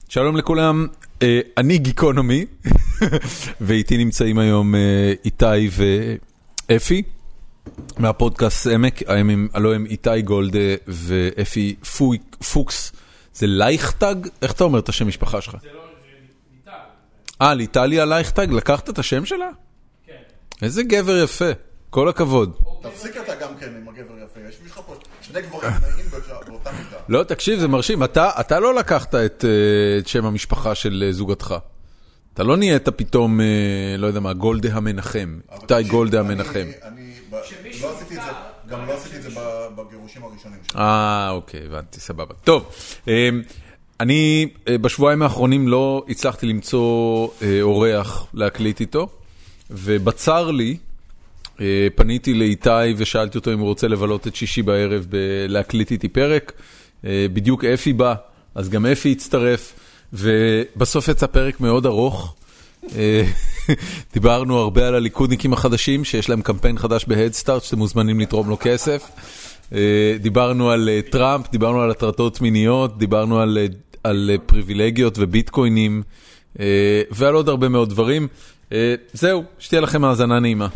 שלום לכולם, אני גיקונומי, ואיתי נמצאים היום איתי ואפי, מהפודקאסט עמק, הלוא הם איתי גולדה ואפי פוקס, זה לייכטג? איך אתה אומר את השם משפחה שלך? זה לא, זה ליטל. ליטליה לייכטג, לקחת את השם שלה? כן. איזה גבר יפה, כל הכבוד. תפסיק אתה גם כן עם הגבר יפה, יש לך פה שני גברים נעים באותה מידה. לא, תקשיב, זה מרשים, אתה לא לקחת את שם המשפחה של זוגתך. אתה לא נהיית פתאום, לא יודע מה, גולדה המנחם, איתי גולדה המנחם. אני לא עשיתי את זה, גם לא עשיתי את זה בגירושים הראשונים שלי. אוקיי, הבנתי, סבבה. טוב, אני בשבועיים האחרונים לא הצלחתי למצוא אורח להקליט איתו, ובצר לי, פניתי לאיתי ושאלתי אותו אם הוא רוצה לבלות את שישי בערב להקליט איתי פרק. בדיוק אפי בא, אז גם אפי הצטרף, ובסוף יצא פרק מאוד ארוך. דיברנו הרבה על הליכודניקים החדשים, שיש להם קמפיין חדש בהדסטארט, שאתם מוזמנים לתרום לו כסף. דיברנו על טראמפ, דיברנו על הטרדות מיניות, דיברנו על פריבילגיות וביטקוינים, ועל עוד הרבה מאוד דברים. זהו, שתהיה לכם האזנה נעימה.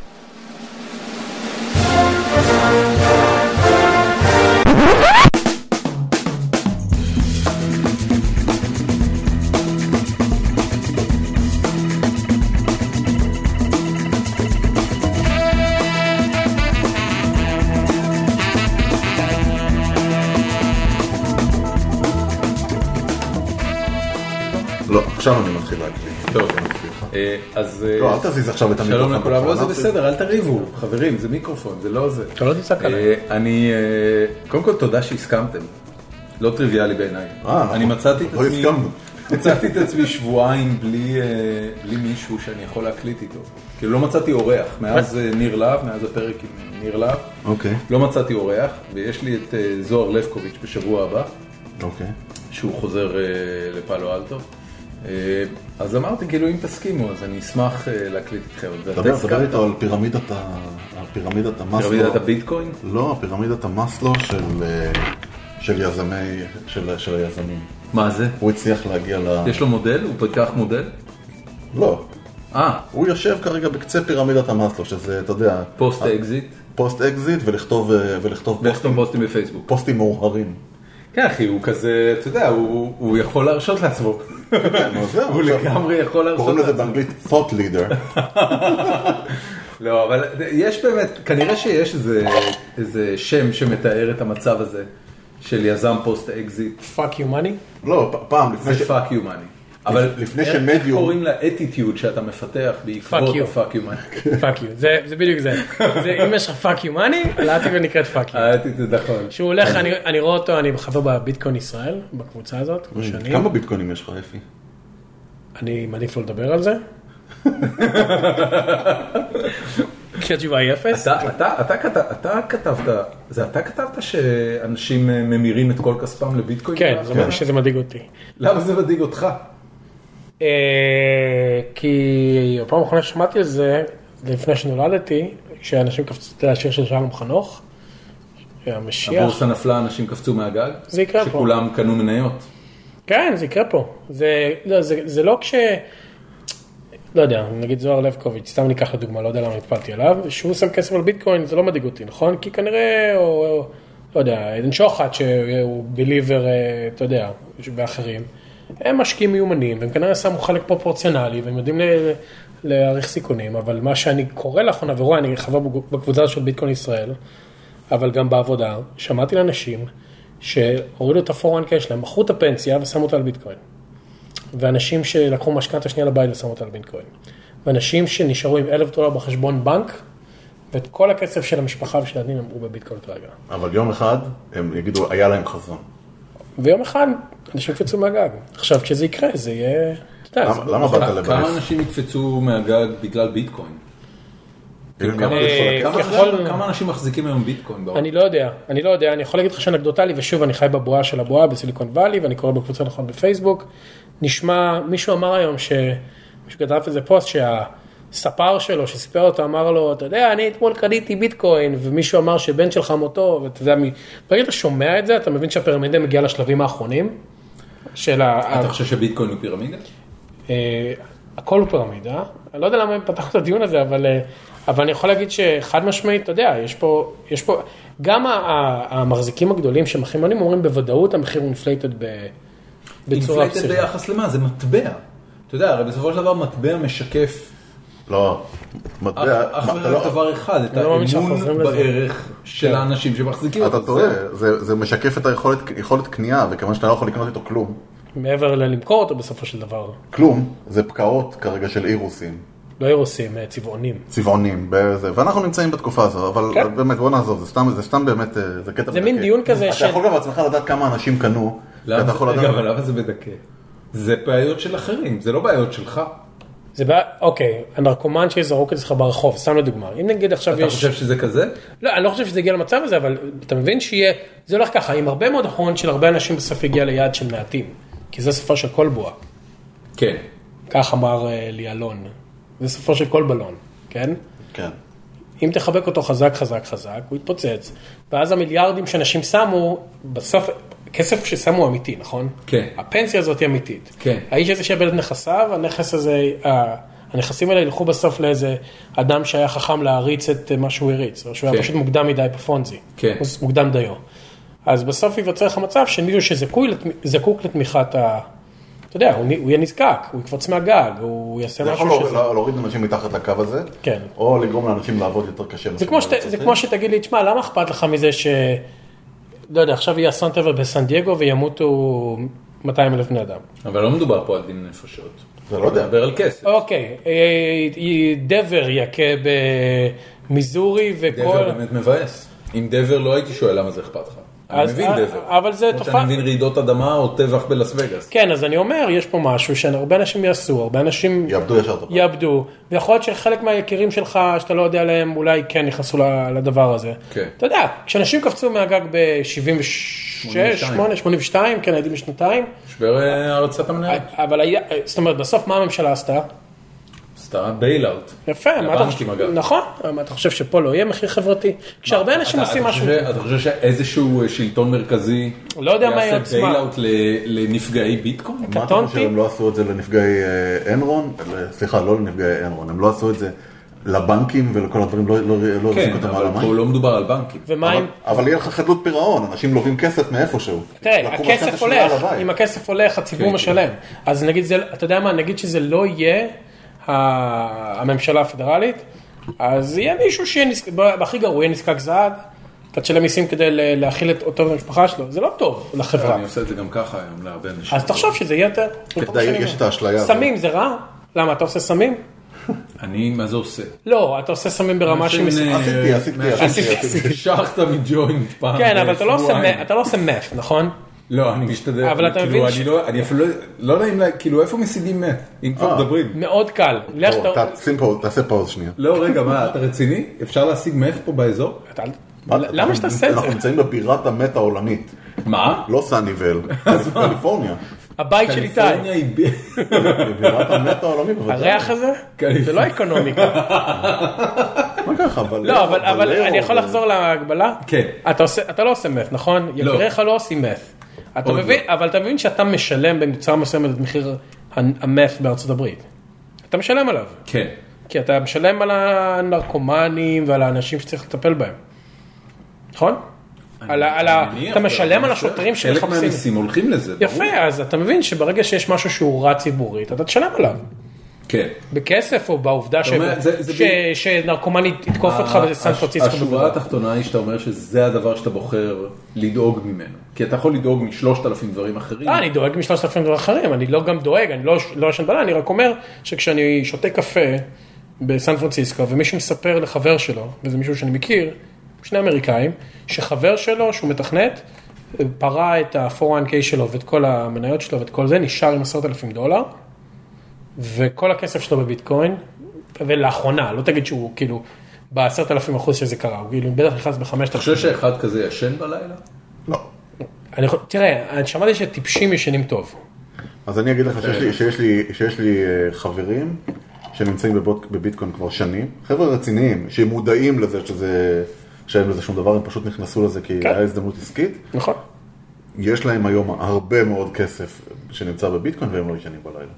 לא, עכשיו אני מתחיל להקליט. טוב, אז... לא, אל תזיז עכשיו את המיקרופון. שלום לכולם, לא זה בסדר, אל תריבו, חברים, זה מיקרופון, זה לא זה. אתה לא תצעק עליי. אני, קודם כל תודה שהסכמתם, לא טריוויאלי בעיניי. אני מצאתי את עצמי שבועיים בלי מישהו שאני יכול להקליט איתו. כאילו לא מצאתי אורח, מאז ניר להב, מאז הפרק עם ניר להב. אוקיי. לא מצאתי אורח, ויש לי את זוהר לבקוביץ' בשבוע הבא. אוקיי. שהוא חוזר לפאלו אלטו. אז אמרתי, כאילו, אם תסכימו, אז אני אשמח להקליט איתכם. דבר איתו על פירמידת המסלו. פירמידת הביטקוין? לא, פירמידת המסלו של היזמים. מה זה? הוא הצליח להגיע יש לו מודל? הוא פתח מודל? לא. הוא יושב כרגע בקצה פירמידת המסלו, שזה, אתה יודע... פוסט אקזיט? פוסט אקזיט ולכתוב פוסטים בפייסבוק. פוסטים מאוהרים. כן, אחי, הוא כזה, אתה יודע, הוא יכול להרשות לעצמו. כן, הוא לגמרי יכול להרשות לעצמו. קוראים לזה באנגלית thought leader. לא, אבל יש באמת, כנראה שיש איזה שם שמתאר את המצב הזה של יזם פוסט אקזיט. Fuck you money? לא, פעם לפני זה fuck you money. אבל איך קוראים לאטיטיוד שאתה מפתח בעקבות ה-fuck you money? fuck you, זה בדיוק זה. אם יש לך fuck you money, האטיטיוד נקראת fuck you. האטיטיוד נכון. שהוא הולך, אני רואה אותו, אני חבר בביטקוין ישראל, בקבוצה הזאת, בשנים. כמה ביטקוינים יש לך, אפי? אני מעדיף לא לדבר על זה. כי התשובה היא אפס. אתה כתבת שאנשים ממירים את כל כספם לביטקוין? כן, זה מה שזה מדאיג אותי. למה זה מדאיג אותך? כי הפעם האחרונה ששמעתי על זה, לפני שנולדתי, כשאנשים קפצו את השיר של שלום חנוך, המשיח. הבורסה נפלה, אנשים קפצו מהגג? זה יקרה פה. שכולם קנו מניות? כן, זה יקרה פה. זה לא לא יודע, נגיד זוהר לבקוביץ', סתם ניקח לדוגמה, לא יודע למה נתפלתי עליו, שהוא שם כסף על ביטקוין, זה לא מדאיג אותי, נכון? כי כנראה, לא יודע, עדן שוחט, שהוא בליבר, אתה יודע, ואחרים, הם משקיעים מיומנים, והם כנראה שמו חלק פרופורציונלי, והם יודעים להעריך סיכונים, אבל מה שאני קורא לאחרונה, ורואה, אני חבר בקבוצה של ביטקוין ישראל, אבל גם בעבודה, שמעתי לאנשים שהורידו את ה-401k שלהם, מכרו את הפנסיה ושמו אותה על ביטקוין. ואנשים שלקחו משכנתא שנייה לבית ושמו אותה על ביטקוין. ואנשים שנשארו עם $1,000 בחשבון בנק, ואת כל הכסף של המשפחה ושל הילדים אמרו בביטקוין כרגע. אבל יום אחד הם יגידו, היה להם חזון. ויום אחד אנשים יקפצו מהגג. עכשיו, כשזה יקרה, זה יהיה... למה באת לבייס? כמה אנשים יקפצו מהגג בגלל ביטקוין? כמה אנשים מחזיקים היום ביטקוין? אני לא יודע, אני יכול להגיד לך שאנקדוטלי, ושוב, אני חי בבועה של הבועה בסיליקון ואלי, ואני קורא בקבוצה נכון בפייסבוק. נשמע, מישהו אמר היום מישהו כתב איזה פוסט שהספר שלו, שסיפר אותו, אמר לו, אתה יודע, אני אתמול קניתי ביטקוין, ומישהו אמר שבן שלך מותו, ואתה יודע, ברגע אתה שומע את זה, אתה מבין שהפירמידה מגיעה לשלבים האחרונים, אתה חושב שביטקוין הוא פירמידה? הכל הוא פירמידה. אני לא יודע למה הם פתחו את הדיון הזה, אבל אני יכול להגיד שחד משמעית, אתה יודע, יש פה, גם המחזיקים הגדולים שמחימונים אומרים בוודאות המחיר הוא אינפלייטד בצורה אינפלייטד ביחס למה? זה מטבע. אתה יודע, הרי בסופו של דבר מטבע משקף לא, מטבע... אך ורק דבר אחד, את האמון בערך של האנשים שמחזיקים אותו. אתה טועה, זה משקף את היכולת קנייה, וכיוון שאתה לא יכול לקנות איתו כלום. מעבר למכור אותו בסופו של דבר. כלום, זה פקעות כרגע של אירוסים. לא אירוסים, צבעונים. צבעונים, ואנחנו נמצאים בתקופה הזו, אבל באמת בוא נעזוב, זה סתם באמת, זה קטע מדכא. זה מין דיון כזה אתה יכול גם בעצמך לדעת כמה אנשים קנו. אבל למה זה מדכא? זה בעיות של אחרים, זה לא בעיות שלך. זה בעיה, אוקיי, הנרקומן שיזרוק אצלך ברחוב, סתם לדוגמה. אם נגיד עכשיו יש... אתה חושב שזה כזה? לא, אני לא חושב שזה יגיע למצב הזה, אבל אתה מבין שיהיה, זה הולך ככה, עם הרבה מאוד הון של הרבה אנשים בסוף יגיע ליעד של מעטים, כי זה סופו של כל בועה. כן. כך אמר לי אלון. זה סופו של כל בלון, כן? כן. אם תחבק אותו חזק, חזק, חזק, הוא יתפוצץ. ואז המיליארדים שאנשים שמו, בסוף, כסף ששמו אמיתי, נכון? כן. הפנסיה הזאת היא אמיתית. כן. האיש הזה שיאבד את נכסיו, הנכס הזה, הנכסים האלה ילכו בסוף לאיזה אדם שהיה חכם להריץ את מה שהוא הריץ, או שהוא היה פשוט מוקדם מדי בפונזי. כן. מוקדם דיו. אז בסוף ייווצר לך מצב שמישהו שזקוק לתמיכת אתה יודע, הוא יהיה נזקק, הוא יקפוץ מהגג, הוא יעשה משהו שזה... זה יכול להוריד אנשים מתחת לקו הזה, כן. או לגרום לאנשים לעבוד יותר קשה. זה כמו שתגיד לי, תשמע, למה אכפת לך מזה לא יודע, עכשיו יהיה אסון טבע בסן דייגו וימותו 200,000 בני אדם. אבל לא מדובר פה על דין נפשות. זה לא יודע. מדבר על כסף. אוקיי, דבר יקה במיזורי וכל... דבר באמת מבאס. אם דבר לא הייתי שואל למה זה אכפת לך. אני מבין דבר. אבל זה תופעה... אני מבין רעידות אדמה או טבח בלס וגאס. כן, אז אני אומר, יש פה משהו שהרבה אנשים יעשו, הרבה אנשים... יאבדו ישר את הפעם. יאבדו, ויכול להיות שחלק מהיקירים שלך, שאתה לא יודע עליהם, אולי כן נכנסו לדבר הזה. כן. אתה יודע, כשאנשים קפצו מהגג ב-76, 82, כן, הייתי בשנתיים. שבר הרצת המנהלת. אבל זאת אומרת, בסוף מה הממשלה עשתה? עשתה בייל-אוט. יפה, נכון, אתה חושב שפה לא יהיה מחיר חברתי? כשהרבה אנשים עושים משהו... אתה חושב שאיזשהו שלטון מרכזי יעשה בייל-אוט לנפגעי ביטקוין? מה אתה חושב, הם לא עשו את זה לנפגעי אנרון? סליחה, לא לנפגעי אנרון, הם לא עשו את זה לבנקים ולכל הדברים, לא כן, אבל פה לא מדובר על בנקים. אבל יהיה לך חדלות פירעון, אנשים לובים כסף מאיפשהו. תראה, הכסף הולך, אם הכסף הולך, הציבור משלם. אז נגיד, אתה יודע מה, נגיד שזה לא יהיה הממשלה הפדרלית, אז יהיה מישהו בהכי גרוע, יהיה נזקק זעד, אתה תשלם מיסים כדי להכיל אותו במשפחה שלו, זה לא טוב לחברה. אני עושה את זה גם ככה היום להרבה אנשים. אז תחשוב שזה יהיה יותר. יש את האשליה. סמים זה רע? למה, אתה עושה סמים? מה זה עושה? לא, אתה עושה סמים ברמה עשיתי. שחת מג'וינט פעם. כן, אבל אתה לא עושה מף, נכון? לא, אני משתדל. אבל אתה מבין אני אפילו לא נעים לה, כאילו איפה משיגים מף? אם כבר מדברים. מאוד קל. תעשה פאוז שנייה. לא, רגע, מה, אתה רציני? אפשר להשיג מף פה באזור? למה שאתה עושה את זה? אנחנו נמצאים בבירת המת העולמית. מה? לא סניבל, זה קליפורניה. הבית של איתי. קליפורניה היא בירת המת העולמית. הריח הזה? זה לא אקונומיקה. מה ככה? לא, אבל אני יכול לחזור להגבלה? כן. אתה לא עושה מף, נכון? יקיריך לא עושים מף. אבל אתה מבין שאתה משלם במוצר מסוים את מחיר המף בארצות הברית. אתה משלם עליו. כן. כי אתה משלם על הנרקומנים ועל האנשים שצריך לטפל בהם. נכון? אתה משלם על השוטרים שמחפשים. חלק מהמיסים הולכים לזה. יפה, אז אתה מבין שברגע שיש משהו שהוא רע ציבורית, אתה תשלם עליו. כן. בכסף או בעובדה שנרקומני יתקוף אותך בסן פרנסיסקו. השורה התחתונה היא שאתה אומר שזה הדבר שאתה בוחר לדאוג ממנו. כי אתה יכול לדאוג מ3,000 דברים אחרים. אני דואג מ3,000 דברים אחרים, אני לא גם דואג, אני לא ישן בלילה, אני רק אומר שכשאני שותה קפה בסן פרנסיסקו ומישהו מספר לחבר שלו, וזה מישהו שאני מכיר, שני אמריקאים, שחבר שלו שהוא מתכנת, פרה את ה-401k שלו ואת כל המניות שלו ואת כל זה, נשאר עם $10,000, וכל הכסף שלו בביטקוין, ולאחרונה, לא תגיד שהוא כאילו, ב10,000% שזה קרה, הוא כאילו בטח נכנס ב5,000. אתה חושב שאחד כזה ישן בלילה? לא. תראה, אני שמעתי שטיפשים ישנים טוב. אז אני אגיד לך שיש לי חברים שנמצאים בביטקוין כבר שנים, חבר'ה רציניים, שהם מודעים לזה שאין לזה שום דבר, הם פשוט נכנסו לזה כי היה הזדמנות עסקית. נכון. יש להם היום הרבה מאוד כסף שנמצא בביטקוין והם לא ישנים בלילה.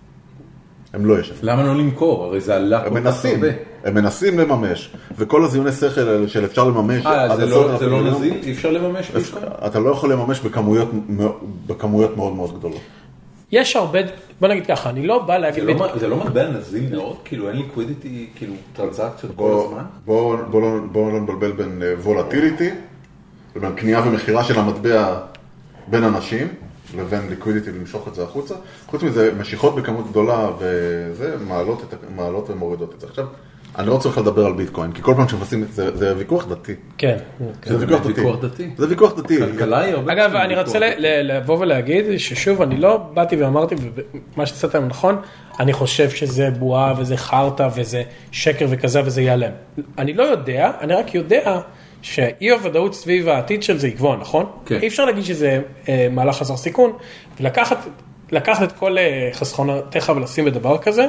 הם לא ישנים. למה לא למכור? הרי זה עלה כל כך הרבה. הם מנסים לממש, וכל הזיוני שכל האלה של אפשר לממש. זה לא נזיל? אי אפשר לממש ביטקוין? אתה לא יכול לממש בכמויות מאוד מאוד גדולות. יש הרבה, בוא נגיד ככה, אני לא בא להגיד... זה לא מטבע נזיל מאוד? כאילו אין ליקווידיטי, כאילו טרנזקציות כל הזמן? בואו לא נבלבל בין וולטיליטי, בין קנייה ומחירה של המטבע בין אנשים, לבין ליקווידיטי למשוך את זה החוצה. חוץ מזה, משיכות בכמות גדולה וזה, מעלות ומורידות את זה. עכשיו, אני לא צריך לדבר על ביטקוין, כי כל פעם שמנסים, זה ויכוח דתי. כן. זה ויכוח דתי. זה ויכוח דתי. כלכלה היא הרבה... אגב, אני רוצה לבוא ולהגיד ששוב, אני לא באתי ואמרתי, ומה שצאת היום נכון, אני חושב שזה בועה וזה חרטה וזה שקר וכזה וזה ייעלם. אני לא יודע, אני רק יודע שאי הוודאות סביב העתיד של זה יגבוה, נכון? כן. אי אפשר להגיד שזה מהלך חסר סיכון, ולקחת את כל חסכונותיך ולשים בדבר כזה,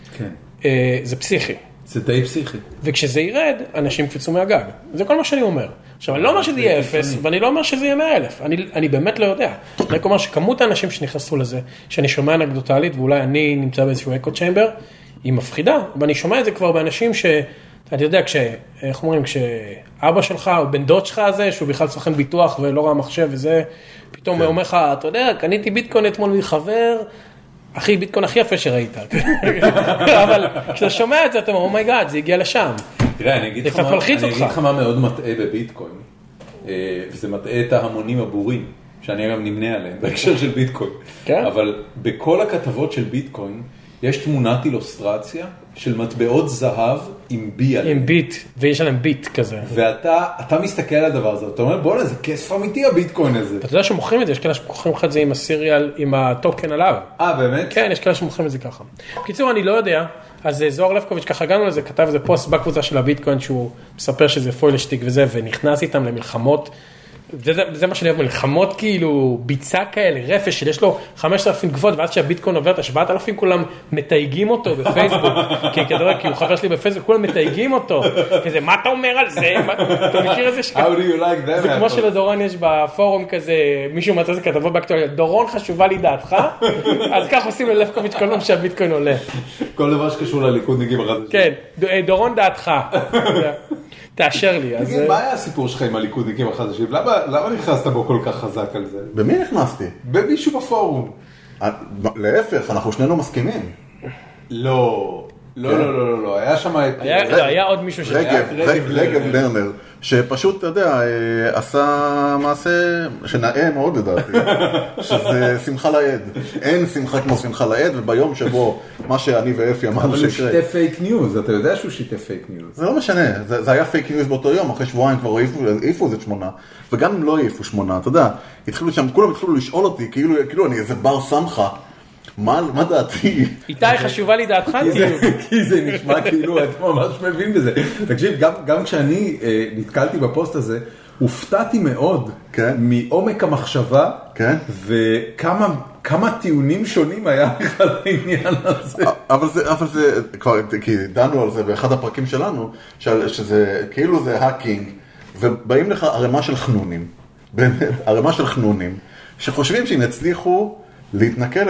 זה פסיכי. זה די פסיכי. וכשזה ירד, אנשים קפצו מהגג. זה כל מה שאני אומר. עכשיו, אני לא אומר שזה יהיה 0, ואני לא אומר שזה יהיה 100,000. אני באמת לא יודע. אני אומר שכמות האנשים שנכנסו לזה, שאני שומע אנקדוטלית, ואולי אני נמצא באיזשהו אקו צ'יימבר, היא מפחידה, ואני שומע את זה כבר באנשים אתה יודע, איך אומרים, כשאבא שלך או בן דוד שלך הזה, שהוא בכלל סוכן ביטוח ולא ראה מחשב וזה, פתאום הוא אומר לך, אתה יודע, קניתי ביטקוין אתמול מחבר, אחי, ביטקוין הכי יפה שראית. אבל כשאתה שומע את זה, אתה אומר, אומייגאד, זה הגיע לשם. תראה, אני אגיד לך מה מאוד מטעה בביטקוין, וזה מטעה את ההמונים הבורים, שאני גם נמנה עליהם, בהקשר של ביטקוין. אבל בכל הכתבות של ביטקוין, יש תמונת אילוסטרציה של מטבעות זהב עם בי עליהם. עם ביט, ויש עליהם ביט כזה. ואתה מסתכל על הדבר הזה, אתה אומר, בוא'נה, זה כסף אמיתי הביטקוין הזה. אתה יודע שמוכרים את זה, יש כאלה שמוכרים לך את זה עם הסיריאל, עם הטוקן עליו. באמת? כן, יש כאלה שמוכרים את זה ככה. בקיצור, אני לא יודע, אז זוהר לבקוביץ' ככה הגענו לזה, כתב איזה פוסט בקבוצה של הביטקוין, שהוא מספר שזה פוילשטיק וזה, ונכנס איתם למלחמות, זה מה שאני אוהב, מלחמות כאילו ביצה כאלה, רפש שיש לו 5,000 גבות, ואז שהביטקוין עובר את ה-7,000, כולם מתייגים אותו בפייסבוק, כי הוא חבר שלי בפייסבוק, כולם מתייגים אותו, כזה, מה אתה אומר על זה? אתה מכיר את זה? How do you like that? זה כמו שלדורון יש בפורום כזה, מישהו מצא זה כתבות באקטואליה, דורון חשובה לי דעתך, אז כך עושים ללבקוביץ' כל פעם שהביטקוין עולה. כל דבר שקשור לליכודניקים החדשים. כן, דורון דעתך. תאשר לי. תגיד, מה היה הסיפור שלך עם הליכודניקים החדשים? למה נכנסת בו כל כך חזק על זה? במי נכנסתי? במישהו בפורום. להפך, אנחנו שנינו מסכימים. לא, היה שם... היה עוד מישהו רגב לרנר, שפשוט, אתה יודע, עשה מעשה שנאה מאוד לדעתי, שזה שמחה לעד. אין שמחה כמו שמחה לעד, וביום שבו מה שאני ואפי אמרנו אבל הוא שיתף פייק ניוז, אתה יודע שהוא שיתף פייק ניוז. זה לא משנה, זה היה פייק ניוז באותו יום, אחרי שבועיים כבר העיפו איזה 8, וגם אם לא העיפו 8, אתה יודע, כולם התחילו לשאול אותי, כאילו אני איזה בר סמכה, מה דעתי? איתי, חשובה לי דעתך? כי זה נשמע כאילו, אתה ממש מבין בזה. תקשיב, גם כשאני נתקלתי בפוסט הזה, הופתעתי מאוד מעומק המחשבה, וכמה טיעונים שונים היה לך לעניין הזה. אבל זה, כבר, כי דנו על זה באחד הפרקים שלנו, שזה כאילו זה האקינג, ובאים לך ערימה של חנונים, באמת, ערימה של חנונים, שחושבים שהם יצליחו לביטן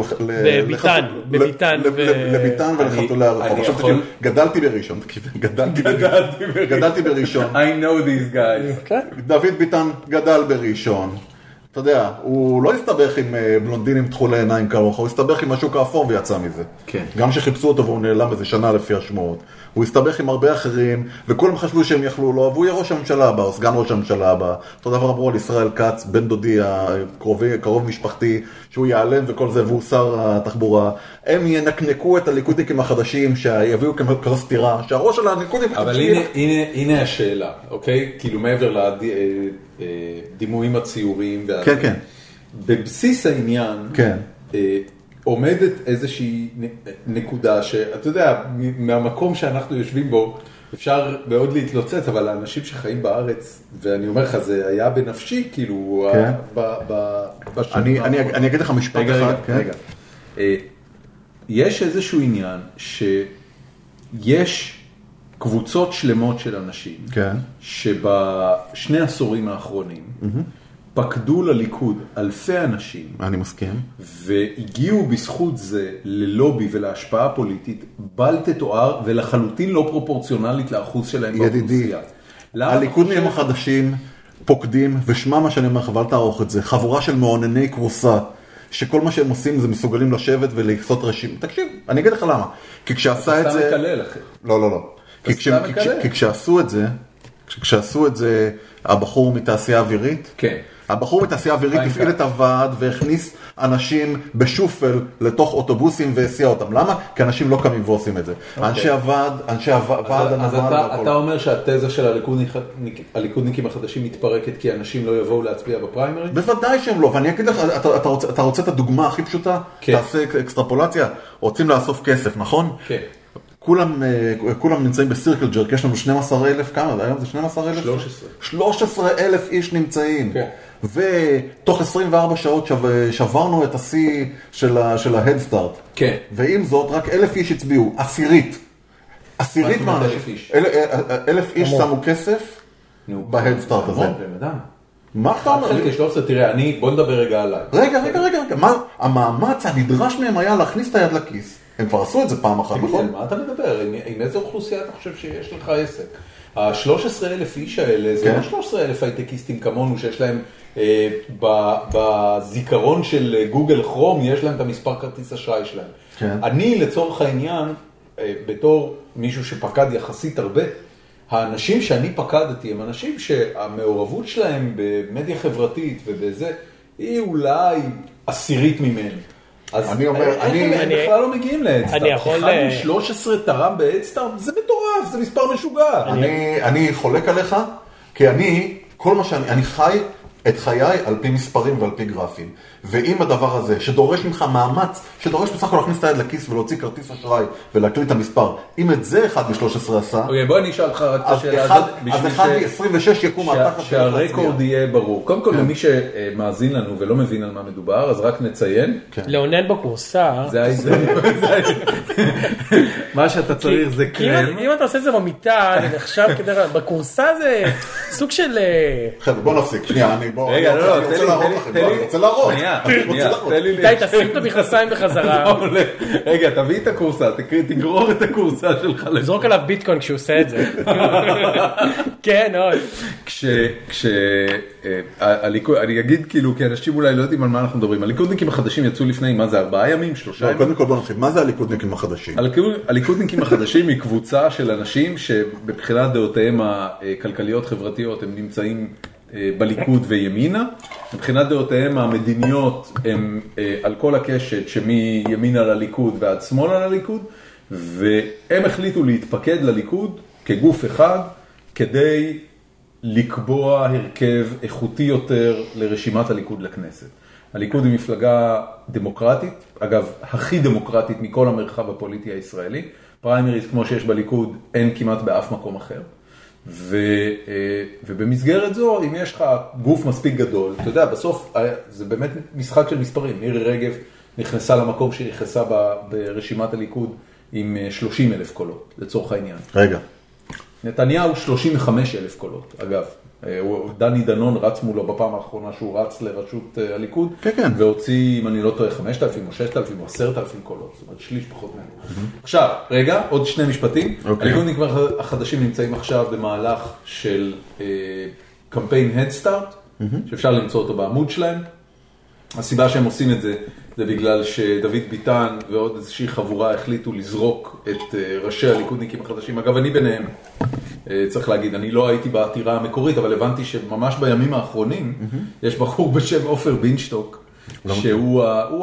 ולחתולי הרחוב. גדלתי בראשון, גדלתי בראשון. I know these guys. דוד ביטן גדל בראשון. אתה יודע, הוא לא הסתבך עם בלונדינים תחולי עיניים כרוך, הוא הסתבך עם השוק האפור ויצא מזה. גם שחיפשו אותו והוא נעלם איזה שנה לפי השמועות. הוא הסתבך עם הרבה אחרים, וכולם חשבו שהם יכלו לו, והוא יהיה ראש הממשלה הבא, או סגן ראש הממשלה הבא. אותו דבר אמרו על ישראל כץ, בן דודי, קרוב משפחתי, שהוא ייעלם וכל זה, והוא שר התחבורה. הם ינקנקו את הליכודניקים החדשים, שיביאו כזו סתירה, שהראש של הליכודניקים החדשים... אבל הנה השאלה, אוקיי? כאילו מעבר לדימויים הציוריים. כן, כן. בבסיס העניין... כן. עומדת איזושהי נקודה שאתה יודע, מהמקום שאנחנו יושבים בו, אפשר מאוד להתלוצץ, אבל האנשים שחיים בארץ, ואני אומר לך, זה היה בנפשי, כאילו, אני אגיד לך משפט אחד. רגע. יש איזשהו עניין שיש קבוצות שלמות של אנשים, שבשני עשורים האחרונים, פקדו לליכוד אלפי אנשים. אני מסכים. והגיעו בזכות זה ללובי ולהשפעה פוליטית, בל תתואר ולחלוטין לא פרופורציונלית לאחוז שלהם באוכלוסייה. הליכודניקים החדשים פוקדים, ושמה מה שאני אומר, חבל תערוך את זה, חבורה של מעונני כרוסה, שכל מה שהם עושים זה מסוגלים לשבת ולעשות רשימה. תקשיב, אני אגיד לך למה. כי כשעשה את זה... אתה סתם מקלל, אחי. לא. כי כשעשו את זה הבחור מתעשייה אווירית, כן. הבחור מתעשייה אווירית הפעיל את הוועד והכניס אנשים בשופל לתוך אוטובוסים והסיע אותם. למה? כי אנשים לא קמים ועושים את זה. אנשי הוועד אז אתה אומר שהתזה של הליכודניקים החדשים מתפרקת כי אנשים לא יבואו להצביע בפריימריז? בוודאי שהם לא, ואני אגיד לך, אתה רוצה את הדוגמה הכי פשוטה? תעשה אקסטרפולציה, רוצים לאסוף כסף, נכון? כן. כולם נמצאים בסירקל ג'רק, יש לנו 12,000, כמה? היום זה 12,000? 13,000 איש נמצאים. כן. ותוך 24 שעות שברנו את השיא של ההדסטארט. כן. ועם זאת, רק 1,000 איש הצביעו. עשירית מהאנשים. 1,000 איש שמו כסף בהדסטארט הזה. מה אתה אומר? חלקי 13, תראה, בוא נדבר רגע עליי. רגע. המאמץ הנדרש מהם היה להכניס את היד לכיס. הם כבר עשו את זה פעם אחת, נכון? מה אתה מדבר? עם איזה אוכלוסייה אתה חושב שיש לך עסק? ה-13,000 איש האלה, זה לא 13,000 הייטקיסטים כמונו שיש להם בזיכרון של גוגל כרום, יש להם את המספר כרטיס אשראי שלהם. אני לצורך העניין, בתור מישהו שפקד יחסית הרבה, האנשים שאני פקדתי הם אנשים שהמעורבות שלהם במדיה חברתית ובזה, היא אולי עשירית ממני. אז אני אומר, הם בכלל לא מגיעים להדסטארט. אחד מ-13 תרם בהדסטארט, זה מטורף, זה מספר משוגע. אני חולק עליך, כי כל מה אני חי את חיי על פי מספרים ועל פי גרפים. ועם הדבר הזה, שדורש ממך מאמץ, שדורש בסך הכל להכניס את היד לכיס ולהוציא כרטיס אשראי ולהקליט את המספר, אם את זה אחד מ-13 עשה, אוקיי, בוא נשאל אותך רק את השאלה הזאת, אז אחד מ-26 יקום מהתחת. שהרקורד יהיה ברור. קודם כל, למי שמאזין לנו ולא מבין על מה מדובר, אז רק נציין. לאונן בקורסה. מה שאתה צריך זה קרם. אם אתה עושה את זה במיטה, זה נחשב כדרך, בקורסה זה סוג של... חבר'ה, בוא נפסיק, שנייה, אני רוצה להראות. די, תשים את המכנסיים בחזרה. רגע, תביא את הקורסה, תגרור את הקורסה שלך. זרוק עליו ביטקוין כשהוא עושה את זה. כן, עוד. אני אגיד כאילו, כי אנשים אולי לא יודעים על מה אנחנו מדברים. הליכודניקים החדשים יצאו לפני, מה זה, 4 ימים, 3 ימים? קודם כל בוא נתחיל, מה זה הליכודניקים החדשים? הליכודניקים החדשים היא קבוצה של אנשים שבבחינת דעותיהם הכלכליות חברתיות הם נמצאים בליכוד וימינה. מבחינת דעותיהם המדיניות הם על כל הקשת שמימינה לליכוד ועד שמאלה לליכוד, והם החליטו להתפקד לליכוד כגוף אחד כדי לקבוע הרכב איכותי יותר לרשימת הליכוד לכנסת. הליכוד היא מפלגה דמוקרטית, אגב, הכי דמוקרטית מכל המרחב הפוליטי הישראלי. פריימריז כמו שיש בליכוד אין כמעט באף מקום אחר. ובמסגרת זו, אם יש לך גוף מספיק גדול, אתה יודע, בסוף זה באמת משחק של מספרים. מירי רגב נכנסה למקום שהיא נכנסה ברשימת הליכוד עם 30,000 קולות, לצורך העניין. רגע. נתניהו 35,000 קולות, אגב. דני דנון רץ מולו בפעם האחרונה שהוא רץ לראשות הליכוד, כן. והוציא, אם אני לא טועה, 5,000 או 6,000 או 10,000 קולות, זאת אומרת שליש פחות מהם. עכשיו, רגע, עוד 2 משפטים. הליכודניקים החדשים נמצאים עכשיו במהלך של קמפיין הדסטארט, שאפשר למצוא אותו בעמוד שלהם. הסיבה שהם עושים את זה, זה בגלל שדוד ביטן ועוד איזושהי חבורה החליטו לזרוק את ראשי הליכודניקים החדשים. אגב, אני ביניהם, צריך להגיד, אני לא הייתי בעתירה המקורית, אבל הבנתי שממש בימים האחרונים, יש בחור בשם עופר בינשטוק, שהוא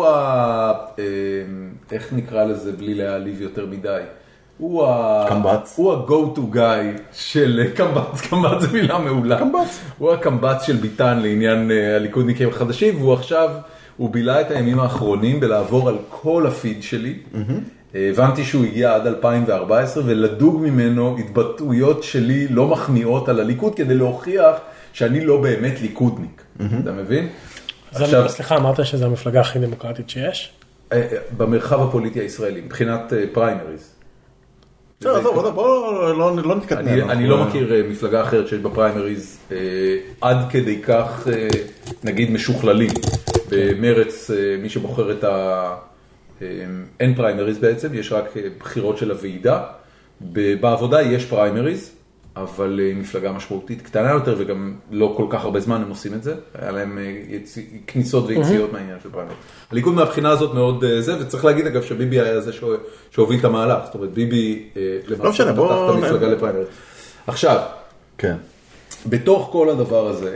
איך נקרא לזה בלי להעליב יותר מדי? הוא ה-go to guy של קמב"ץ, קמב"ץ זה מילה מעולה. קמב"ץ. הוא הקמב"ץ של ביטן לעניין הליכודניקים החדשים, והוא עכשיו, הוא בילה את הימים האחרונים בלעבור על כל הפיד שלי. הבנתי שהוא הגיע עד 2014, ולדוג ממנו התבטאויות שלי לא מחמיאות על הליכוד, כדי להוכיח שאני לא באמת ליכודניק. אתה מבין? סליחה, אמרת שזו המפלגה הכי דמוקרטית שיש? במרחב הפוליטי הישראלי, מבחינת פריימריז. בואו לא נתקדם. אני לא מכיר מפלגה אחרת שיש בפריימריז עד כדי כך, נגיד, משוכללים. במרץ, מי שבוחר את אין פריימריז בעצם, יש רק בחירות של הוועידה. בעבודה יש פריימריז, אבל מפלגה משמעותית קטנה יותר, וגם לא כל כך הרבה זמן הם עושים את זה. היה להם כניסות ויציאות מהעניין של פריימריז. הליכוד מהבחינה הזאת מאוד זה, וצריך להגיד אגב שביבי היה זה שהוביל את המהלך. זאת אומרת, ביבי למעשה פתח את המפלגה לפריימריז. עכשיו, בתוך כל הדבר הזה,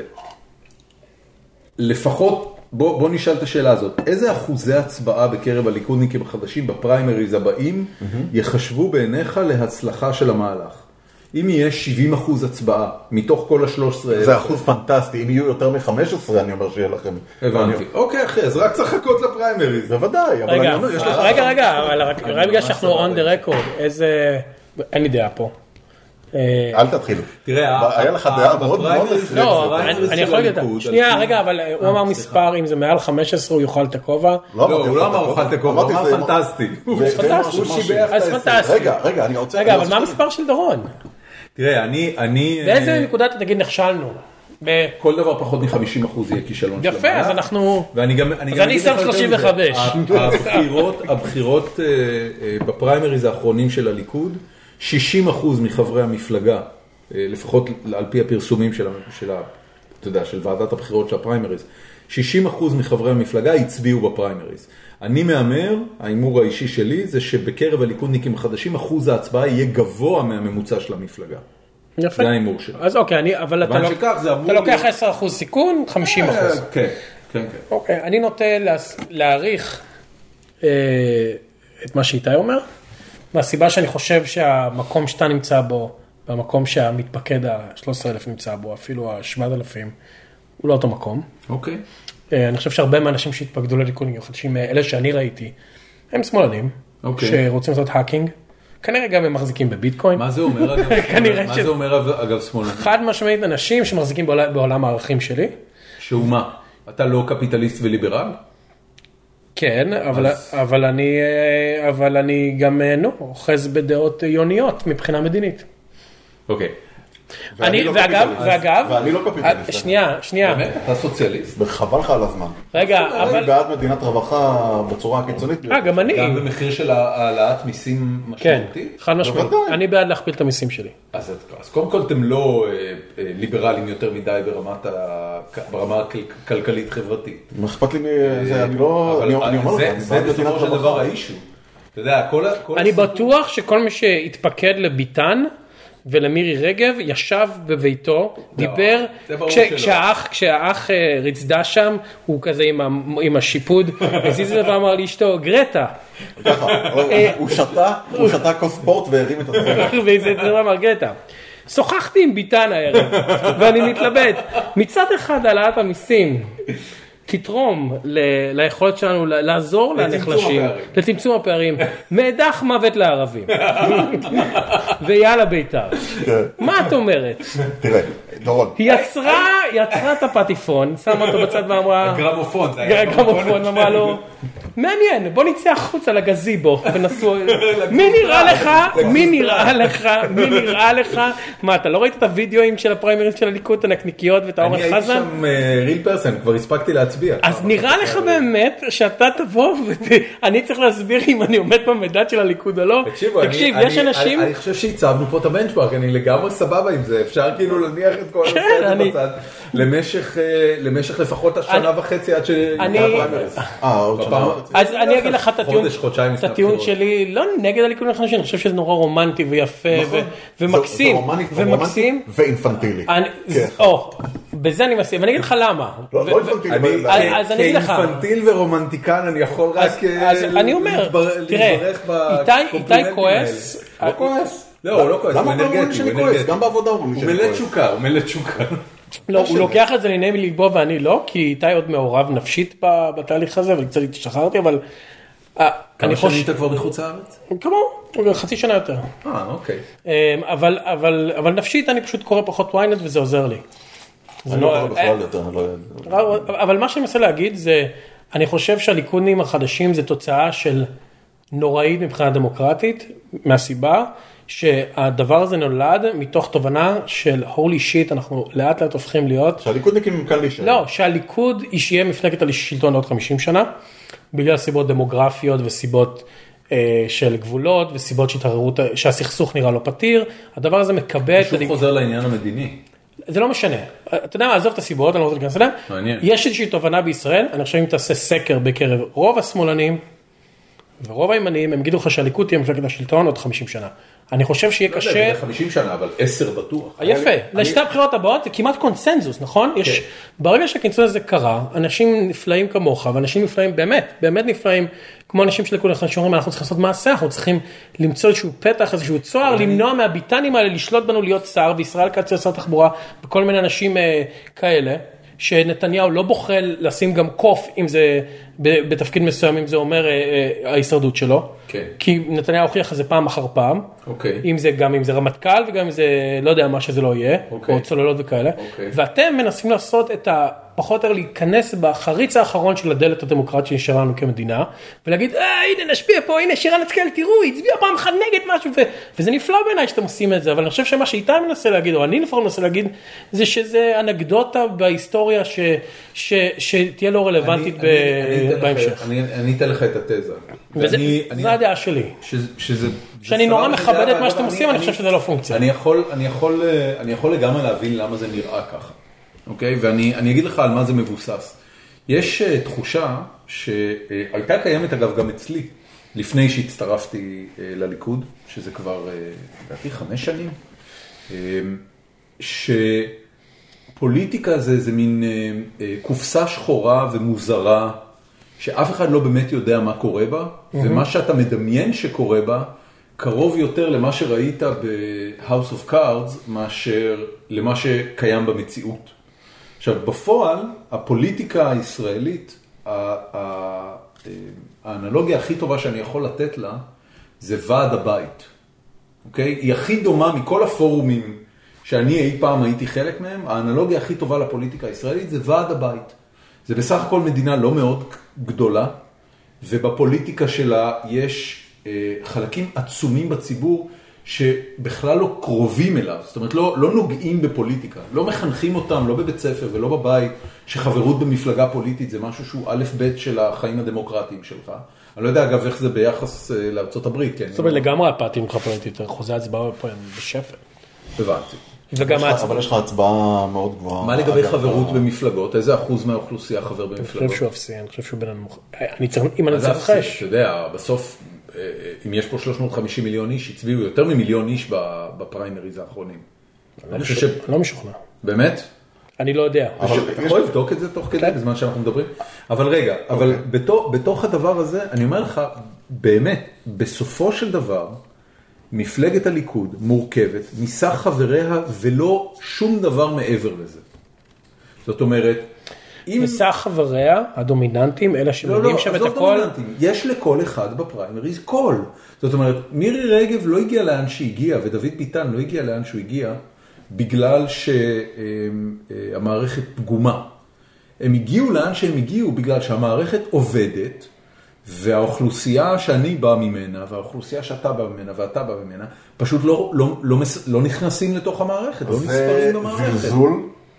לפחות, בוא נשאל את השאלה הזאת, איזה אחוזי הצבעה בקרב הליכודניקים החדשים בפריימריז הבאים יחשבו בעיניך להצלחה של המהלך? אם יהיה 70% הצבעה מתוך כל ה-13,000... זה אחוז פנטסטי, אם יהיו יותר מ-15 אני אומר שיהיה לכם. הבנתי. אוקיי אחי, אז רק צריך לחכות לפריימריז. בוודאי, אבל אני אומר, יש לך... רגע, רק בגלל שאנחנו on the record, איזה... אין לי דעה פה. אל תתחילו. תראה, היה לך דעה מאוד מאוד... לא, אני יכול להגיד, שנייה, רגע, אבל הוא אמר מספר, אם זה מעל 15 הוא יוכל את הכובע. לא, הוא לא אמר אוכל את הכובע, הוא אמר פנטסטי. הוא שיבח את פנטסטי. רגע, אני רוצה... רגע, אבל מה המספר של דורון? תראה, אני... באיזה נקודת תגיד נכשלנו? כל דבר פחות מ-50% יהיה כישלון של המהלך. יפה, אז אנחנו... אז אני שם 35. הבחירות בפריימריז האחרונים של הליכוד, 60% מחברי המפלגה, לפחות על פי הפרסומים של ועדת הבחירות של הפריימריז, 60% מחברי המפלגה הצביעו בפריימריז. אני מאמר, האימור האישי שלי, זה שבקרב הליכודניקים החדשים, אחוז ההצבעה יהיה גבוה מהממוצע של המפלגה. יפה. זה האימור שלי. אז אוקיי, אבל אתה לוקח 10% סיכון, 50%. כן, כן. אוקיי, אני נוטה להעריך את מה שאיתי אומר, מהסיבה שאני חושב שהמקום שאתה נמצא בו, והמקום שהמתפקד ה-13,000 נמצא בו, אפילו ה-7,000, הוא לא אותו מקום. אוקיי. אני חושב שהרבה מהאנשים שהתפקדו לליכודניקים החדשים, אלה שאני ראיתי, הם שמאלנים, שרוצים לעשות האקינג. כנראה גם הם מחזיקים בביטקוין. מה זה אומר אגב? מה זה אומר אגב שמאלנים? חד משמעית אנשים שמחזיקים בעולם הערכים שלי. שהוא מה? אתה לא קפיטליסט וליברל? כן, אבל אני גם אוחז בדעות יוניות מבחינה מדינית. אוקיי. ואני לא קפיטליסט. שנייה. באמת? אתה סוציאליסט. וחבל לך על הזמן. רגע, אבל... אני בעד מדינת רווחה בצורה הקיצונית. גם אני. גם במחיר של העלאת מיסים משמעותית? כן, חד משמעית. אני בעד להכפיל את המיסים שלי. אז קודם כל אתם לא ליברלים יותר מדי ברמה הכלכלית חברתית. מה אכפת לי מזה? אני אומר לך. זה בסופו של דבר האישו. אתה יודע, אני בטוח שכל מי שהתפקד לביטן, ולמירי רגב ישב בביתו, דיבר, כשהאח רצדה שם, הוא כזה עם השיפוד, הזיז לו ואמר לאשתו, גרטה. הוא שתה כוס ספורט והרים את הספורט. וזה אמר גרטה. שוחחתי עם ביטן הערב, ואני מתלבט. מצד אחד העלאת המיסים, תתרום ליכולת שלנו לעזור לנחלשים, לצמצום הפערים, מאידך מוות לערבים. ויאללה ביתר. מה את אומרת? תראה, דורון. היא יצרה את הפטיפון, שמה אותו בצד ואמרה... גרמופון. גרמופון, אמרה לו, מעניין, בוא נצא החוץ על הגזיבו, ונסו... מי נראה לך? מה, אתה לא ראית את הוידאוים של הפריימריז של הליכוד, הנקניקיות ואת האורן חזן? אני הייתי שם ריל פרסן, כבר הספקתי להצביע. אז נראה לך באמת שאתה תבוא ואני צריך להסביר אם אני עומד במדד של הליכוד או לא? תקשיב, יש אנשים... אני חושב שהצבנו פה את הבנצ'מרק, אני לגמרי סבבה עם זה, אפשר כאילו להניח את כל הנושא הזה בצד, למשך לפחות השנה וחצי עד הפריימריז. אז אני אגיד לך את הטיעון שלי, לא נגד הליכוד החדשים, אני חושב שזה נורא רומנטי ויפה ומקסים. זה רומנטי ואינפנטילי. בזה אני מסכים, ואני אגיד לך למה. לא אינפנטילי. אז אני אגיד לך. כאינפנטיל ורומנטיקן אני יכול רק להתברך איתי כועס. לא כועס. לא, הוא לא כועס, הוא אנרגטי. גם בעבודה הוא מלא תשוקה. לא, הוא לוקח את זה לעיני מליבו ואני לא, כי איתי עוד מעורב נפשית בתהליך הזה, וקצת התשחררתי, אבל... כמה שנים אתה כבר בחוץ לארץ? כמו, חצי שנה יותר. אוקיי. אבל נפשית אני פשוט קורא פחות וויינט וזה עוזר לי. אבל מה שאני מנסה להגיד זה, אני חושב שהליכודניקים החדשים זה תוצאה של נוראית מבחינה דמוקרטית, מהסיבה שהדבר הזה נולד מתוך תובנה של holy shit, אנחנו לאט לאט הופכים להיות... שהליכודניקים כאן להישאר. לא, שהליכוד יהיה מפלגת השלטון עוד 50 שנה, בגלל סיבות דמוגרפיות וסיבות של גבולות, וסיבות שהסכסוך נראה לא פתיר, הדבר הזה מקבל... שוב חוזר לעניין המדיני. זה לא משנה. אתה יודע מה, עזוב את הסיבות, אני לא רוצה להיכנס אליהם. מעניין. יש איזושהי תובנה בישראל, אני חושב אם תעשה סקר בקרב רוב השמאלנים, ורוב הימנים, הם יגידו לך שהליכוד תהיה מפלגת השלטון עוד 50 שנה. אני חושב שיהיה קשה... 50 שנה, אבל 10 בטוח. יפה. לשתי הבחירות הבאות זה כמעט קונסנזוס, נכון? ברגע שהקונסנזוס הזה קרה, אנשים נפלאים כמוך, ואנשים נפלאים באמת, באמת נפלאים, כמו אנשים של ליכוד שאומרים, אנחנו צריכים לעשות מעשה, אנחנו צריכים למצוא איזשהו פתח, איזשהו צוהר, למנוע מהביטנים האלה לשלוט בנו להיות שר, וישראל כץ שר תחבורה, וכל מיני אנשים כאלה. שנתניהו לא בוחל לשים גם קוף, אם זה בתפקיד מסוים, אם זה אומר ההישרדות שלו, כי נתניהו הוכיח את זה פעם אחר פעם, אם זה גם אם זה רמטכ"ל, וגם אם זה לא יודע מה שזה לא יהיה, או צוללות וכאלה, ואתם מנסים לעשות את פחות או יותר להיכנס בחריץ האחרון של הדלת הדמוקרטית שנשארה לנו כמדינה, ולהגיד, הנה נשפיע פה, הנה שרן השכל, תראו, הצביע פעם אחת נגד משהו, וזה נפלא בעיניי שאתם עושים את זה, אבל אני חושב שמה שאיתי מנסה להגיד, או אני לפעמים מנסה להגיד, זה שזה אנקדוטה בהיסטוריה שתהיה לא רלוונטית בהמשך. אני אתן לך את התזה. זה הדעה שלי. שאני נורא מכבד את מה שאתם עושים, אני חושב שזה לא פונקציה. אני יכול לגמרי להבין למה זה נראה ככה. אוקיי? ואני אגיד לך על מה זה מבוסס. יש תחושה שהייתה קיימת אגב גם אצלי, לפני שהצטרפתי לליכוד, שזה כבר, לדעתי, 5 שנים, שפוליטיקה זה מין קופסה שחורה ומוזרה, שאף אחד לא באמת יודע מה קורה בה, ומה שאתה מדמיין שקורה בה, קרוב יותר למה שראית ב-House of Cards, מאשר למה שקיים במציאות. עכשיו, בפועל, הפוליטיקה הישראלית, האנלוגיה הכי טובה שאני יכול לתת לה, זה ועד הבית. אוקיי? היא הכי דומה מכל הפורומים שאני אי פעם הייתי חלק מהם, האנלוגיה הכי טובה לפוליטיקה הישראלית זה ועד הבית. זה בסך הכל מדינה לא מאוד גדולה, ובפוליטיקה שלה יש חלקים עצומים בציבור, שבכלל לא קרובים אליו, זאת אומרת לא נוגעים בפוליטיקה, לא מחנכים אותם, לא בבית ספר ולא בבית, שחברות במפלגה פוליטית זה משהו שהוא א' ב' של החיים הדמוקרטיים שלך. אני לא יודע אגב איך זה ביחס לארצות הברית. זאת אומרת לגמרי אפאתיים לך פוליטית, אחוזי הצבעה פה הם בשפל. הבנתי. אבל יש לך הצבעה מאוד גבוהה. מה לגבי חברות במפלגות? איזה אחוז מהאוכלוסייה חבר במפלגות? אני חושב שהוא אפסי, אני חושב שהוא בין הנמוך. אם אני צריך לחש. אתה יודע, בסוף, אם יש פה 350 מיליון איש, הצביעו יותר ממיליון איש בפריימריז האחרונים. אני לא משוכנע. באמת? אני לא יודע. אתה יכול לבדוק את זה תוך כדי, בזמן שאנחנו מדברים? אבל רגע, אבל בתוך הדבר הזה, אני אומר לך, באמת, בסופו של דבר, מפלגת הליכוד מורכבת, מסך חבריה ולא שום דבר מעבר לזה. זאת אומרת, מסך חבריה הדומיננטים, אלה שמבינים שם את הכל. יש לכל אחד בפריימריז קול. זאת אומרת, מירי רגב לא הגיע לאן שהגיע, ודוד ביטן לא הגיע לאן שהוא הגיע, בגלל שהמערכת פגומה. הם הגיעו לאן שהם הגיעו, בגלל שהמערכת עובדת, והאוכלוסייה שאני בא ממנה, והאוכלוסייה שאתה בא ממנה, ואתה בא ממנה, פשוט לא נכנסים לתוך המערכת, לא נספרים במערכת. זה זלזול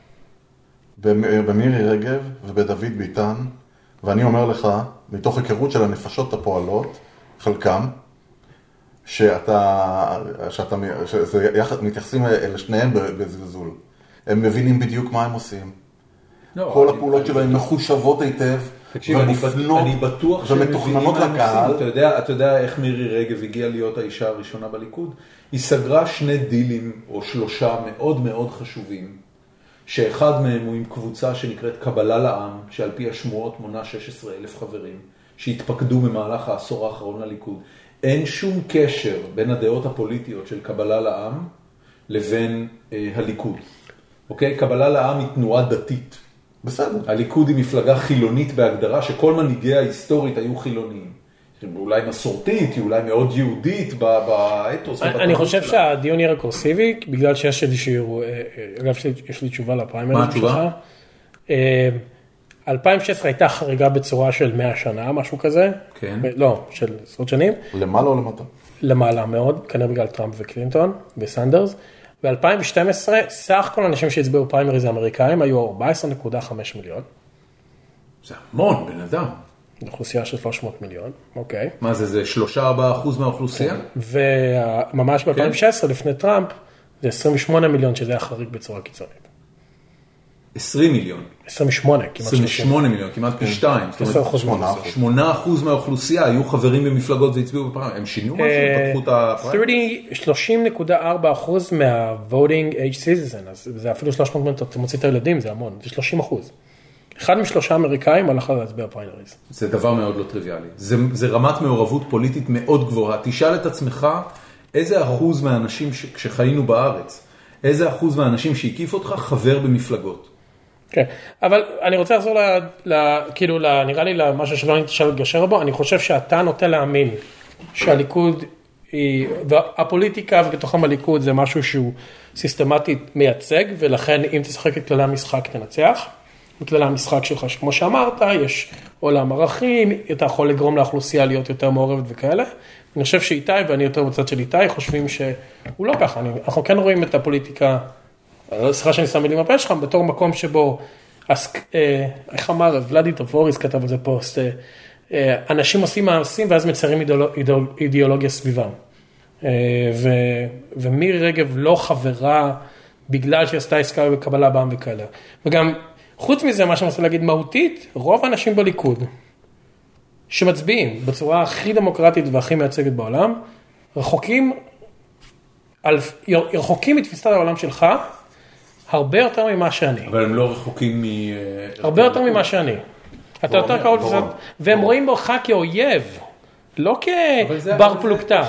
במירי רגב ובדוד ביטן, ואני אומר לך, מתוך היכרות של הנפשות הפועלות, חלקם, מתייחסים לשניהם בזלזול. הם מבינים בדיוק מה הם עושים. כל הפעולות שלהם מחושבות היטב, תקשיב, אני בטוח שהם מבינים מה הם עושים. אתה יודע איך מירי רגב הגיעה להיות האישה הראשונה בליכוד? היא סגרה 2 דילים או 3 מאוד מאוד חשובים, שאחד מהם הוא עם קבוצה שנקראת קבלה לעם, שעל פי השמועות מונה 16,000 חברים, שהתפקדו במהלך העשור האחרון לליכוד. אין שום קשר בין הדעות הפוליטיות של קבלה לעם לבין הליכוד. אוקיי? קבלה לעם היא תנועה דתית. בסדר. הליכוד היא מפלגה חילונית בהגדרה, שכל מנהיגיה ההיסטורית היו חילוניים. אולי מסורתית, היא אולי מאוד יהודית באתוס. אני חושב שהדיון יהיה רקורסיבי, בגלל שיש איזשהו, אגב, יש לי תשובה לפריימריז שלך. 2016 הייתה חריגה בצורה של 100 שנה, משהו כזה. כן. לא, של עשרות שנים. למעלה או למטה? למעלה מאוד, כנראה בגלל טראמפ וקלינטון וסנדרס. ב-2012, סך כל האנשים שהצביעו פריימריז האמריקאים היו 14.5 מיליון. זה המון, בן אדם. אוכלוסייה של 300 מיליון, אוקיי. מה זה 3-4% מהאוכלוסייה? וממש ב-2016, לפני טראמפ, זה 28 מיליון, שזה היה חריג בצורה קיצונית. 20 מיליון. 28, כמעט 28 מיליון, כמעט פי 2. 8% מהאוכלוסייה היו חברים במפלגות והצביעו בפריימריז. הם שינו משהו? פתחו את הפריימריז? 30.4% מה-voting age citizen, אז זה אפילו 300 מיליון, אתה מוציא את הילדים, זה המון, זה 30%. אחד מ3 אמריקאים הלך להצביע פריימריז. זה דבר מאוד לא טריוויאלי. זה רמת מעורבות פוליטית מאוד גבוהה. תשאל את עצמך, איזה אחוז מהאנשים כשחיינו בארץ, איזה אחוז מהאנשים שהקיף אותך חבר במפלגות? כן, אבל אני רוצה לחזור כאילו, נראה לי למשהו שלא נתשאל לגשר בו, אני חושב שאתה נוטה להאמין שהליכוד, והפוליטיקה ובתוכם הליכוד זה משהו שהוא סיסטמטית מייצג, ולכן אם תשחק את כללי המשחק תנצח. בכללי המשחק שלך, שכמו שאמרת, יש עולם ערכים, אתה יכול לגרום לאוכלוסייה להיות יותר מעורבת וכאלה. אני חושב שאיתי, ואני יותר בצד של איתי, חושבים שהוא לא ככה. אנחנו כן רואים את הפוליטיקה, סליחה שאני שם מילים בפה שלך, בתור מקום שבו, איך אמר, ולדי טבוריס כתב על זה פוסט, אנשים עושים מעשים ואז מציירים אידיאולוגיה סביבם. ומירי רגב לא חברה בגלל שעשתה עסקה בקבלה בעם וכאלה. וגם, חוץ מזה, מה שאני רוצה להגיד מהותית, רוב האנשים בליכוד שמצביעים בצורה הכי דמוקרטית והכי מייצגת בעולם, רחוקים מתפיסת העולם שלך הרבה יותר ממה שאני. אבל הם לא רחוקים הרבה יותר ממה שאני. אתה יותר קרוב לתפיסת, והם רואים בך כאויב. לא כבר פלוגתא.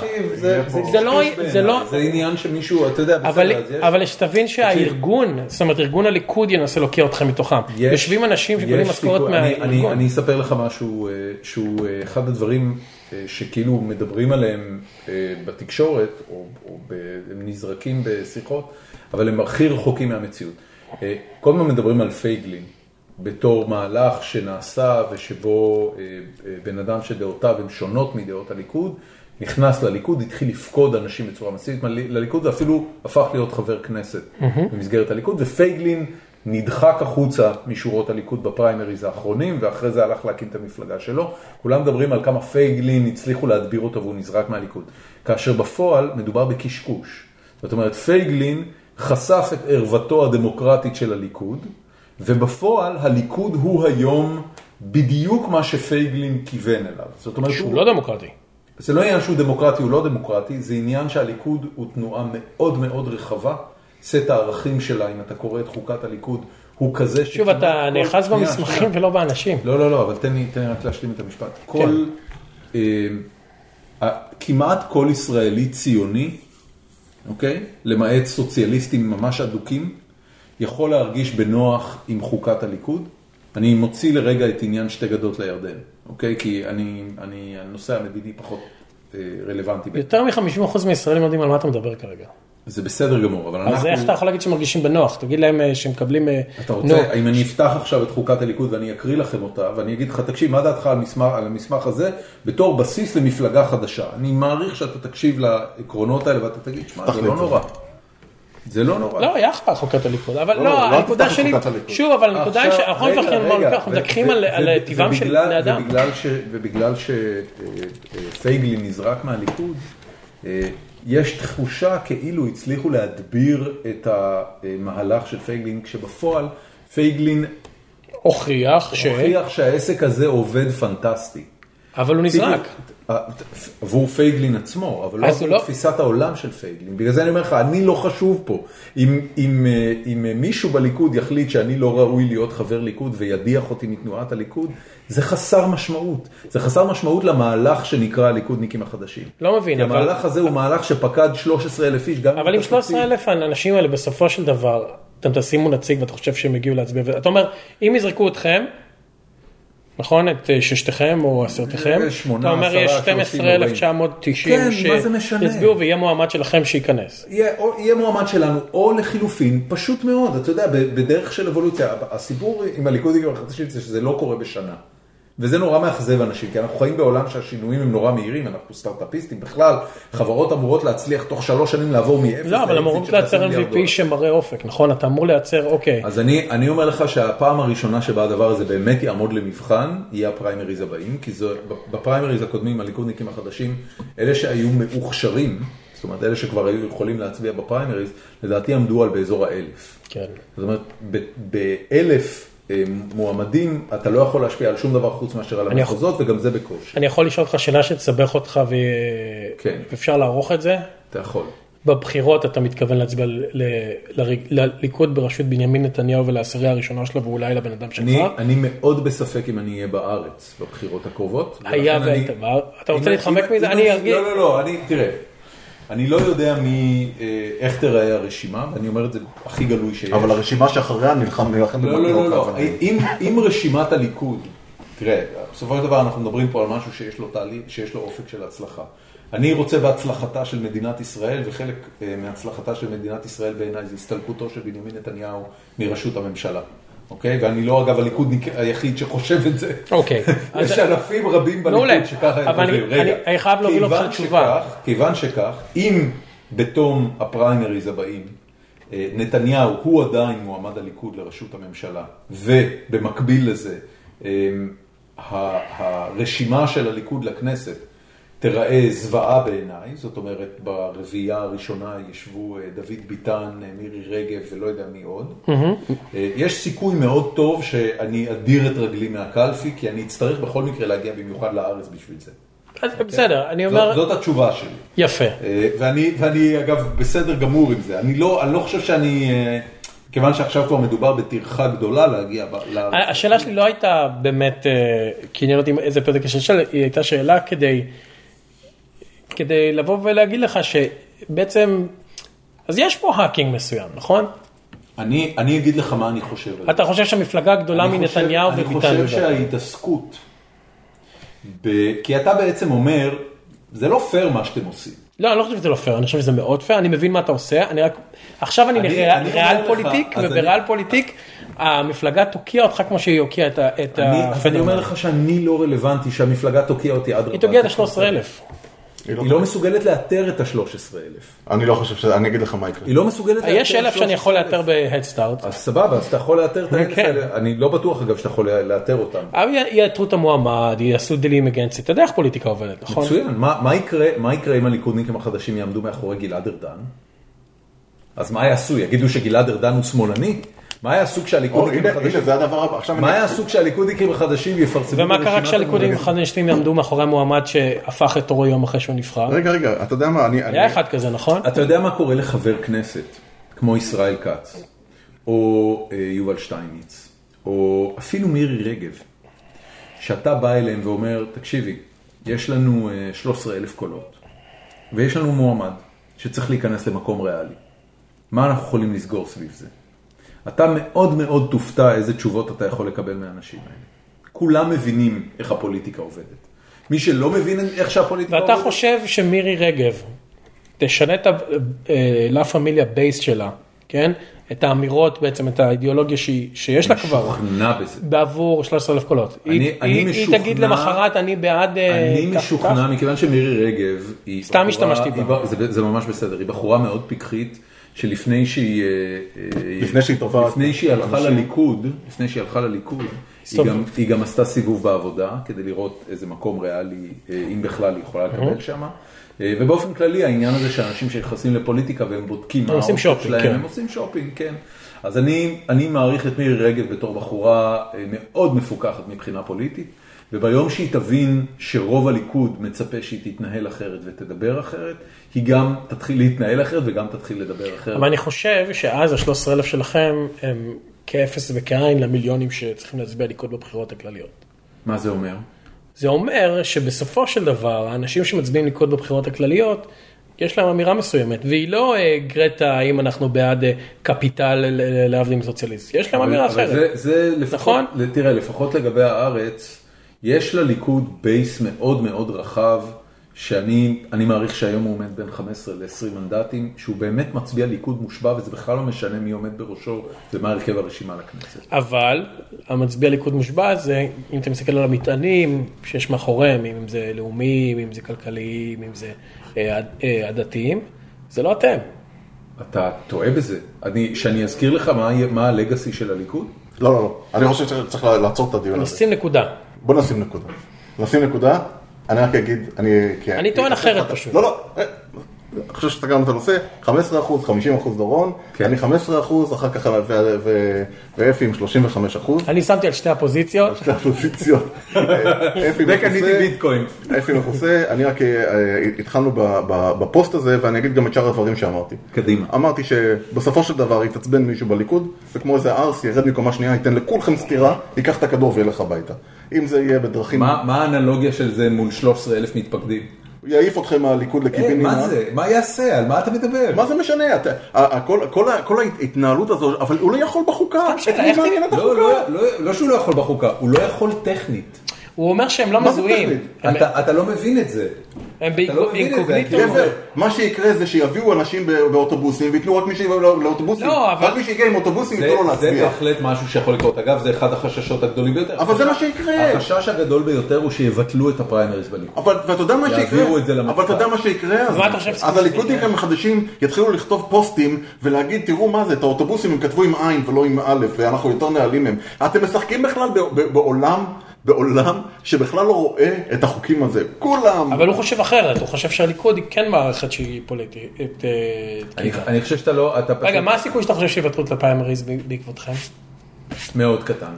זה עניין שמישהו, אתה יודע, אבל שתבין שהארגון, זאת אומרת, ארגון הליכוד ינסה להוקיע אתכם מתוכם. יושבים אנשים שקולים משכורת מהארגון. אני אספר לך משהו שהוא אחד הדברים שכאילו מדברים עליהם בתקשורת, או הם נזרקים בשיחות, אבל הם הכי רחוקים מהמציאות. כל הזמן מדברים על פייגלין. בתור מהלך שנעשה ושבו בן אדם שדעותיו הן שונות מדעות הליכוד, נכנס לליכוד, התחיל לפקוד אנשים בצורה מסיבית לליכוד, ואפילו הפך להיות חבר כנסת במסגרת הליכוד, ופייגלין נדחק החוצה משורות הליכוד בפריימריז האחרונים, ואחרי זה הלך להקים את המפלגה שלו. כולם מדברים על כמה פייגלין הצליחו להדביר אותו והוא נזרק מהליכוד. כאשר בפועל מדובר בקשקוש. זאת אומרת, פייגלין חשף את ערוותו הדמוקרטית של הליכוד, ובפועל הליכוד הוא היום בדיוק מה שפייגלין כיוון אליו. זאת אומרת, שהוא לא דמוקרטי. זה לא עניין שהוא דמוקרטי, הוא לא דמוקרטי, זה עניין שהליכוד הוא תנועה מאוד מאוד רחבה. סט הערכים שלה, אם אתה קורא את חוקת הליכוד, הוא כזה שוב, אתה נאחז במסמכים ולא באנשים. לא, אבל תן לי רק להשלים את המשפט. כמעט כל ישראלי ציוני, אוקיי? למעט סוציאליסטים ממש אדוקים, יכול להרגיש בנוח עם חוקת הליכוד. אני מוציא לרגע את עניין שתי גדות לירדן, אוקיי? כי הנושא המדיני פחות רלוונטי. יותר מ-50% מישראלים יודעים על מה אתה מדבר כרגע. זה בסדר גמור, אבל אנחנו... אז איך אתה יכול להגיד שמרגישים בנוח? תגיד להם שמקבלים... אתה רוצה, אם אני אפתח עכשיו את חוקת הליכוד ואני אקריא לכם אותה, ואני אגיד לך, תקשיב, מה דעתך על המסמך הזה, בתור בסיס למפלגה חדשה? אני מעריך שאתה תקשיב לעקרונות האלה ואתה תגיד, שמה, זה לא נורא. זה לא נורא. לא, היה לך חוקת הליכוד, אבל לא, הנקודה שלי, שוב, אבל הנקודה היא שאנחנו מתווכחים על טבעם של בני אדם. ובגלל שפייגלין נזרק מהליכוד, יש תחושה כאילו הצליחו להדביר את המהלך של פייגלין, כשבפועל פייגלין הוכיח שהעסק הזה עובד פנטסטי. אבל הוא נזרק. עבור פייגלין עצמו, אבל לא עבור תפיסת העולם של פייגלין. בגלל זה אני אומר לך, אני לא חשוב פה. אם מישהו בליכוד יחליט שאני לא ראוי להיות חבר ליכוד וידיח אותי מתנועת הליכוד, זה חסר משמעות. זה חסר משמעות למהלך שנקרא הליכודניקים החדשים. לא מבין. המהלך הזה הוא מהלך שפקד 13,000 איש. אבל אם 13,000 האנשים האלה בסופו של דבר, אתם תשימו נציג ואתה חושב שהם הגיעו להצביע. אתה אומר, אם יזרקו אתכם, נכון? את ששתכם או עשרתכם? אתה אומר יש 12,990 שיצביעו ויהיה מועמד שלכם שייכנס. יהיה מועמד שלנו, או לחילופין, פשוט מאוד, אתה יודע, בדרך של אבולוציה, הסיפור עם הליכודיקים החדשים זה שזה לא קורה בשנה. וזה נורא מאכזב אנשים, כי אנחנו חיים בעולם שהשינויים הם נורא מהירים, אנחנו סטארט-אפיסטים, בכלל, חברות אמורות להצליח תוך 3 שנים לעבור מ-0 לא, אבל אמורות לייצר MVP שמראה אופק, נכון? אתה אמור לייצר, אוקיי. אז אני אומר לך שהפעם הראשונה שבה הדבר הזה באמת יעמוד למבחן, יהיה הפריימריז הבאים, כי בפריימריז הקודמים, הליכודניקים החדשים, אלה שהיו מאוכשרים, זאת אומרת, אלה שכבר היו יכולים להצביע בפריימריז, לדעתי עמדו על באזור 1,000. כן. זאת אומרת, ב-1,000 מועמדים, אתה לא יכול להשפיע על שום דבר חוץ מאשר על המחוזות, וגם זה בקושי. אני יכול לשאול אותך שאלה שתסבך אותך ואפשר לערוך את זה? אתה יכול. בבחירות אתה מתכוון להצביע לליכוד בראשות בנימין נתניהו ולעשירייה הראשונה שלו ואולי לבן אדם שלך? אני מאוד בספק אם אני אהיה בארץ בבחירות הקרובות. היה והיית בארץ. אתה רוצה להתחמק מזה? אני ארגיל. לא, תראה. אני לא יודע איך תראה הרשימה, ואני אומר את זה הכי גלוי שיש. אבל הרשימה שאחריה נלחם לא. אם רשימת הליכוד, תראה, בסופו של דבר אנחנו מדברים פה על משהו שיש לו אופק של הצלחה. אני רוצה בהצלחתה של מדינת ישראל, וחלק מהצלחתה של מדינת ישראל בעיניי זה הסתלקותו של בנימין נתניהו מראשות הממשלה. אוקיי? ואני לא, אגב, הליכודניק היחיד שחושב את זה. אוקיי. יש אלפים רבים בליכוד שככה הם חושבים. רגע, אני חייב להוביל אותך לתשובה. כיוון שכך, אם בתום הפריימריז הבאים, נתניהו הוא עדיין מועמד הליכוד לראשות הממשלה, ובמקביל לזה, הרשימה של הליכוד לכנסת תראה זוועה בעיניי, זאת אומרת, ברביעייה הראשונה ישבו דוד ביטן, מירי רגב ולא יודע מי עוד. יש סיכוי מאוד טוב שאני אדיר את רגלי מהקלפי, כי אני אצטרך בכל מקרה להגיע במיוחד לארץ בשביל זה. בסדר, אני אומר... זאת התשובה שלי. יפה. ואני אגב בסדר גמור עם זה. אני לא חושב שאני... כיוון שעכשיו כבר מדובר בטרחה גדולה להגיע לארץ. השאלה שלי לא הייתה באמת, כי אני לא יודעת איזה פרק השאלה, היא הייתה שאלה כדי לבוא ולהגיד לך שבעצם, אז יש פה האקינג מסוים, נכון? אני אגיד לך מה אני חושב על זה. אתה חושב שהמפלגה גדולה מנתניהו וביטן? אני חושב שההתעסקות, כי אתה בעצם אומר, זה לא פייר מה שאתם עושים. לא, אני לא חושב שזה לא פייר, אני חושב שזה מאוד פייר, אני מבין מה אתה עושה, עכשיו אני ריאל פוליטיק, ובריאל פוליטיק המפלגה תוקיע אותך כמו שהיא הוקיעה את הפנדרמן. אני אומר לך שאני לא רלוונטי, שהמפלגה תוקיע אותי עד רבה. היא תוקיעה את ה-13,000. היא לא מסוגלת לאתר את ה-13,000. אני לא חושב אני אגיד לך מה יקרה. היא לא מסוגלת לאתר. יש 1,000 שאני יכול לאתר בהדסטארט. אז סבבה, אז אתה יכול לאתר את ה-1,000 האלה. אני לא בטוח אגב שאתה יכול לאתר אותם. אבל יאתרו את המועמד, יעשו דילים אגנסית. אתה יודע איך פוליטיקה עובדת, נכון? מצוין. מה יקרה אם הליכודניקים החדשים יעמדו מאחורי גלעד ארדן? אז מה יעשו? יגידו שגלעד ארדן הוא שמאלני? מה היה הסוג שהליכודיקים החדשים? זה הדבר הבא. מה היה הסוג שהליכודיקים החדשים יפרסמו? ומה קרה כשהליכודיקים החדשים יעמדו מאחורי מועמד שהפך את תורו יום אחרי שהוא נבחר? רגע, אתה יודע מה? היה אחד כזה, נכון? אתה יודע מה קורה לחבר כנסת, כמו ישראל כץ, או יובל שטייניץ, או אפילו מירי רגב, שאתה בא אליהם ואומר, תקשיבי, יש לנו 13,000 קולות, ויש לנו מועמד שצריך להיכנס למקום ריאלי. מה אנחנו יכולים לסגור סביב זה? אתה מאוד מאוד תופתע איזה תשובות אתה יכול לקבל מהאנשים האלה. כולם מבינים איך הפוליטיקה עובדת. מי שלא מבין איך שהפוליטיקה עובדת... ואתה חושב שמירי רגב תשנה את לה פמיליה בייס שלה, כן? את האמירות בעצם, את האידיאולוגיה שיש לה כבר. משוכנע בזה. בעבור 13,000 קולות. היא תגיד למחרת, אני בעד... אני משוכנע, מכיוון שמירי רגב... סתם השתמשתי בה. זה ממש בסדר. היא בחורה מאוד פיקחית. שלפני שהיא הלכה לליכוד, היא גם עשתה סיבוב בעבודה, כדי לראות איזה מקום ריאלי, אם בכלל היא יכולה לקבל שם. ובאופן כללי, העניין הזה שאנשים שנכנסים לפוליטיקה והם בודקים מה האופן שלהם, הם עושים שופינג, כן. אז אני מעריך את מירי רגב בתור בחורה מאוד מפוקחת מבחינה פוליטית, וביום שהיא תבין שרוב הליכוד מצפה שהיא תתנהל אחרת ותדבר אחרת, היא גם תתחיל להתנהל אחרת וגם תתחיל לדבר אחרת. אבל אני חושב שאז ה-13,000 שלכם הם כאפס וכעין למיליונים שצריכים להצביע ליכוד בבחירות הכלליות. מה זה אומר? זה אומר שבסופו של דבר, האנשים שמצביעים ליכוד בבחירות הכלליות, יש להם אמירה מסוימת, והיא לא גרטה האם אנחנו בעד קפיטל להבדיל מסוציאליסט. יש להם אמירה אחרת. זה לפחות, תראה, לפחות לגבי הארץ, יש לליכוד בייס מאוד מאוד רחב, שאני מעריך שהיום הוא עומד בין 15 ל-20 מנדטים, שהוא באמת מצביע ליכוד מושבע, וזה בכלל לא משנה מי עומד בראשו, ומה הרכב הרשימה לכנסת. אבל המצביע ליכוד מושבע זה, אם אתה מסתכל על המטענים שיש מאחוריהם, אם זה לאומיים, אם זה כלכליים, אם זה עדתיים, זה לא אתם. אתה טועה בזה. שאני אזכיר לך מה הלגאסי של הליכוד? לא. אני חושב שצריך לעצור את הדיון הזה. נשים נקודה. בוא נשים נקודה. אני רק אגיד, אני טוען אחרת פשוט. לא. אני חושב שאתה גם את הנושא, 15%, 50% דורון, אני 15%, אחר כך ואפי עם 35%. אני שמתי על שתי הפוזיציות. שתי הפוזיציות. וקניתי ביטקוין. אפי מכוסה, אני רק התחלנו בפוסט הזה, ואני אגיד גם את שאר הדברים שאמרתי. קדימה. אמרתי שבסופו של דבר יתעצבן מישהו בליכוד, וכמו איזה ארס ירד מקומה שנייה, ייתן לכולכם סתירה, ייקח את הכדור וילך הביתה. אם זה יהיה בדרכים... מה האנלוגיה של זה מול 13,000 מתפקדים? יעיף אתכם מהליכוד לקיבינימה. מה זה? מה יעשה? על מה אתה מדבר? מה זה משנה? כל ההתנהלות הזו, אבל הוא לא יכול בחוקה. לא שהוא לא יכול בחוקה, הוא לא יכול טכנית. הוא אומר שהם לא מזוהים. אתה לא מבין את זה. הם באינקוגניטו. מה שיקרה זה שיביאו אנשים באוטובוסים, ויתנו רק מי שיבוא לאוטובוסים. רק מי שיגיע עם אוטובוסים ייתנו לו להצביע. זה בהחלט משהו שיכול לקרות. אגב, זה אחד החששות הגדולים ביותר. אבל זה מה שיקרה. החשש הגדול ביותר הוא שיבטלו את הפריימריז בליכוד. ואתה יודע מה שיקרה? יעבירו את זה למחקר. אבל אתה יודע מה שיקרה? אז הליכודניקים החדשים יתחילו לכתוב פוסטים ולהגיד, תראו מה זה, את האוטובוסים הם כתבו עם עין ולא עם א', ואנחנו יותר נעלים הם. אתם משחקים בכלל בעולם שבכלל לא רואה את החוקים הזה. כולם... אבל הוא חושב אחרת, הוא חושב שהליכוד היא כן מערכת שהיא פוליטית. אני חושב שאתה לא... רגע, מה הסיכוי שאתה חושב שיוותרו את הפריימריז בעקבותכם? מאוד קטן.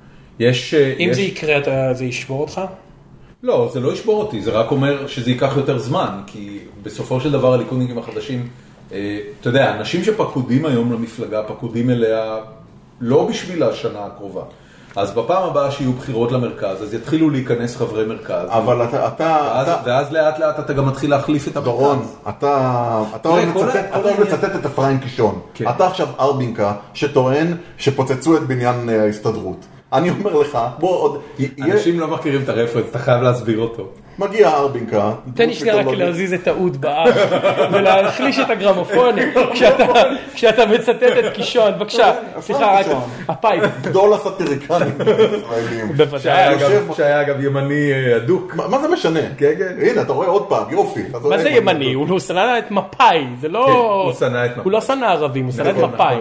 אם זה יקרה, זה ישבור אותך? לא, זה לא ישבור אותי, זה רק אומר שזה ייקח יותר זמן, כי בסופו של דבר הליכודניקים החדשים, אתה יודע, אנשים שפקודים היום למפלגה, פקודים אליה לא בשביל השנה הקרובה. אז בפעם הבאה שיהיו בחירות למרכז, אז יתחילו להיכנס חברי מרכז. אבל ואז לאט לאט אתה גם מתחיל להחליף את המרכז. דורון, אתה אוהב לצטט את אפרים קישון. אתה עכשיו ארבינקה שטוען שפוצצו את בניין ההסתדרות. אני אומר לך, בוא עוד... אנשים לא מכירים את הרפרנס, אתה חייב להסביר אותו. מגיע ארבינקה. תן לי שנייה רק להזיז את האוד באף, ולהחליש את הגרמופון, כשאתה מצטט את קישון. בבקשה, סליחה, רק הפייפ. גדול הסטיריקנים הישראלים. שהיה אגב ימני אדוק. מה זה משנה? הנה, אתה רואה עוד פעם, יופי. מה זה ימני? הוא שנא את מפאי, זה לא... הוא לא שנא ערבים, הוא שנא את מפאי.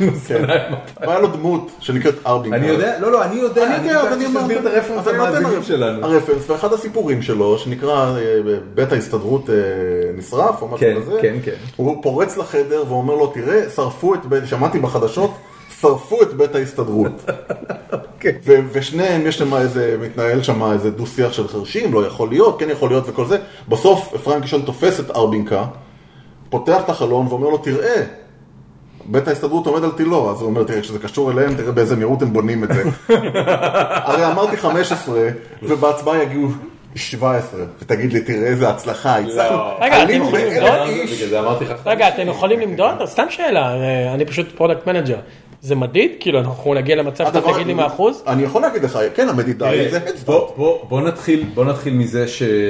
היה לו דמות שנקראת ארבינקה. אני יודע, אני מסביר את הרפרנס המאזינים שלנו. הרפרנס, ואחד הסיפורים שלו, שנקרא בית ההסתדרות נשרף, או משהו כזה, הוא פורץ לחדר ואומר לו, תראה, שמעתי בחדשות, שרפו את בית ההסתדרות. ושניהם, יש למה מתנהל שם איזה דו-שיח של חרשים, לא יכול להיות, כן יכול להיות וכל זה. בסוף, אפרים קישון תופס את ארבינקה, פותח את החלון ואומר לו, תראה, בית ההסתדרות עומד על תילו, אז הוא אומר, תראה, כשזה קשור אליהם, תראה באיזה מהירות הם בונים את זה. הרי אמרתי 15, ובהצבעה יגיעו 17, ותגיד לי, תראה איזה הצלחה, רגע, אתם יכולים למדוד? אז סתם שאלה, אני פשוט פרודקט מנג'ר. זה מדיד? כאילו, אנחנו נגיע למצב שאתה תגיד לי מה אחוז? אני יכול להגיד לך, כן, המדידה היא זה. בוא נתחיל מזה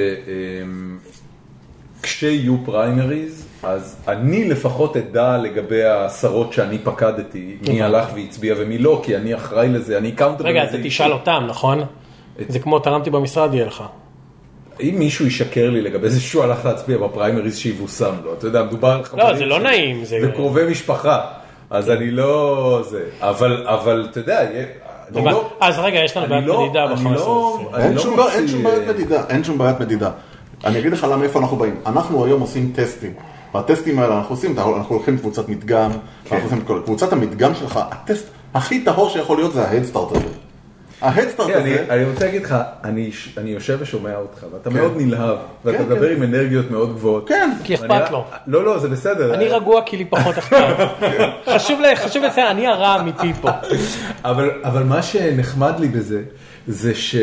כשיהיו פריימריז, אז אני לפחות אדע לגבי העשרות שאני פקדתי, מי הלך והצביע ומי לא, כי אני אחראי לזה, אני קאונטר... רגע, אתה תשאל אותם, נכון? זה כמו תרמתי במשרד יהיה לך. אם מישהו ישקר לי לגבי זה שהוא הלך להצביע בפריימריז שיבוסם לו, אתה יודע, מדובר על חברים... לא, זה לא נעים. וקרובי משפחה, אז אני לא... אבל אתה יודע... אז רגע, יש לנו בעיית מדידה ב-15. אין שום בעיית מדידה. אני אגיד לך למה איפה אנחנו באים. אנחנו היום עושים טסטים. והטסטים האלה אנחנו הולכים קבוצת מדגם, קבוצת המדגם שלך, הטסט הכי טהור שיכול להיות זה ההדסטארט הזה. ההדסטארט הזה... אני רוצה להגיד לך, אני יושב ושומע אותך, ואתה מאוד נלהב, ואתה מדבר עם אנרגיות מאוד גבוהות. כן. כי אכפת לו. לא, זה בסדר. אני רגוע כי לי פחות אכפת. חשוב לציין, אני הרע אמיתי פה. אבל מה שנחמד לי בזה, זה ש...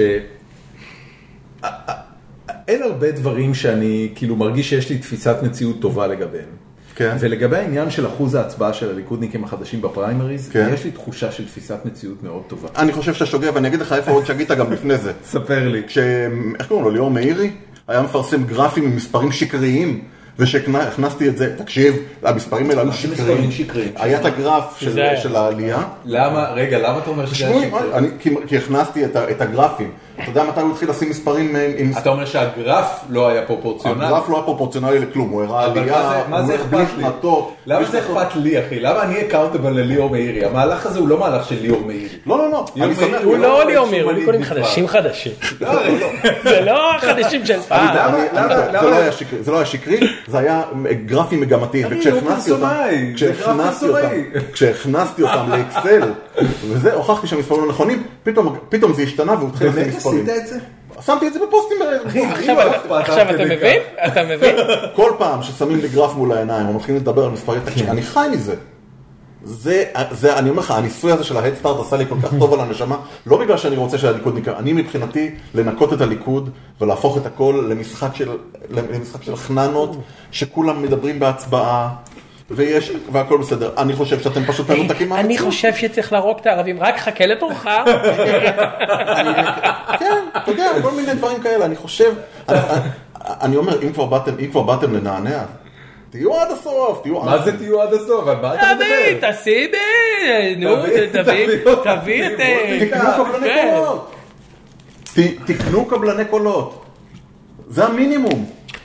אין הרבה דברים שאני כאילו מרגיש שיש לי תפיסת מציאות טובה לגביהם. כן. ולגבי העניין של אחוז ההצבעה של הליכודניקים החדשים בפריימריז, כן. יש לי תחושה של תפיסת מציאות מאוד טובה. אני חושב שאתה שוגע, ואני אגיד לך איפה עוד שגית גם לפני זה. ספר לי. איך קוראים לו, ליאור מאירי? היה מפרסם גרפים עם מספרים שקריים, ושהכנסתי את זה, תקשיב, המספרים האלה היו שקריים. היה את הגרף של העלייה. למה אתה אומר שזה היה שקרי? כי הכנסתי את הגרפים. אתה יודע מתי הוא התחיל לשים מספרים עם... אתה אומר שהגרף לא היה פרופורציונלי? הגרף לא היה פרופורציונלי לכלום, הוא הראה עלייה, מה זה אכפת לי? למה זה אכפת לי, אחי? למה אני אקאונטבל לליאור מאירי? המהלך הזה הוא לא מהלך של ליאור מאירי. לא. הוא לא ליאור מאירי, הוא ליכודניקים חדשים. זה לא החדשים של פעם. זה לא היה שקרי, זה היה גרפים מגמתיים. וכשהכנסתי אותם לאקסל, וזה, הוכחתי שהמספרים לא נכונים, פתאום זה השתנה והוא התחיל לשים מספרים. עשית את זה? שמתי את זה בפוסטים. עכשיו אתה מבין? כל פעם ששמים לי גרף מול העיניים, או מתחילים לדבר על מספרי תקשיב, אני חי מזה. אני אומר לך, הניסוי הזה של ההדסטארט עשה לי כל כך טוב על הנשמה, לא בגלל שאני רוצה שהליכוד נקרא, אני מבחינתי לנקות את הליכוד ולהפוך את הכל למשחק של חננות, שכולם מדברים בהצבעה, והכל בסדר. אני חושב שאתם פשוט מנותקים מהמציאות. אני חושב שצריך להרוג את הערבים, רק חכה לתורך. כן, אתה יודע, כל מיני דברים כאלה, אני חושב, אני אומר, אם כבר באתם לנענע, תהיו עד הסוף, מה זה תהיו עד הסוף? על מה אתה מדבר? תשים, נו, תביא את... תקנו קבלני קולות. תקנו קבלני קולות. זה המינימום.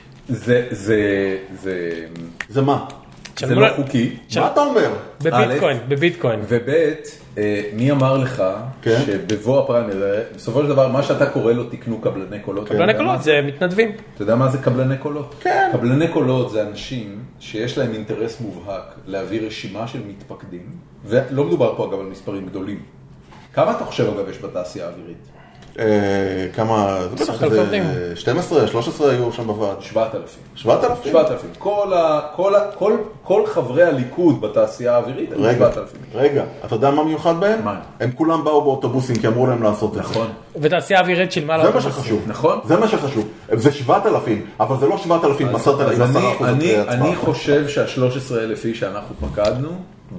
זה מה? זה לא חוקי. מה אתה אומר? בביטקוין. ובית, מי אמר לך שבבוא הפריימריז, בסופו של דבר, מה שאתה קורא לו תקנו קבלני קולות. קבלני קולות זה מתנדבים. אתה יודע מה זה קבלני קולות? כן. קבלני קולות זה אנשים שיש להם אינטרס מובהק להביא רשימה של מתפקדים, ולא מדובר פה אגב על מספרים גדולים. כמה אתה חושב אגב יש בתעשייה האווירית? כמה, זה בטח איזה 12, 13 היו שם בוועד. 7,000. 7,000? 7,000. כל חברי הליכוד בתעשייה האווירית היו 7,000. רגע, אתה יודע מה מיוחד בהם? מה? הם כולם באו באוטובוסים כי אמרו להם לעשות את זה. נכון. ותעשייה האווירית של מה לאוטובוסים. זה מה שחשוב. נכון. זה מה שחשוב. זה 7,000, אבל זה לא 7,000, 10,000. אני חושב שה13,000 איש שאנחנו פקדנו,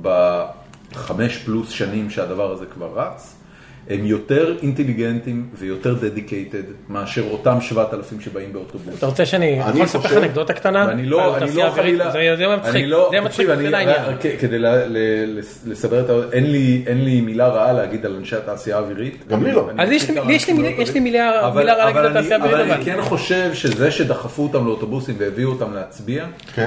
ב5 פלוס שנים שהדבר הזה כבר רץ, הם יותר אינטליגנטים ויותר דדיקייטד מאשר אותם 7,000 שבאים באוטובוס. אתה רוצה שאני יכול לספר לך אנקדוטה קטנה? ואני לא חלילה... זה מצחיק, זה לעניין. כדי לסבר את העוד, אין לי מילה רעה להגיד על אנשי התעשייה האווירית. גם לי לא. אז יש לי מילה רעה להגיד על התעשייה האווירית. אבל אני כן חושב שזה שדחפו אותם לאוטובוסים והביאו אותם להצביע,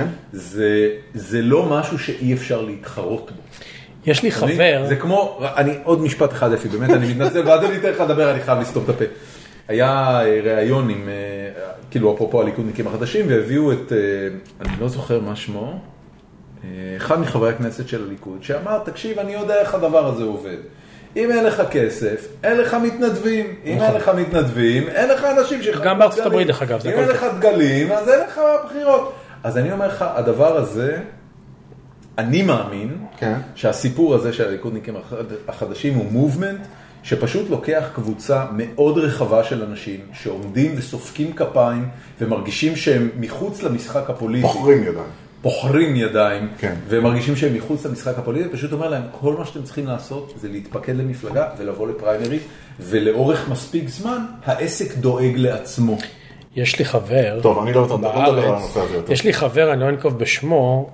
זה לא משהו שאי אפשר להתחרות בו. יש לי חבר... זה כמו, עוד משפט אחד אפי, באמת אני מתנצל, ואז אני אתן לך לדבר, אני חייב לסתום את הפה. היה ראיון עם, כאילו אפרופו הליכודניקים החדשים, והביאו את, אני לא זוכר מה שמו, אחד מחברי הכנסת של הליכוד, שאמר, תקשיב, אני יודע איך הדבר הזה עובד. אם אין לך כסף, אין לך מתנדבים. אם אין לך מתנדבים, אין לך אנשים שחלקו גם בארצות הברית, דרך אגב. אם אין לך דגלים, אז אין לך בחירות. אז אני אומר לך, הדבר הזה... אני מאמין שהסיפור הזה של הליכודניקים החדשים הוא מובמנט שפשוט לוקח קבוצה מאוד רחבה של אנשים שעומדים וסופקים כפיים ומרגישים שהם מחוץ למשחק הפוליטי. פוחרים ידיים ומרגישים שהם מחוץ למשחק הפוליטי, פשוט אומר להם כל מה שאתם צריכים לעשות זה להתפקד למפלגה ולבוא לפריימריז ולאורך מספיק זמן העסק דואג לעצמו. יש לי חבר טוב, אני לא מדבר על הנושא הזה יותר. יש לי חבר, אני לא אנקוב בשמו,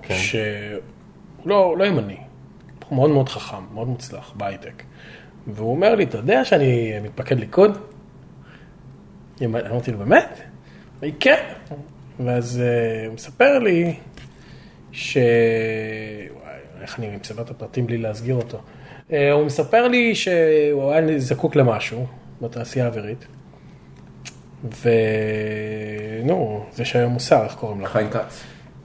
לא ימני, מאוד מאוד חכם, מאוד מוצלח, בהייטק. והוא אומר לי, אתה יודע שאני מתפקד ליכוד? אמרתי לו, באמת? כן. ואז הוא מספר לי איך אני מספר את הפרטים בלי להסגיר אותו. הוא מספר לי שהוא היה זקוק למשהו בתעשייה האווירית. זה שהיה מוסר, איך קוראים לו? חיים כץ.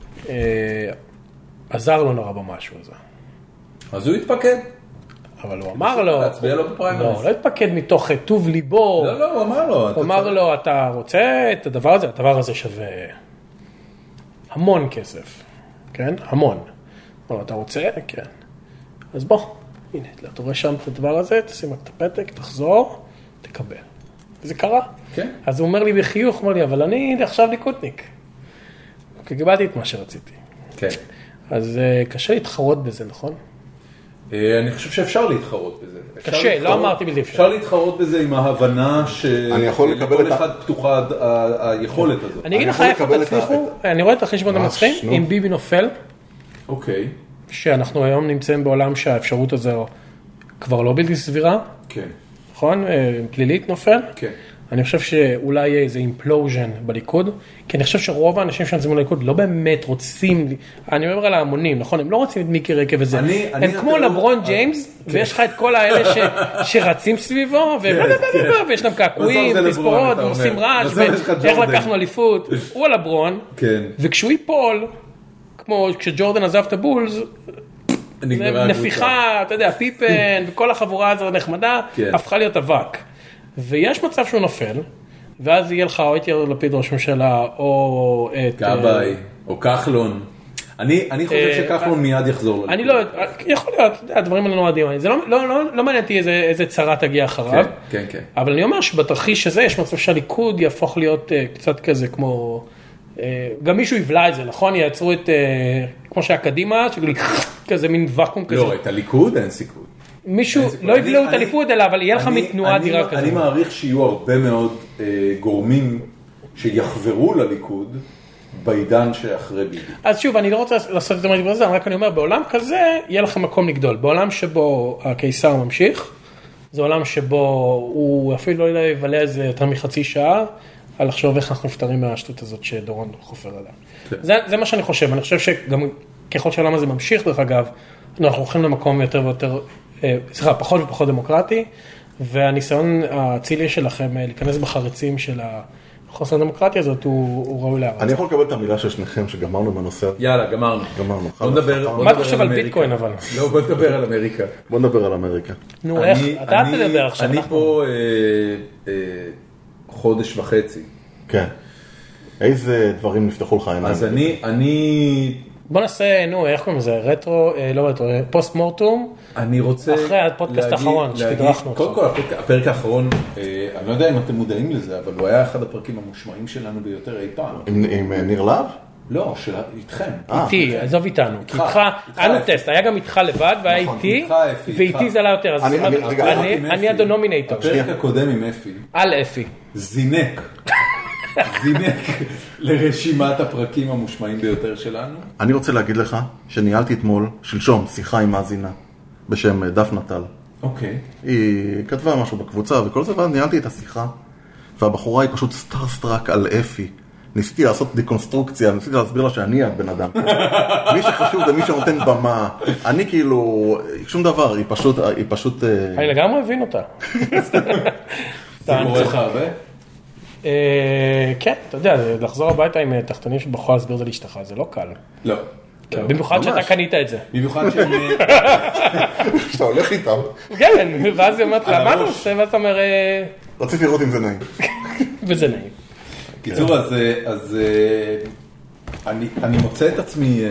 עזר לו נורא במשהו הזה. אז הוא התפקד. אבל הוא אמר לו... להצביע לו בפריימריז. לא התפקד מתוך טוב ליבו. לא, הוא אמר לו. הוא אמר לו, אתה רוצה את הדבר הזה? הדבר הזה שווה המון כסף. כן? המון. אמר לו, אתה רוצה? כן. אז בוא, הנה, אתה רואה שם את הדבר הזה, תשים את הפתק, תחזור, תקבל. וזה קרה. כן. אז הוא אומר לי בחיוך, אומר לי, אבל אני עכשיו ליכודניק. כי קיבלתי את מה שרציתי. כן. אז קשה להתחרות בזה, נכון? אני חושב שאפשר להתחרות בזה. קשה, לא אמרתי בזה אפשר. אפשר להתחרות בזה עם ההבנה שלכל אחד פתוחה היכולת הזאת. אני אגיד לך איפה תצליחו, אני רואה את החשבון המנצחים, אם ביבי נופל. אוקיי. שאנחנו היום נמצאים בעולם שהאפשרות הזו כבר לא בלתי סבירה. כן. נכון? פלילית נופל. כן. אני חושב שאולי יהיה איזה אימפלוז'ן בליכוד, כי אני חושב שרוב האנשים שנמצאים בליכוד לא באמת רוצים, אני אומר על ההמונים, נכון? הם לא רוצים את מיקי רקב וזה. הם כמו לברון ג'יימס, ויש לך את כל האלה שרצים סביבו, ויש להם קעקועים, תספורות, עושים רעש, ואיך לקחנו אליפות. הוא הלברון, וכשהוא ייפול, כמו כשג'ורדן עזב את הבולס, נפיחה, אתה יודע, פיפן, וכל החבורה הזו נחמדה, הפכה להיות אבק. ויש מצב שהוא נופל, ואז יהיה לך או את יאיר לפיד ראש ממשלה, או את... גבאי, או כחלון. אני חושב שכחלון מיד יחזור. אני לא, יכול להיות, הדברים האלה נועדים. זה לא מעניין אותי איזה צרה תגיע אחריו. כן, כן. אבל אני אומר שבתרחיש הזה יש מצב שהליכוד יהפוך להיות קצת כזה כמו... גם מישהו יבלע את זה, נכון? יעצרו את... כמו שהיה קדימה, כזה מין וקום כזה. לא, את הליכוד אין סיכוי. מישהו, לא יבלעו את הליכוד אלא, אבל יהיה לך מתנועה דירה כזאת. אני מעריך שיהיו הרבה מאוד גורמים שיחברו לליכוד בעידן שאחרי ביבי. אז שוב, אני לא רוצה לעשות את זה בזה, רק אני אומר, בעולם כזה יהיה לך מקום לגדול. בעולם שבו הקיסר ממשיך, זה עולם שבו הוא אפילו לא יבלה איזה יותר מחצי שעה, על לחשוב איך אנחנו נפטרים מהשטות הזאת שדורון חופר עליה. זה מה שאני חושב. אני חושב שגם ככל שהעולם הזה ממשיך, דרך אגב, אנחנו הולכים למקום יותר ויותר, פחות ופחות דמוקרטי, והניסיון הצילי שלכם להיכנס בחריצים של החוסר הדמוקרטיה הזאת, הוא ראוי להרץ. אני יכול לקבל את המילה של שניכם שגמרנו בנושא. יאללה, גמרנו. מה אתה חושב על ביטקוין אבל? לא, בוא נדבר על אמריקה. בוא נדבר על אמריקה. נו, איך? אתה תדבר עכשיו. אני פה חודש וחצי. כן. איזה דברים נפתחו לך עיניים? אז אני... בוא נעשה, נו, איך קוראים לזה? רטרו, לא רטרו, פוסט מורטום. אני רוצה אחרי הפודקאסט האחרון שתדרכנו. קודם כל, הפרק האחרון, אני לא יודע אם אתם מודעים לזה, אבל הוא היה אחד הפרקים המושמעים שלנו ביותר אי פעם. עם ניר להב? לא, איתכם. איתי, עזוב איתנו. איתך, היה לנו טסט, היה גם איתך לבד, והיה איתי, ואיתי זה עלה יותר. אני הדונומינטור. הפרק הקודם עם אפי. על אפי. זינק לרשימת הפרקים המושמעים ביותר שלנו. אני רוצה להגיד לך שניהלתי אתמול, שלשום, שיחה עם מאזינה בשם דף נטל. אוקיי. היא כתבה משהו בקבוצה וכל זה, ואז ניהלתי את השיחה, והבחורה היא פשוט סטארסטראק על אפי. ניסיתי לעשות דיקונסטרוקציה, ניסיתי להסביר לה שאני הבן אדם. מי שחשוב זה מי שנותן במה. אני כאילו, שום דבר, היא פשוט... אני לגמרי מבין אותה. זה קורה לך הרבה? כן, אתה יודע, לחזור הביתה עם תחתונים שבחורה להסביר זה להשתך, זה לא קל. לא. במיוחד שאתה קנית את זה. במיוחד שהם... שאתה הולך איתם. כן, ואז היא אומרת לה, מה אתה עושה? ואז אתה אומר... רציתי לראות אם זה נעים. וזה נעים. קיצור, אז אני מוצא את עצמי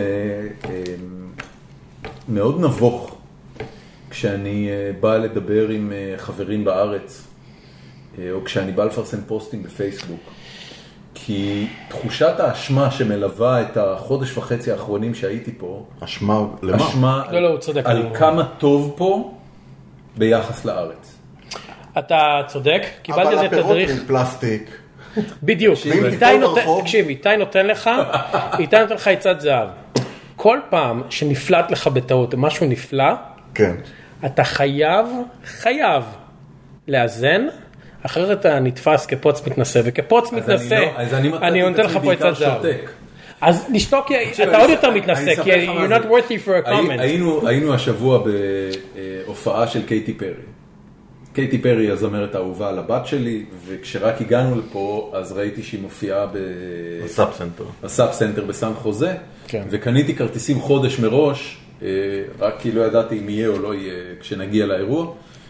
מאוד נבוך כשאני בא לדבר עם חברים בארץ, או כשאני בא לפרסם פוסטים בפייסבוק, כי תחושת האשמה שמלווה את החודש וחצי האחרונים שהייתי פה, אשמה למה? אשמה על כמה טוב פה ביחס לארץ. אתה צודק, קיבלתי איזה תדריך. אבל הפירות עם פלסטיק. בדיוק, תקשיב, איתי נותן לך עצת זהב. כל פעם שנפלט לך בטעות משהו נפלא, כן. אתה חייב לאזן, אחרת אתה נתפס כפוץ מתנשא, וכפוץ מתנשא, אני נותן לך פה עצת זהב. אז לשתוק, אתה עוד יותר מתנשא, כי you're not worthy for a comment. היינו השבוע בהופעה של קייטי פרי. קייטי פרי היא הזמרת האהובה על הבת שלי, וכשרק הגענו לפה, אז ראיתי שהיא מופיעה בסאב סנטר בסן חוזה, וקניתי כרטיסים חודש מראש, רק כי לא ידעתי אם יהיה או לא יהיה כשנגיע לאירוע,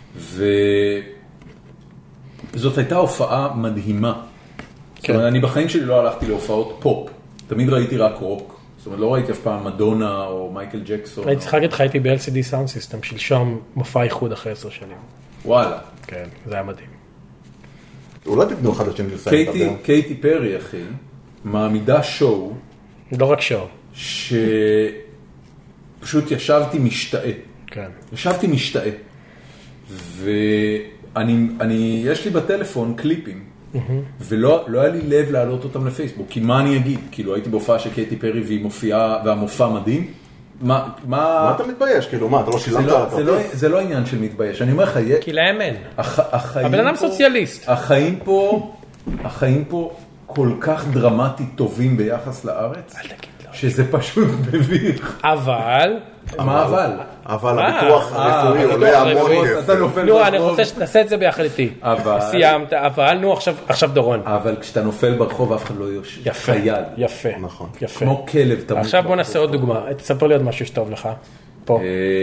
וזאת הייתה הופעה מדהימה. זאת אומרת, אני בחיים שלי לא הלכתי להופעות פופ, תמיד ראיתי רק רוק, זאת אומרת, לא ראיתי אף פעם מדונה או מייקל ג'קסון. אני צריך להגיד לך, הייתי ב-LCD Sound System, שלשום מופע איחוד אחרי 10 שנים. וואלה. כן, זה היה מדהים. אולי תתנו אחד השני לסיים לדבר. קייטי פרי, אחי, מעמידה שואו. לא רק שואו. פשוט ישבתי משתאה. כן. ישבתי משתאה. יש לי בטלפון קליפים, ולא היה לי לב להעלות אותם לפייסבוק, כי מה אני אגיד? כאילו הייתי בהופעה של קייטי פרי והיא מופיעה, והמופע מדהים. מה אתה מתבייש? כאילו מה, אתה לא שילמת על הכרטיס? זה לא עניין של מתבייש, אני אומר לך, כי להם אין. הבן אדם סוציאליסט. החיים פה כל כך דרמטי טובים ביחס לארץ, שזה פשוט מביך. אבל... מה אבל? אבל הביטוח הרפואי עולה המון כסף. נו, אני רוצה שתעשה את זה ביחד איתי. סיימת, אבל נו, עכשיו דורון. אבל כשאתה נופל ברחוב אף אחד לא יושב. יפה, יפה. נכון. כמו כלב תמיד. עכשיו בוא נעשה עוד דוגמה. תספר לי עוד משהו שטוב לך. פה.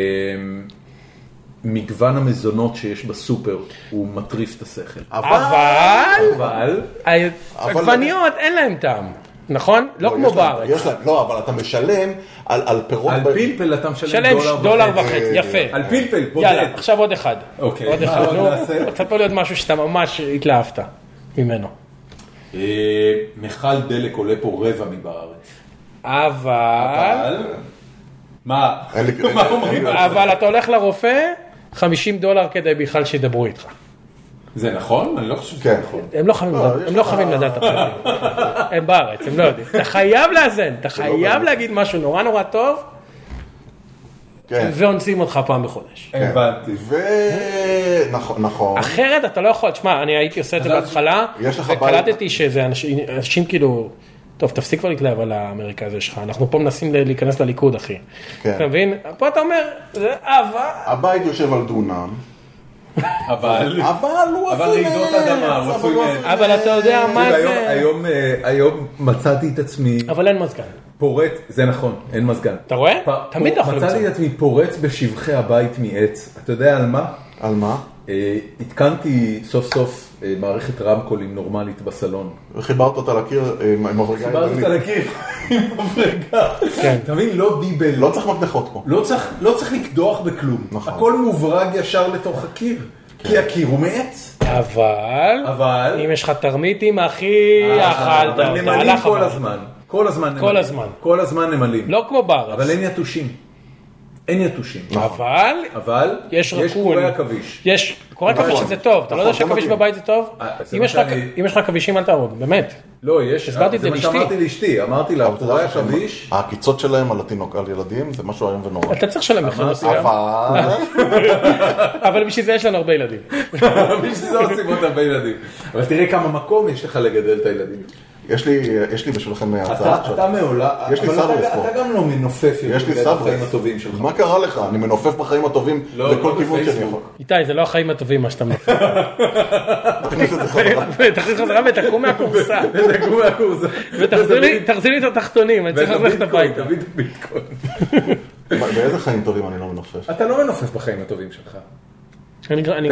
מגוון המזונות שיש בסופר הוא מטריף את השכל. אבל עגבניות אין להם טעם. נכון? לא כמו בארץ. לא, אבל אתה משלם על פירות... על פלפל אתה משלם $1.50. יפה. על פלפל, בודד. יאללה, עכשיו עוד אחד. אוקיי. עוד אחד. תספר לי עוד משהו שאתה ממש התלהבת ממנו. מכל דלק עולה פה רבע מבארץ. אבל... מה? מה אומרים? אבל אתה הולך לרופא, $50 כדי בכלל שידברו איתך. זה נכון? אני לא חושב שזה נכון. הם לא חייבים לדעת את הפרטים. הם בארץ, הם לא יודעים. אתה חייב לאזן, אתה חייב להגיד משהו נורא נורא טוב, ואונסים אותך פעם בחודש. הבנתי. נכון. אחרת אתה לא יכול, תשמע, אני הייתי עושה את זה בהתחלה, וקלטתי שזה אנשים כאילו, טוב, תפסיק כבר להתלהב על האמריקה הזה שלך, אנחנו פה מנסים להיכנס לליכוד, אחי. אתה מבין? פה אתה אומר, זה אהבה. הבית יושב על דונם. אבל הוא עשוי רעידות אדמה, אבל אתה יודע מה זה... היום מצאתי את עצמי... אבל אין מזגן. פורץ, זה נכון, אין מזגן. אתה רואה? תמיד אתה יכול למצוא. מצאתי את עצמי פורץ בשבחי הבית מעץ. אתה יודע על מה? על מה? התקנתי סוף סוף מערכת רמקולים נורמלית בסלון. וחיברת אותה לקיר עם מברגה. חיברת אותה לקיר עם מברגה. תבין, לא דיבל. לא צריך מקדחות פה. לא צריך לקדוח בכלום. הכל מוברג ישר לתוך הקיר. כי הקיר הוא מעץ. אבל אם יש לך תרמיטים, אחי, אכלת. אבל נמלים כל הזמן. כל הזמן נמלים. לא כמו בארץ. אבל אין יתושים. אין יתושים. אבל יש קורי עכביש. יש קורי עכביש שזה טוב. אתה לא יודע שעכביש בבית זה טוב? אם יש לך עכבישים אל תהרוג, באמת. לא, יש. הסברתי את זה לאשתי. אמרתי לאשתי, אמרתי לה, קורי עכביש. העקיצות שלהם על ילדים זה משהו היום ונורא. אתה צריך לשלם מחיר מסוים. אבל בשביל זה יש לנו הרבה ילדים. בשביל זה עושים עוד הרבה ילדים. אבל תראה כמה מקום יש לך לגדל את הילדים. יש לי בשבילכם הצעה. אתה מעולה, אבל אתה גם לא מנופף בחיים הטובים שלך. מה קרה לך? אני מנופף בחיים הטובים בכל כיוון שאני יכול. איתי, זה לא החיים הטובים מה שאתה מנופף. תכניס חזרה ותקום מהקורסה. ותחזיר לי את התחתונים, אני צריך ללכת הביתה. באיזה חיים טובים אני לא מנופף? אתה לא מנופף בחיים הטובים שלך. אני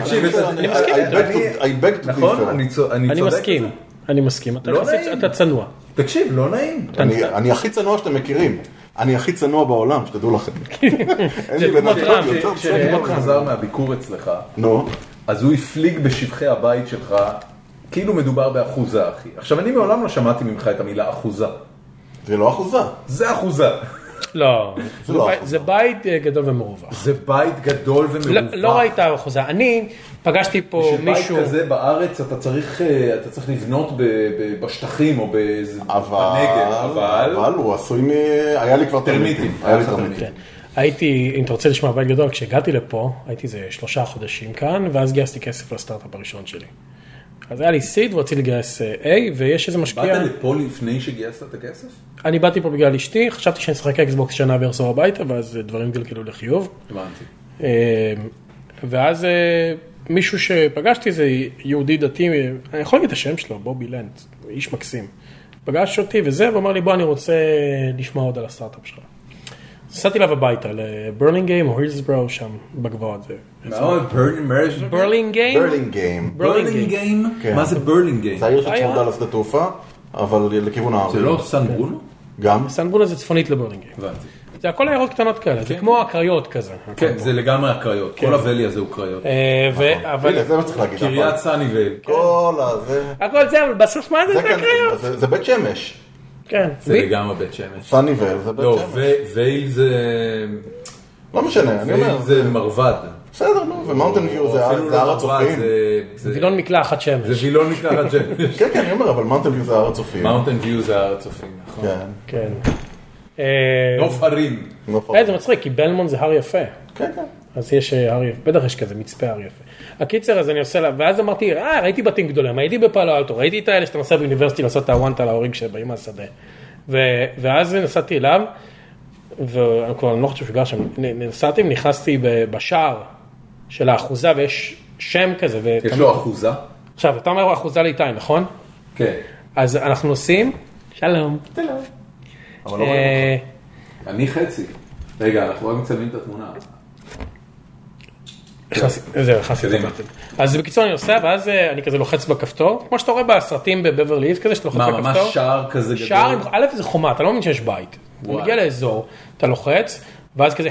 מסכים. אני מסכים, אתה צנוע. תקשיב, לא נעים. אני הכי צנוע שאתם מכירים. אני הכי צנוע בעולם, שתדעו לכם. זה כמו טראמפ. כשאני חזר מהביקור אצלך, אז הוא הפליג בשבחי הבית שלך, כאילו מדובר באחוזה, אחי. עכשיו, אני מעולם לא שמעתי ממך את המילה אחוזה. זה לא אחוזה. זה אחוזה. לא, זה בית גדול ומרווח. זה בית גדול ומרווח. לא ראית אחוזה. אני פגשתי פה מישהו... בשביל בית כזה בארץ אתה צריך לבנות בשטחים או בנגב, אבל הוא עשוי היה לי כבר תרמיטים. אם אתה רוצה לשמוע בית גדול, כשהגעתי לפה, הייתי זה 3 חודשים כאן, ואז גייסתי כסף לסטארט-אפ הראשון שלי. אז היה לי סיד ורציתי לגייס A, ויש איזה משקיע... באת לפה לפני שגייסת את הכסף? אני באתי פה בגלל אשתי, חשבתי שאני אשחק אקסבוקס שנה ואחזור הביתה, ואז דברים גלגלו לחיוב. הבנתי. ואז מישהו שפגשתי זה יהודי דתי, אני יכול להגיד את השם שלו, בובי לנד, איש מקסים. פגש אותי וזה, ואמר לי, בוא, אני רוצה לשמוע עוד על הסטארט-אפ שלך. נסעתי אליו הביתה, לברלינגהיים או הילסברו שם בגבוהות. ברלינגהיים? ברלינגהיים. מה זה ברלינגהיים? זה העיר שצמודה לשדה תעופה, אבל לכיוון הערים. זה לא סן ברונו? גם. סן ברונו זה צפונית לברלינגהיים. הבנתי. זה הכל עיירות קטנות כאלה, זה כמו הקריות כזה. כן, זה לגמרי הקריות. כל הוואלי הזה הוא קריות. זה מה צריך להגיד. קריית סניבל. כל הזה. הכל זה, אבל בסוף מה זה הקריות? זה בית שמש. כן. זה לגמרי בית שמש. סאניבל זה בית לא, שמש. וייל זה... לא משנה, אני אומר. וייל זה מרבד. בסדר, נו, ומאונטן ויו זה הר הצופים. וילון מקלחת שמש. זה וילון מקלחת שמש. כן, כן, אני אומר, אבל מאונטן ויו זה הר הצופים. מאונטן ויו זה הר הצופים, נכון. כן. כן. נוף הרים. זה מצחיק, כי בלמון זה הר יפה. כן, כן. אז יש הר יפה, בטח יש כזה מצפה הר יפה. הקיצר, אז אני עושה לה, ואז אמרתי, ראיתי בתים גדולים, הייתי בפאלו אלטו, ראיתי את האלה שאתה נוסע באוניברסיטי לעשות את הוואנטה להורים שבאים מהשדה. ואז נסעתי אליו, וכבר אני לא חושב שגר שם, נסעתי ונכנסתי בשער של האחוזה, ויש שם כזה. יש לו אחוזה? עכשיו, אתה אומר אחוזה לאיתי, נכון? כן. אז אנחנו נוסעים, שלום. אבל לא רואים אותך. אני חצי. רגע, אנחנו רק מצלמים את התמונה. אז בקיצור אני נוסע, ואז אני כזה לוחץ בכפתור, כמו שאתה רואה בסרטים בבברלי הילס כזה, שאתה לוחץ בכפתור. מה, ממש שער כזה גדול? שער, א' זה חומה, אתה לא מבין שיש בית. אתה מגיע לאזור, אתה לוחץ, ואז כזה,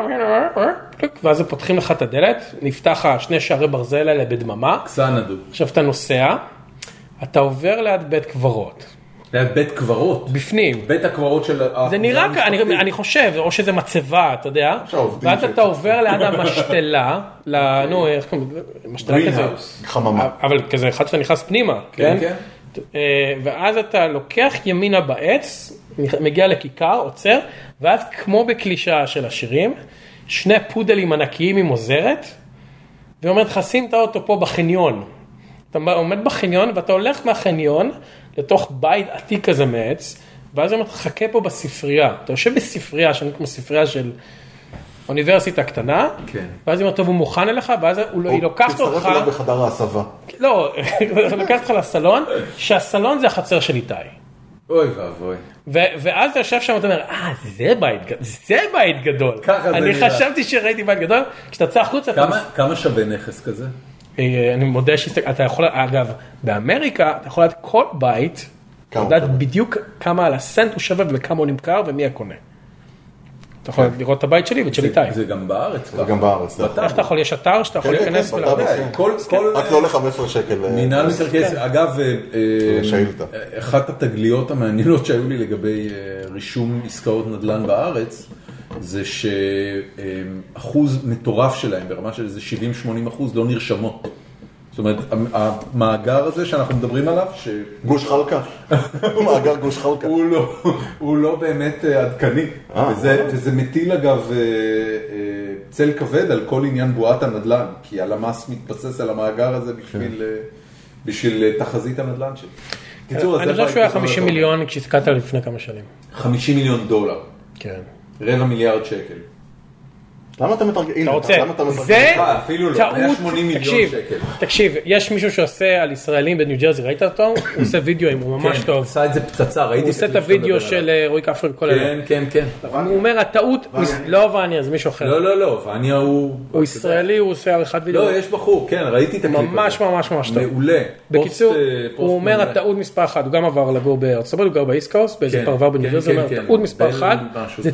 ואז פותחים לך את הדלת, נפתח 2 שערי ברזל האלה בדממה. קסנדו. עכשיו אתה נוסע, אתה עובר ליד בית קברות. ליד בית קברות? בפנים. בית הקברות של... זה נראה, אני חושב, או שזה מצבה, אתה יודע, ואז אתה עובר ליד המשתלה, נו, איך קוראים? משתלה כזה. חממה. אבל כזה אחד שאתה נכנס פנימה, כן? ואז אתה לוקח ימינה בעץ, מגיע לכיכר, עוצר, ואז כמו בקלישה של השירים, 2 פודלים ענקיים עם עוזרת, ואומרת לך, שים את האוטו פה בחניון. אתה עומד בחניון, ואתה הולך מהחניון, לתוך בית עתיק כזה מעץ, ואז אומרת, חכה פה בספרייה. אתה יושב בספרייה, שאני כמו ספרייה של אוניברסיטה קטנה, ואז היא אומרת, טוב, הוא מוכן אליך, ואז היא לוקחת אותך... תצטרף אליו בחדר ההסבה. לא, היא לוקחת אותך לסלון, שהסלון זה החצר של איתי. אוי ואבוי. ואז אתה יושב שם, אתה אומר, זה בית גדול. אני חשבתי שראיתי בית גדול, כשאתה צא החוצה... כמה שווה נכס כזה? אני מודה שאתה יכול, אגב, באמריקה, אתה יכול לדעת כל בית, לדעת בדיוק כמה על הסנט הוא שווה וכמה הוא נמכר ומי הקונה. אתה יכול לראות את הבית שלי ואת של איתי. זה גם בארץ. זה גם בארץ. איך אתה יכול, יש אתר שאתה יכול להיכנס ולעבוד. רק לא ל-15 שקל. מינהל מקרקעי, אגב, אחת התגליות המעניינות שהיו לי לגבי רישום עסקאות נדל"ן בארץ, זה שאחוז מטורף שלהם, ברמה של איזה 70-80% לא נרשמות. זאת אומרת, המאגר הזה שאנחנו מדברים עליו, גוש חלקה. מאגר גוש חלקה. הוא לא באמת עדכני. וזה מטיל אגב צל כבד על כל עניין בועת הנדל"ן, כי הלמ"ס מתבסס על המאגר הזה בשביל תחזית הנדל"ן שלי. אני חושב שהוא היה 50 מיליון כשהסתכלת לפני כמה שנים. 50 מיליון דולר. כן. 250 מיליארד שקל. למה אתה מתרגל? אתה רוצה, זה טעות, תקשיב, יש מישהו שעושה על ישראלים בניו ג'רזי, ראית אותו? הוא עושה וידאו, הוא ממש טוב. הוא עשה את זה פצצה, ראיתי. הוא עושה את הוידאו של רועי כפר וכל אלה. כן, כן. הוא אומר, הטעות, לא וניה, זה מישהו אחר. לא, וניה הוא... הוא ישראלי, הוא עושה עריכת וידאו. לא, יש בחור, כן, ראיתי את הקליפ הזה. ממש ממש ממש טוב. מעולה. בקיצור, הוא אומר, הטעות מספר 1, הוא גם עבר לגור בארצות הברית, הוא גר באיסט קוסט, באיזה פרבר בניו ג'רזי, הוא אומר, טעות מספר 1, זה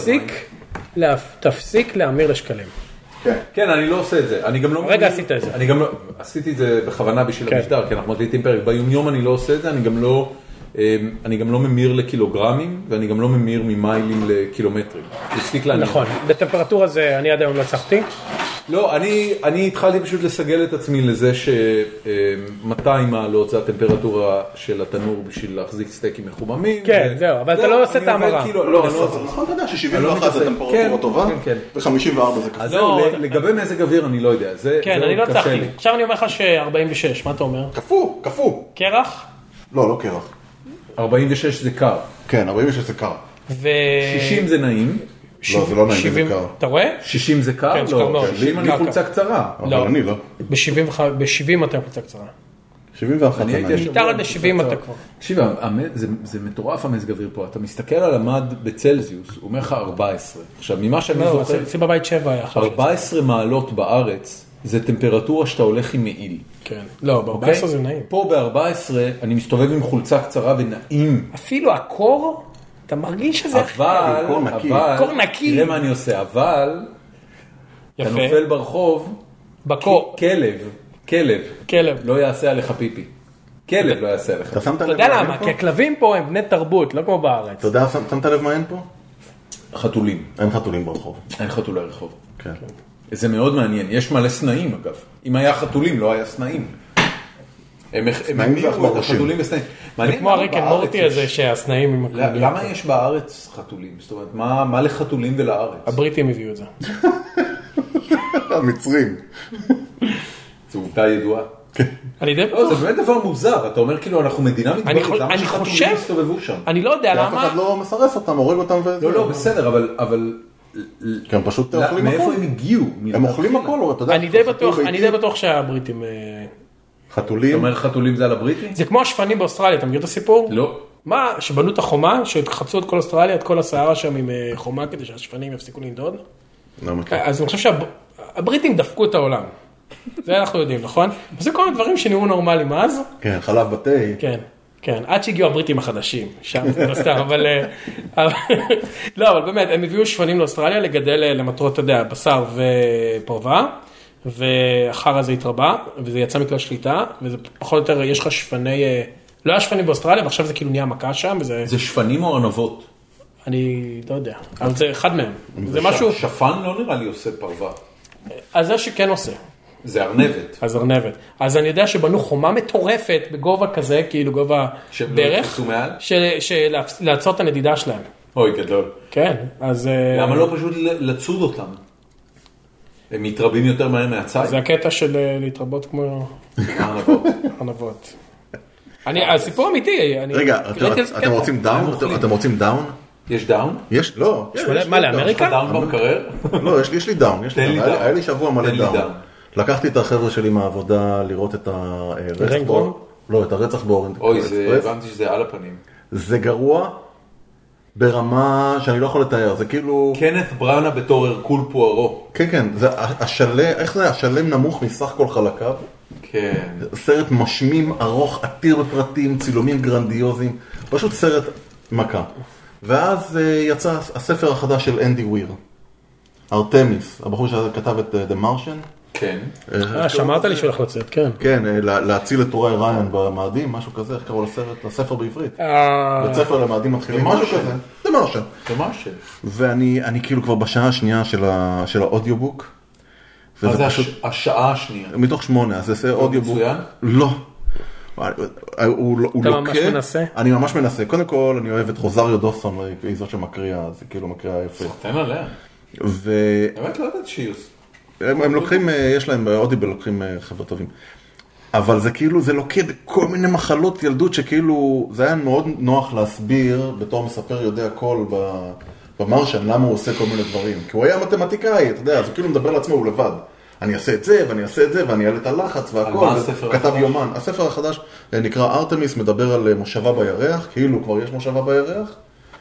תפסיק להמיר לשקלים. כן, אני לא עושה את זה. רגע עשית את זה. עשיתי את זה בכוונה בשביל המשדר, כי אנחנו מקליטים פרק. ביום אני לא עושה את זה, אני גם לא ממיר לקילוגרמים, ואני גם לא ממיר ממיילים לקילומטרים. נכון, בטמפרטורה זה אני עד היום לא הצלחתי. לא, אני התחלתי פשוט לסגל את עצמי לזה ש200 מעלות זה הטמפרטורה של התנור בשביל להחזיק סטייקים מחוממים. כן, זהו, אבל אתה לא עושה את ההמרה. נכון, אתה יודע ש71 זה טמפרטורה טובה, ו54 זה כזה. אז זהו, לגבי מזג אוויר אני לא יודע. כן, אני לא הצלחתי. עכשיו אני אומר לך ש46, מה אתה אומר? קפוא. קרח? לא קרח. 46 זה קר. כן, 46 זה קר. 60 זה נעים. לא, זה לא נעים, זה קר. אתה רואה? 60 זה קר? כן, זה קר מאוד. 60 אני חולצה קצרה. אבל אני לא. ב-70 אתה חולצה קצרה. 71 זה נעים. מתחת ל-70 אתה כבר. תקשיב, זה מטורף המזג אוויר פה. אתה מסתכל על המד בצלזיוס, הוא אומר לך 14. עכשיו, ממה שאני זוכר... זה בבית 7 היה. 14 מעלות בארץ, זה טמפרטורה שאתה הולך עם מעיל. כן. לא, ב-14 זה נעים. פה ב-14 אני מסתובב עם חולצה קצרה ונעים. אפילו הקור, אתה מרגיש שזה... קור נקי. תראה מה אני עושה, אבל... אתה נופל ברחוב, כלב לא יעשה עליך פיפי. כלב לא יעשה לך. אתה יודע למה? כי הכלבים פה הם בני תרבות, לא כמו בארץ. אתה יודע, שמת לב מה אין פה? חתולים. אין חתולים ברחוב. אין חתולי רחוב. כן. זה מאוד מעניין. יש מלא סנאים אגב. אם היה חתולים, לא היה סנאים. הם המירו את החתולים בסנאים. זה כמו הריק אנד מורטי הזה שהסנאים עם הכלבים. למה יש בארץ חתולים? זאת אומרת, מה לחתולים ולארץ? הבריטים הביאו את זה. המצרים. זו עובדה ידועה. אני די לא, זה באמת דבר מוזר. אתה אומר כאילו אנחנו מדינה מדברית, למה שחתולים יסתובבו שם? אני לא יודע למה. אף אחד לא מסרס אותם, הורג אותם וזה. לא, בסדר, אבל... כי הם פשוט אוכלים הכל. מאיפה הם הגיעו? הם אוכלים הכל, אתה יודע. אני די בטוח שהבריטים... חתולים. אתה אומר חתולים זה על הבריטים? זה כמו השפנים באוסטרליה, אתה מכיר את הסיפור? לא. מה, שבנו את החומה, שחצו את כל אוסטרליה, את כל הסערה שם עם חומה כדי שהשפנים יפסיקו לנדוד? לא מכיר. אז אני חושב שהבריטים דפקו את העולם. זה אנחנו יודעים, נכון? וזה כל מיני דברים שנראו נורמליים אז. כן, חלב בתה. כן, כן. עד שהגיעו הבריטים החדשים. שם זה לא סתם, אבל... לא, אבל באמת, הם הביאו שפנים לאוסטרליה לגדל למטרות, אתה יודע, בשר ופרווה, ואחר הזה התרבה, וזה יצא מכלל שליטה, וזה פחות או יותר, יש לך שפני... לא היה שפנים באוסטרליה, ועכשיו זה כאילו נהיה מכה שם, וזה... זה שפנים או ענבות? אני לא יודע, אבל זה אחד מהם. זה משהו... שפן לא נראה לי עושה פרווה. אז זה שכן עושה. זה ארנבת. אז ארנבת. אז אני יודע שבנו חומה מטורפת בגובה כזה, כאילו גובה בערך, לעצור את הנדידה שלהם. אוי, גדול. כן, אז... למה לא פשוט לצוד אותם? הם מתרבים יותר מהר מהצי? זה הקטע של להתרבות כמו... ארנבות. ארנבות. הסיפור אמיתי. רגע, אתם רוצים דאון? אתם רוצים דאון? יש דאון? יש, לא. מה, לאמריקה? דאון במקרר? לא, יש לי דאון. היה לי שבוע מלא תן לי דאון. דאון. לקחתי את החבר'ה שלי מהעבודה לראות את הרצח את הרצח באורנט. אוי, הבנתי שזה על הפנים. זה גרוע ברמה שאני לא יכול לתאר, זה כאילו... קנת בראנה בתור הרקול פוארו. כן, כן, איך זה? השלם נמוך מסך כל חלקיו. כן. סרט משמים, ארוך, עתיר בפרטים, צילומים גרנדיוזיים, פשוט סרט מכה. ואז יצא הספר החדש של אנדי וויר, ארטמיס, הבחור שכתב את The Martian. כן. שמעת לי שהוא הולך לצאת, כן. כן, להציל את טוראי ריין במאדים, משהו כזה, איך קראו לספר בעברית? בית ספר למאדים מתחילים, משהו כזה. The Martian. The Martian. ואני כאילו כבר בשעה השנייה של האודיובוק. מה זה השעה השנייה? מתוך 8, אז זה אודיובוק. מצוין? לא. אתה ממש מנסה? אני ממש מנסה. קודם כל, אני אוהב את רוזריו דוסון, היא זאת שמקריאה, זה כאילו מקריאה יפה. סחטן עליה. באמת לא יודעת שהיא עושה. הם לוקחים, יש להם באודיבל, לוקחים חבר'ה טובים. אבל זה כאילו, זה לוקח בכל מיני מחלות ילדות שכאילו, זה היה מאוד נוח להסביר, בתור מספר יודע הכל במרשן, למה הוא עושה כל מיני דברים. כי הוא היה מתמטיקאי, אתה יודע, אז הוא כאילו מדבר לעצמו, הוא לבד. אני אעשה את זה, ואני אעשה את זה, ואני אעלה את הלחץ והכל. על מה הספר החדש? כתב יומן. הספר החדש נקרא ארטמיס, מדבר על מושבה בירח, כאילו כבר יש מושבה בירח.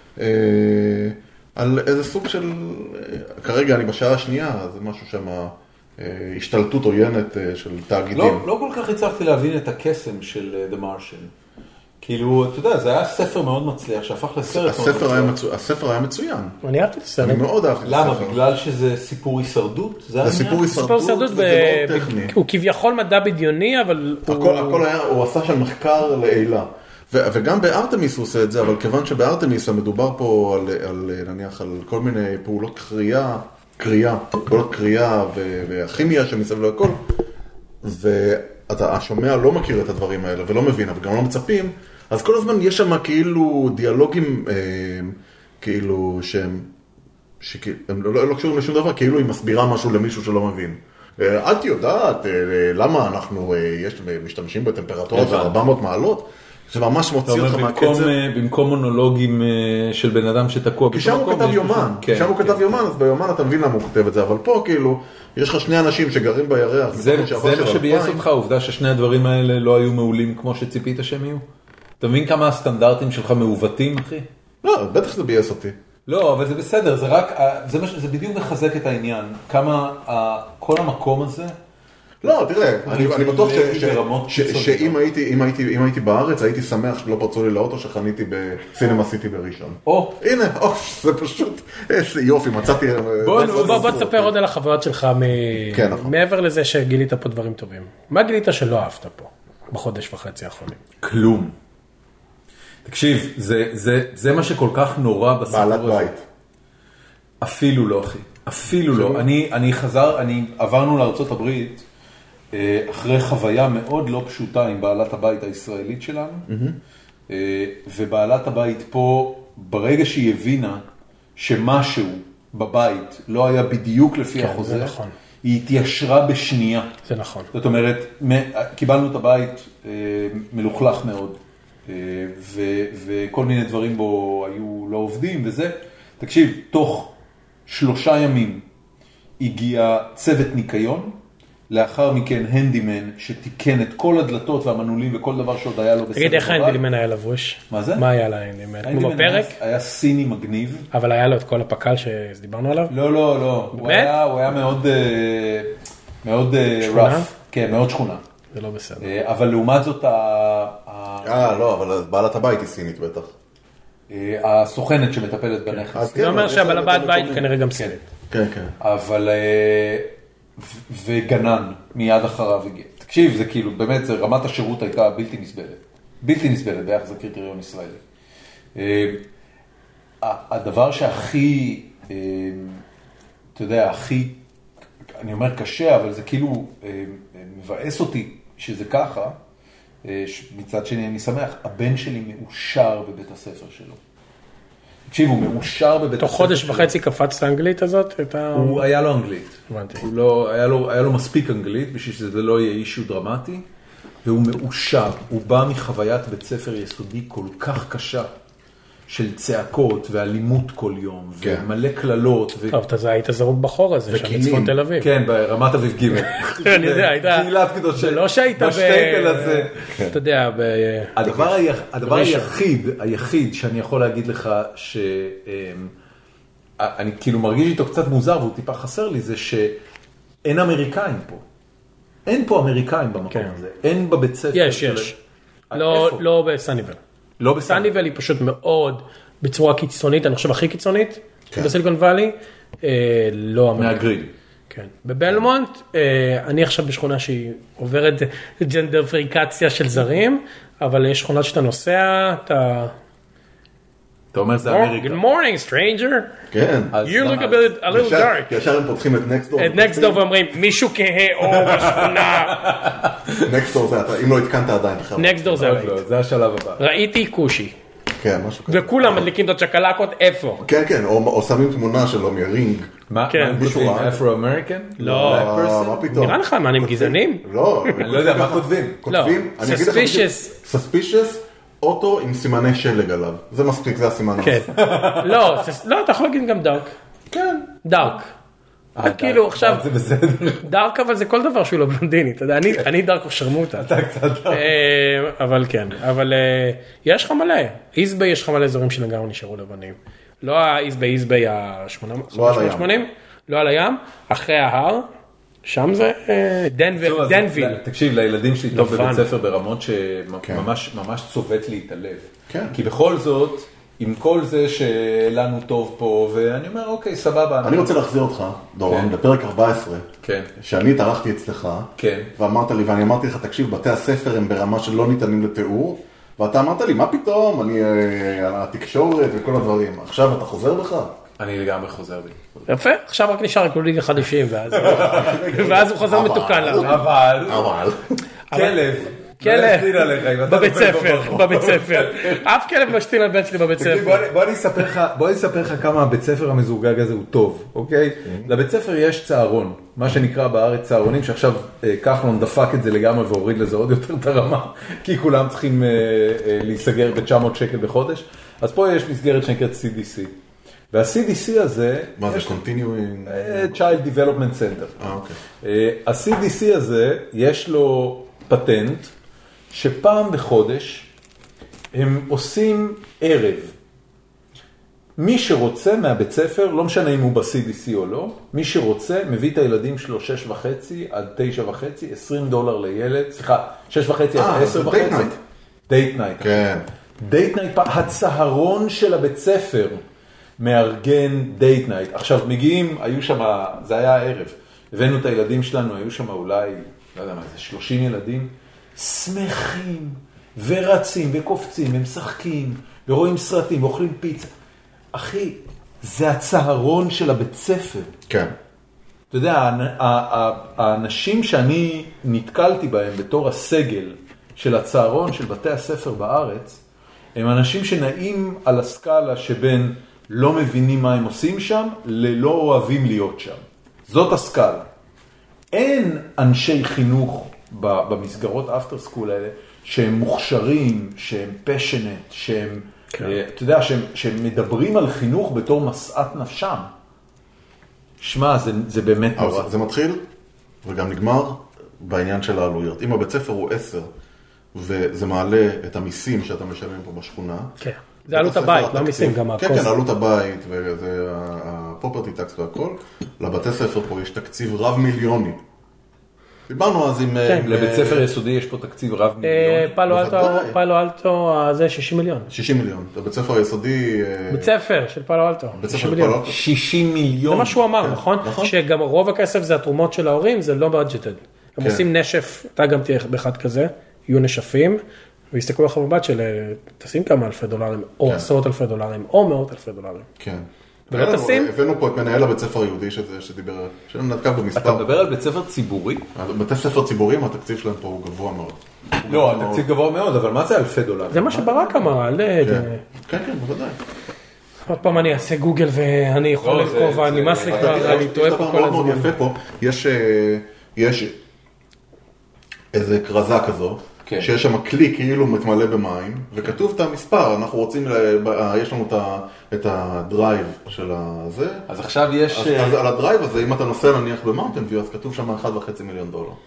על איזה סוג של, כרגע אני בשעה השנייה, זה משהו שם, השתלטות עוינת של תאגידים. לא כל כך הצלחתי להבין את הקסם של The Martian. כאילו, אתה יודע, זה היה ספר מאוד מצליח, שהפך לסרט מאוד מצליח. הספר היה מצוין. אני אהבתי את הסרט. אני מאוד אהבתי את הספר. למה? בגלל שזה סיפור הישרדות? זה סיפור הישרדות וזה מאוד טכני. הוא כביכול מדע בדיוני, אבל... הכל היה, הוא עשה שם מחקר לעילה. וגם בארטמיס הוא עושה את זה, אבל כיוון שבארטמיס מדובר פה על נניח על כל מיני פעולות פעולות קריאה והכימיה שמסביב לכל, ואתה השומע לא מכיר את הדברים האלה ולא מבין, אבל גם לא מצפים, אז כל הזמן יש שם כאילו דיאלוגים, כאילו שהם לא קשורים לשום דבר, כאילו היא מסבירה משהו למישהו שלא מבין. את יודעת למה אנחנו משתמשים בטמפרטורה של 400 מעלות? זה ממש מוציא אותך מהקצב. במקום מונולוגים של בן אדם שתקוע כי שם הוא כתב יומן, שם הוא כתב יומן, אז ביומן אתה מבין למה הוא כותב את זה, אבל פה כאילו, יש לך שני אנשים שגרים בירח. זה מה שבייס אותך, העובדה ששני הדברים האלה לא היו מעולים כמו שציפית שהם יהיו? אתה מבין כמה הסטנדרטים שלך מעוותים, אחי? לא, בטח שזה בייס אותי. לא, אבל זה בסדר, זה רק, זה בדיוק מחזק את העניין, כמה כל המקום הזה, לא, תראה, אני בטוח שאם הייתי בארץ, הייתי שמח שלא פרצו לי לאוטו שחניתי בסינמה סיטי בראשון. הנה, זה פשוט, איזה יופי, מצאתי... בוא תספר עוד על החוויות שלך, מעבר לזה שגילית פה דברים טובים. מה גילית שלא אהבת פה? בחודש וחצי האחרונים. כלום. תקשיב, זה מה שכל כך נורא בסיפור הזה. בעלת בית. אפילו לא, אחי. אפילו לא. אני עברנו לארצות הברית אחרי חוויה מאוד לא פשוטה עם בעלת הבית הישראלית שלנו, ובעלת הבית פה, ברגע שהיא הבינה שמשהו בבית לא היה בדיוק לפי החוזה, זה נכון. היא התיישרה בשנייה. זה נכון. זאת אומרת, קיבלנו את הבית מלוכלך מאוד, וכל מיני דברים בו היו לא עובדים וזה. תקשיב, תוך 3 ימים הגיע צוות ניקיון, לאחר מכן הנדימן שתיקן את כל הדלתות והמנעולים וכל דבר שעוד היה לו בסדר. תגיד, איך ההנדימן היה לבוש? מה זה? מה היה להנדימן? כמו בפרק? היה סיני מגניב. אבל היה לו את כל הפקל שדיברנו עליו? לא. באמת? הוא היה מאוד שכונה? רף. כן, מאוד שכונה. זה לא בסדר. אבל לעומת זאת, לא, אבל בעלת הבית היא סינית בטח. הסוכנת שמטפלת בנכס. זה אומר שהבעלת בית כנראה גם סינית. כן. אבל, וגנן מיד אחריו הגיע. תקשיב, זה כאילו, באמת, רמת השירות הייתה בלתי נסבלת. בלתי נסבלת ביחס לקריטריון ישראלי. הדבר שהכי, אתה יודע, הכי, אני אומר קשה, אבל זה כאילו מבאס אותי שזה ככה, מצד שני אני שמח, הבן שלי מאושר בבית הספר שלו. תקשיב, הוא מאושר בבית הספר שלו. תוך חודש וחצי קפץ לאנגלית הזאת? הוא היה לו אנגלית. הבנתי. היה לו מספיק אנגלית בשביל שזה לא יהיה אישו דרמטי, והוא מאושר. הוא בא מחוויית בית ספר יסודי כל כך קשה, של צעקות ואלימות כל יום, ומלא כללות. טוב, אתה היית זרוק בחור הזה, שם בצפון תל אביב. כן, ברמת אביב ג'. אני יודע, הייתה... קהילת קדוש. זה לא שהיית בשטייפל הזה. אתה יודע, הדבר היחיד שאני יכול להגיד לך, שאני כאילו מרגיש איתו קצת מוזר, והוא טיפה חסר לי, זה שאין אמריקאים פה. אין פה אמריקאים במקום הזה. אין בבית ספר. יש. לא בסניבל. לא סניבל היא פשוט מאוד, בצורה קיצונית, אני חושב הכי קיצונית, בסיליקון ואלי, לא אמריקה. מהגריל. כן. בבלמונט, אני עכשיו בשכונה שהיא עוברת ג'נדריפיקציה של זרים, אבל יש שכונה שאתה נוסע, אתה אומר זה אמריקה. Good morning, stranger. כן. You look a little dark. ישר הם פותחים את נקסטור. את נקסטור ואומרים, מישהו כהה אור בשכונה. נקסטור זה, אם לא התקנת עדיין. נקסטור זה ראיתי. זה השלב הבא. ראיתי קושי. כן, משהו כזה. וכולם מדליקים את הצ'קלקות איפה? כן, או שמים תמונה שלו מרינג. מה הם כותבים? אפרו-אמריקן? לא. מה פתאום? נראה לך, מה, הם גזענים? לא. אני לא יודע, מה כותבים? כותבים, אני אגיד לך, suspicious, אוטו עם סימני שלג עליו. זה מספיק, זה הסימן. כן. לא, אתה יכול להגיד גם דארק. כן. דארק. כאילו עכשיו, זה בסדר. דארק אבל זה כל דבר שהוא לא בלונדיני, אתה יודע, אני דארק או שרמוטה. אתה קצת דארק. אבל כן, אבל יש לך מלא. איזבי יש לך מלא אזורים שלגמרי נשארו לבנים. לא האיזבי ה-880, לא על הים, אחרי ההר, שם זה דנוויל. תקשיב, לילדים שלי טוב בבית ספר ברמות שממש צובט לי את הלב. כי בכל זאת, עם כל זה שלנו טוב פה, ואני אומר, אוקיי, סבבה. אני רוצה להחזיר אותך, דורון, לפרק 14, שאני התארחתי אצלך, ואמרת לי, ואני אמרתי לך, תקשיב, בתי הספר הם ברמה שלא ניתנים לתיאור, ואתה אמרת לי, מה פתאום, אני על התקשורת וכל הדברים. עכשיו אתה חוזר בך? אני לגמרי חוזר בי. יפה, עכשיו רק נשאר כלולים חדשים, ואז הוא חוזר מתוקן לנו. אבל, כלב. בבית ספר. אף כלב לא שתיל על בן שלי בבית ספר. בוא אני אספר לך כמה הבית ספר המזוגג הזה הוא טוב, אוקיי? לבית ספר יש צהרון, מה שנקרא בארץ צהרונים, שעכשיו כחלון דפק את זה לגמרי והוריד לזה עוד יותר את הרמה, כי כולם צריכים להיסגר ב-900 שקל בחודש. אז פה יש מסגרת שנקראת CDC. וה-CDC הזה... מה זה? Continuing... Child Development Center. ה-CDC הזה יש לו פטנט שפעם בחודש הם עושים ערב. מי שרוצה מהבית ספר, לא משנה אם הוא ב-CDC או לא, מי שרוצה מביא את הילדים שלו 6.5 עד 9.5, $20 לילד, סליחה, 6.5 עד 10.5. דייט נייט. כן. דייט נייט, הצהרון של הבית ספר מארגן דייט נייט. עכשיו מגיעים, היו שם, זה היה הערב, הבאנו את הילדים שלנו, היו שם אולי, לא יודע מה, זה 30 ילדים, שמחים ורצים וקופצים, הם משחקים ורואים סרטים ואוכלים פיצה. אחי, זה הצהרון של הבית ספר. כן. אתה יודע, האנשים שאני נתקלתי בהם בתור הסגל של הצהרון של בתי הספר בארץ, הם אנשים שנעים על הסקאלה שבין לא מבינים מה הם עושים שם, ללא אוהבים להיות שם. זאת הסקאלה. אין אנשי חינוך במסגרות אפטר סקול האלה, שהם מוכשרים, שהם passionate, שהם, אתה יודע, שהם מדברים על חינוך בתור מסעת נפשם. שמע, זה באמת נורא. זה מתחיל וגם נגמר בעניין של העלויות. אם הבית ספר הוא 10, וזה מעלה את המיסים שאתה משלם פה בשכונה. כן, זה עלות הבית, לא המיסים, גם כן, כן, עלות הבית, וזה הפרופרטי טקס והכל. לבתי ספר פה יש תקציב רב מיליוני. דיברנו אז עם... לבית ספר יסודי יש פה תקציב רב מיליוני. פאלו אלטו, זה 60 מיליון. 60 מיליון. בבית ספר היסודי... בית ספר של פאלו אלטו. 60 מיליון. זה מה שהוא אמר, נכון? שגם רוב הכסף זה התרומות של ההורים, זה לא budgeted. הם עושים נשף, אתה גם תהיה באחד כזה, יהיו נשפים, ויסתכלו לך בבת של תשים כמה אלפי דולרים, או עשרות אלפי דולרים, או מאות אלפי דולרים. כן. ולא תשים? הבאנו פה את מנהל הבית ספר היהודי שדיבר, שנתקף במספר. אתה מדבר על בית ספר ציבורי? בתי ספר ציבוריים, התקציב שלהם פה הוא גבוה מאוד. לא, התקציב גבוה מאוד, אבל מה זה אלפי דולרים? זה מה שברק אמר, כן, כן, בוודאי. עוד פעם אני אעשה גוגל ואני יכול לקרוא, ואני מס לי כבר, אני טועה פה כל הזמן. מאוד יפה פה, יש איזה קרזה כזו, שיש שם כלי כאילו מתמלא במים, וכתוב את המספר, אנחנו רוצים, יש לנו את הדרייב של הזה. אז עכשיו יש... אז על הדרייב הזה, אם אתה נוסע נניח במאונטן ויו, אז כתוב שם $1.5 מיליון.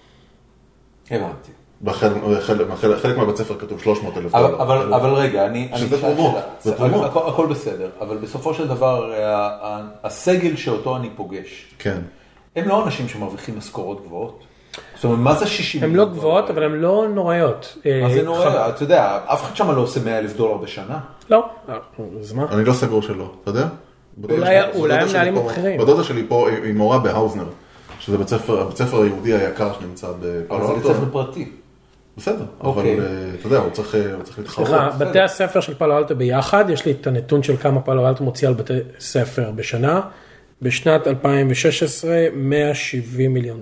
הבנתי. חלק מהבית ספר כתוב $300,000. אבל רגע, שזה תרומות, זה תרומות. הכל בסדר, אבל בסופו של דבר, הסגל שאותו אני פוגש, הם לא אנשים שמרוויחים משכורות גבוהות. זאת אומרת, מה זה 60 הן לא גבוהות, אבל הן לא נוראיות. מה זה נורא? אתה יודע, אף אחד שם לא עושה $100,000 בשנה. לא. אז מה? אני לא סגור שלא, אתה יודע? אולי הם מנהלים הבכירים. בדודה שלי פה היא מורה בהאוזנר, שזה בית ספר היהודי היקר שנמצא בפאלו אלטו. זה בית ספר פרטי. בסדר, אבל אתה יודע, הוא צריך להתחרות. סליחה, בתי הספר של פאלו אלטו ביחד, יש לי את הנתון של כמה פאלו אלטו מוציא על בתי ספר בשנה. בשנת 2016, $170 מיליון.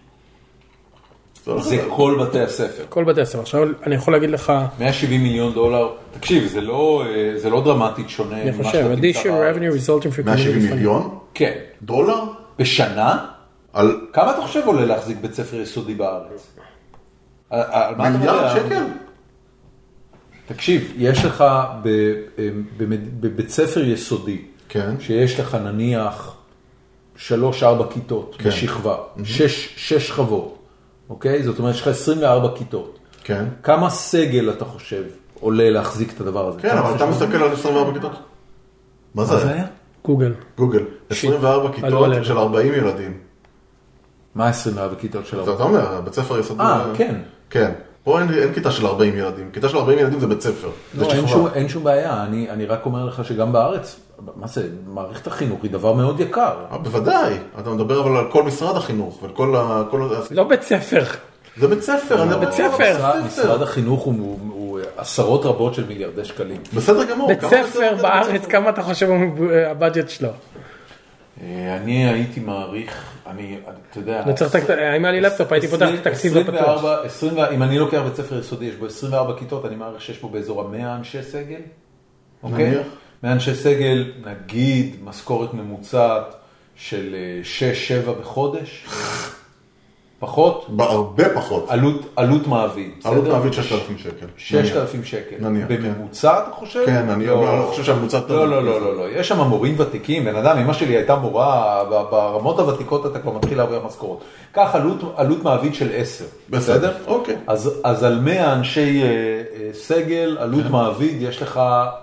זה כל בתי הספר. כל בתי הספר. עכשיו אני יכול להגיד לך... $170 מיליון. תקשיב, זה לא דרמטית שונה. אני חושב, additional revenue resulting from... 170 מיליון? כן. דולר? בשנה? כמה אתה חושב עולה להחזיק בית ספר יסודי בארץ? מיליארד שקל? תקשיב, יש לך בבית ספר יסודי, שיש לך נניח 3-4 כיתות בשכבה, 6 שכבות. אוקיי? זאת אומרת, יש לך 24 כיתות. כן. כמה סגל אתה חושב עולה להחזיק את הדבר הזה? כן, אבל אתה מסתכל על 24 כיתות. מה זה היה? גוגל. 24 כיתות של 40 ילדים. מה 24 כיתות של 40? אתה אומר, בית ספר יסודי. כן. כן. פה אין כיתה של 40 ילדים. כיתה של 40 ילדים זה בית ספר. לא, אין שום בעיה. אני רק אומר לך שגם בארץ, מה זה, מערכת החינוך היא דבר מאוד יקר. בוודאי. אתה מדבר אבל על כל משרד החינוך. לא בית ספר. זה בית ספר. זה בית ספר. משרד החינוך הוא עשרות רבות של מיליארדי שקלים. בסדר גמור. בית ספר בארץ, כמה אתה חושב הבאג'ט שלו? אני הייתי מעריך, אתה יודע... אם היה לי לפטופ, הייתי פותח תקציב לפתוח. אם אני לוקח בית ספר יסודי, יש בו 24 כיתות, אני מעריך שיש בו באזור 100 אנשי סגל. אוקיי? 100 אנשי סגל, נגיד, משכורת ממוצעת של 6-7 בחודש. פחות? הרבה פחות. עלות מעביד. עלות מעביד 6,000 שקל. 6,000 שקל. נניח. בממוצע, אתה חושב? כן, אני לא חושב שהממוצע... לא. יש שם מורים ותיקים, בן אדם, אמא שלי הייתה מורה, ברמות הוותיקות אתה כבר מתחיל להרוויח משכורות. כך עלות מעביד של 10. בסדר? אוקיי. אז על 100 אנשי סגל, עלות מעביד, יש לך...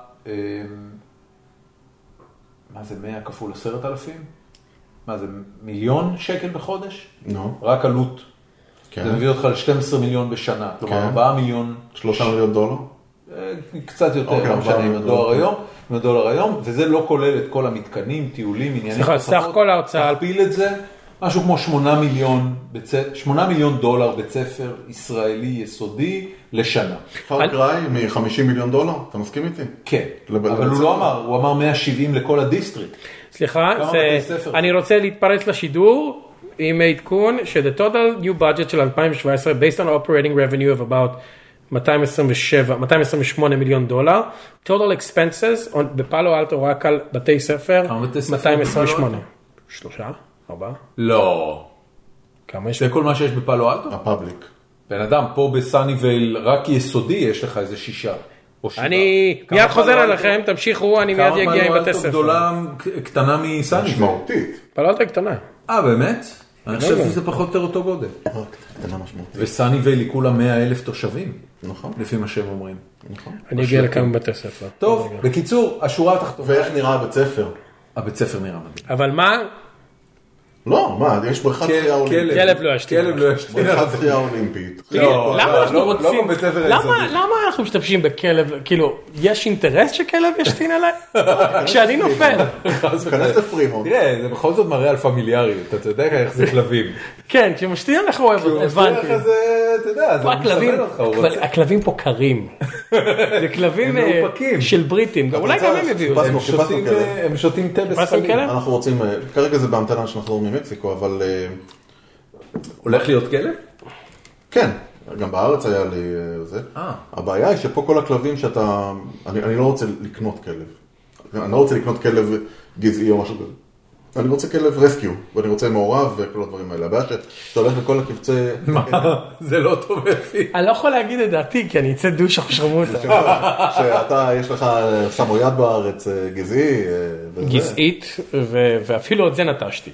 מה זה 100 כפול 10,000? מה זה, מיליון שקל בחודש? רק עלות. זה מביא אותך ל-12 מיליון בשנה. כלומר, 4 מיליון... 3 מיליון דולר? קצת יותר, לא משנה, עם הדולר היום, וזה לא כולל את כל המתקנים, טיולים, עניינים. סליחה, סך כל ההוצאה... תכפיל את זה, משהו כמו 8 מיליון דולר בית ספר ישראלי יסודי לשנה. פאר קריי מ$50 מיליון, אתה מסכים איתי? כן, אבל הוא לא אמר, הוא אמר 170 לכל הדיסטריקט. סליחה, אני רוצה להתפרץ לשידור עם העדכון ש-the total new budget של 2017 based on operating revenue of about 228 מיליון דולר, total expenses בפאלו אלטו רק על בתי ספר, 228. 3? 4? לא. כמה יש? זה כל מה שיש בפאלו אלטו? הפאבליק. בן אדם, פה בסאניוויל רק יסודי יש לך איזה 6 או 7. אני מיד חוזר אליכם, תמשיכו, אני מיד אגיע עם בתי ספר. כמה פאלו אלטו גדולה, קטנה מסאניוויל? משמעותית. פאלו אלטו היא קטנה. באמת? אני חושב שזה פחות או יותר אותו גודל. קטנה משמעותית. וסאניוויל היא כולה 100,000 תושבים. נכון. לפי מה שהם אומרים. נכון. אני אגיע לכמה בתי ספר. טוב, בקיצור, השורה התחתונה. ואיך נראה הבית ספר? הבית ספר נראה מדהים. אבל מה? לא, מה, יש בריכת שחייה אולימפית. כלב לא ישתין. כלב לא ישתין. בריכת שחייה אולימפית. למה אנחנו רוצים, לא בבית ספר היסודי. למה אנחנו משתמשים בכלב, כאילו, יש אינטרס שכלב ישתין עליי? כשאני נופל. כנס לפרימון. תראה, זה בכל זאת מראה על פמיליאריות, אתה יודע איך זה כלבים. כן, כשמשתין עליך הוא אוהב, הבנתי. אתה יודע, זה מסבל אותך. הכלבים פה קרים. זה כלבים של בריטים, אולי גם הם הביאו. הם שותים תה בספלים. אנחנו רוצים, כרגע זה בהמתנה שנחזור ממקסיקו, אבל... הולך להיות כלב? כן, גם בארץ היה לי זה. הבעיה היא שפה כל הכלבים שאתה... אני לא רוצה לקנות כלב. אני לא רוצה לקנות כלב גזעי או משהו כזה. אני רוצה כלב רסקיו, ואני רוצה מעורב וכל הדברים האלה. הבעיה שאתה הולך לכל הקבצי... מה? זה לא טוב אפי. אני לא יכול להגיד את דעתי, כי אני אצא דוש אחושרמוטה. שאתה, יש לך סמויד בארץ גזעי. גזעית, ואפילו את זה נטשתי.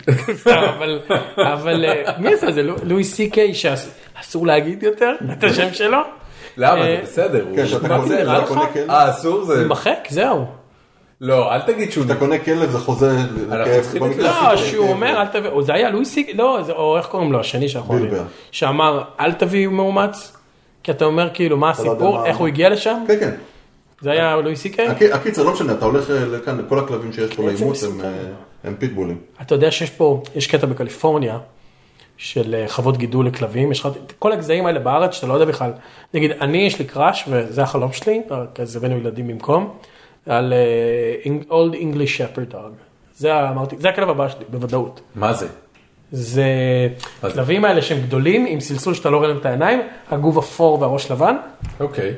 אבל מי זה? זה לואי סי קיי שאסור להגיד יותר את השם שלו? למה? זה בסדר. כן, שאתה קונה כלב. אסור זה... מחק, זהו. לא, אל תגיד שהוא... כשאתה קונה כלב זה חוזה... לא, שהוא אומר, אל תביא... זה היה לואי סי... לא, או איך קוראים לו, השני שאנחנו אומרים. שאמר, אל תביא מאומץ, כי אתה אומר כאילו, מה הסיפור, איך הוא הגיע לשם? כן, כן. זה היה לואי סי קיי? הקיצר, לא משנה, אתה הולך לכאן, כל הכלבים שיש פה לאימוץ הם פיטבולים. אתה יודע שיש פה, יש קטע בקליפורניה, של חוות גידול לכלבים, יש כל הגזעים האלה בארץ, שאתה לא יודע בכלל. נגיד, אני יש לי קראש, וזה החלום שלי, כזה בינו ילדים במקום, על Old English Shepherd Dog. זה הכלב הבא שלי, בוודאות. מה זה? זה כלבים האלה שהם גדולים, עם סלסול שאתה לא רואה להם את העיניים, הגוב אפור והראש לבן. אוקיי.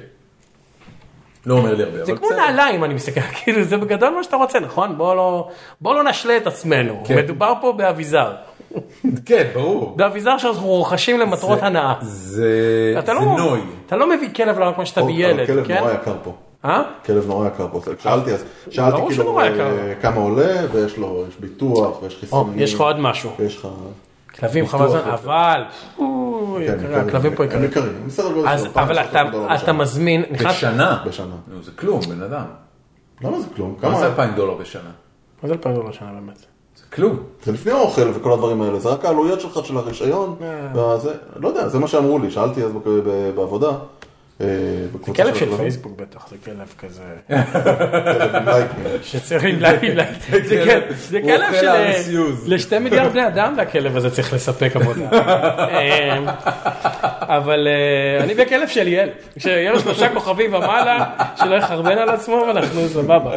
לא אומר לי הרבה. זה כמו נעליים, אני מסתכל, כאילו זה בגדול מה שאתה רוצה, נכון? בוא לא נשלה את עצמנו, מדובר פה באביזר. כן, ברור. באביזר שאנחנו רוכשים למטרות הנאה. זה נוי. אתה לא מביא כלב לעולם כמו שאתה בילד, כן? כלב נורא יקר פה. כלב נורא יקר פה. שאלתי כאילו כמה עולה, ויש לו ביטוח, ויש חיסונים. יש לך עוד משהו. ויש לך... כלבים חבל זמן, אבל... הכלבים פה יקרים. אבל אתה מזמין... בשנה? בשנה. זה כלום, בן אדם. למה זה כלום? מה זה $2,000 בשנה? מה זה $2,000 בשנה באמת? זה כלום. זה לפני האוכל וכל הדברים האלה, זה רק העלויות שלך של הרישיון. לא יודע, זה מה שאמרו לי, שאלתי אז בעבודה. זה כלב של פייסבוק בטח, זה כלב כזה. כלב עם לייקים. שצריך עם לייקים. זה כלב של ל2 מיליארד בני אדם, והכלב הזה צריך לספק עבודה. אבל אני בכלב של יל, שיהיה לו 3 כוכבים ומעלה, שלא יחרבן על עצמו, ואנחנו סבבה.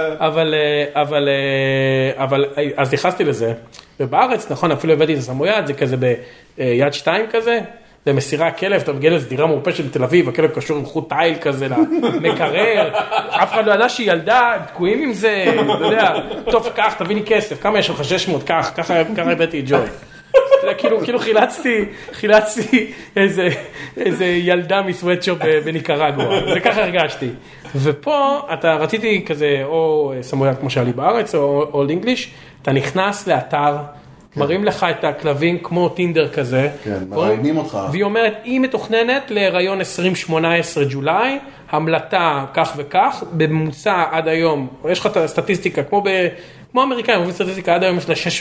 אבל אז נכנסתי לזה, ובארץ, נכון, אפילו הבאתי את הסמויד, זה כזה ביד 2 כזה, במסירה הכלב, אתה מגיע לזה דירה מורפשת בתל אביב, הכלב קשור עם חוט תיל כזה למקרר, אף אחד לא ידע שהיא ילדה, תקועים עם זה, אתה יודע, טוב, קח, תביא לי כסף, כמה יש לך 600, ככה הבאתי את ג'וי. כאילו חילצתי איזה ילדה מסוואטשופ בניקרגואה, זה ככה הרגשתי. ופה אתה רציתי כזה, או סמויד כמו שהיה לי בארץ, או אולד אינגליש, אתה נכנס לאתר, מראים לך את הכלבים כמו טינדר כזה. כן, מראיינים אותך. והיא אומרת, היא מתוכננת להיריון 2018 ג'ולי, המלטה כך וכך, בממוצע עד היום, יש לך את הסטטיסטיקה, כמו אמריקאים, מוביל סטטיסטיקה, עד היום יש לה 6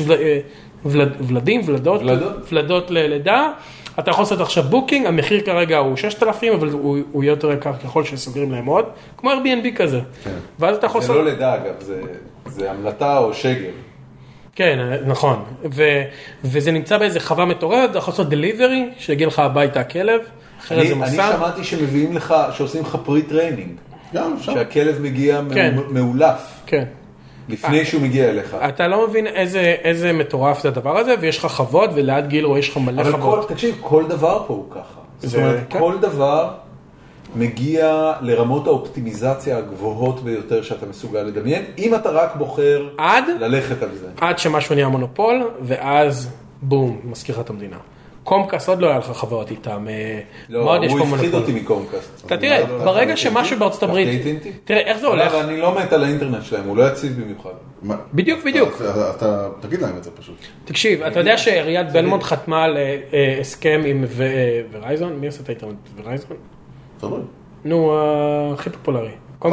ולדות ללידה, אתה יכול לעשות עכשיו בוקינג, המחיר כרגע הוא 6,000, אבל הוא יותר יקר ככל שסוגרים להם עוד, כמו Airbnb כזה. ואז אתה יכול זה לא לידה אגב, זה המלטה או שגר. כן, נכון. וזה נמצא באיזה חווה מטורפת, אתה יכול לעשות דליברי, שיגיע לך הביתה הכלב, אחרי זה מסע. אני שמעתי שמביאים לך, שעושים לך פרי-טריינינג. גם אפשר. שהכלב מגיע מאולף. כן. לפני שהוא מגיע אליך. אתה לא מבין איזה מטורף זה הדבר הזה, ויש לך חוות, וליד גילו יש לך מלא חוות. אבל תקשיב, כל דבר פה הוא ככה. זאת אומרת, כל דבר מגיע לרמות האופטימיזציה הגבוהות ביותר שאתה מסוגל לדמיין, אם אתה רק בוחר ללכת על זה. עד שמשהו נהיה מונופול, ואז בום, מזכיר לך את המדינה. קומקאסט עוד לא היה לך חברות איתם. לא, הוא הפחיד אותי מקומקאסט. אתה תראה, ברגע שמשהו בארצות הברית, תראה איך זה הולך. אני לא מת על האינטרנט שלהם, הוא לא יציב במיוחד. בדיוק. אתה תגיד להם את זה פשוט. תקשיב, אתה יודע שעיריית בלמונט חתמה על הסכם עם ורייזון? מי עושה את האינטרנט? ורייזון? תלוי. נו, הכי פופולרי.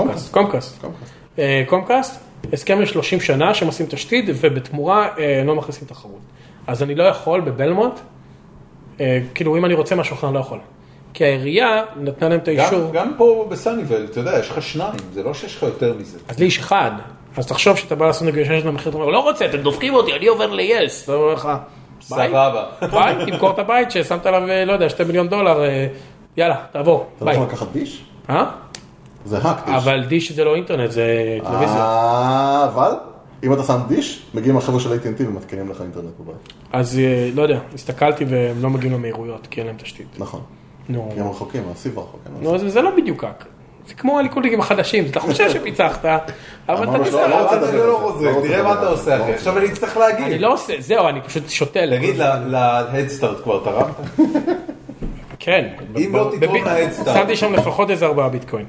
קומקאסט, הסכם ל-30 שנה שהם עושים תשתית, ובתמורה לא מכניסים תחרות. אז אני לא יכול בבלמונט, כאילו אם אני רוצה משהו אחר אני לא יכול. כי העירייה נתנה להם את האישור. גם פה בסניבל, אתה יודע, יש לך שניים, זה לא שיש לך יותר מזה. אז לי יש אחד. אז תחשוב שאתה בא לעשות נגושיית למחיר, אתה אומר, לא רוצה, אתם דופקים אותי, אני עובר ל-yes. אתה אומר לך, סבבה. ביי, תמכור את הבית ששמת עליו, לא יודע, $2 מיליון, יאללה, תעבור, ביי. אתה לא יכול לקחת דיש? זה האק דיש. אבל דיש זה לא אינטרנט, זה טלוויזיה. אבל? אם אתה שם דיש, מגיעים החבר'ה של AT&T ומתקנים לך אינטרנט בבית. אז לא יודע, הסתכלתי והם לא מגיעים למהירויות, כי אין להם תשתית. נכון. נו. כי הם רחוקים, הסיב רחוק. נו, זה לא בדיוק כך. זה כמו הליכודניקים החדשים, אתה חושב שפיצחת, אבל אתה נסתכל. זה לא רוצה, תראה מה אתה עושה אחרי. עכשיו אני אצטרך להגיד. אני לא עושה, זהו, אני פשוט שותל. תגיד, להדסטארט כבר תרמת? כן. אם לא תתרום להדסטארט. שמתי שם לפחות איזה 4 ביטקוין.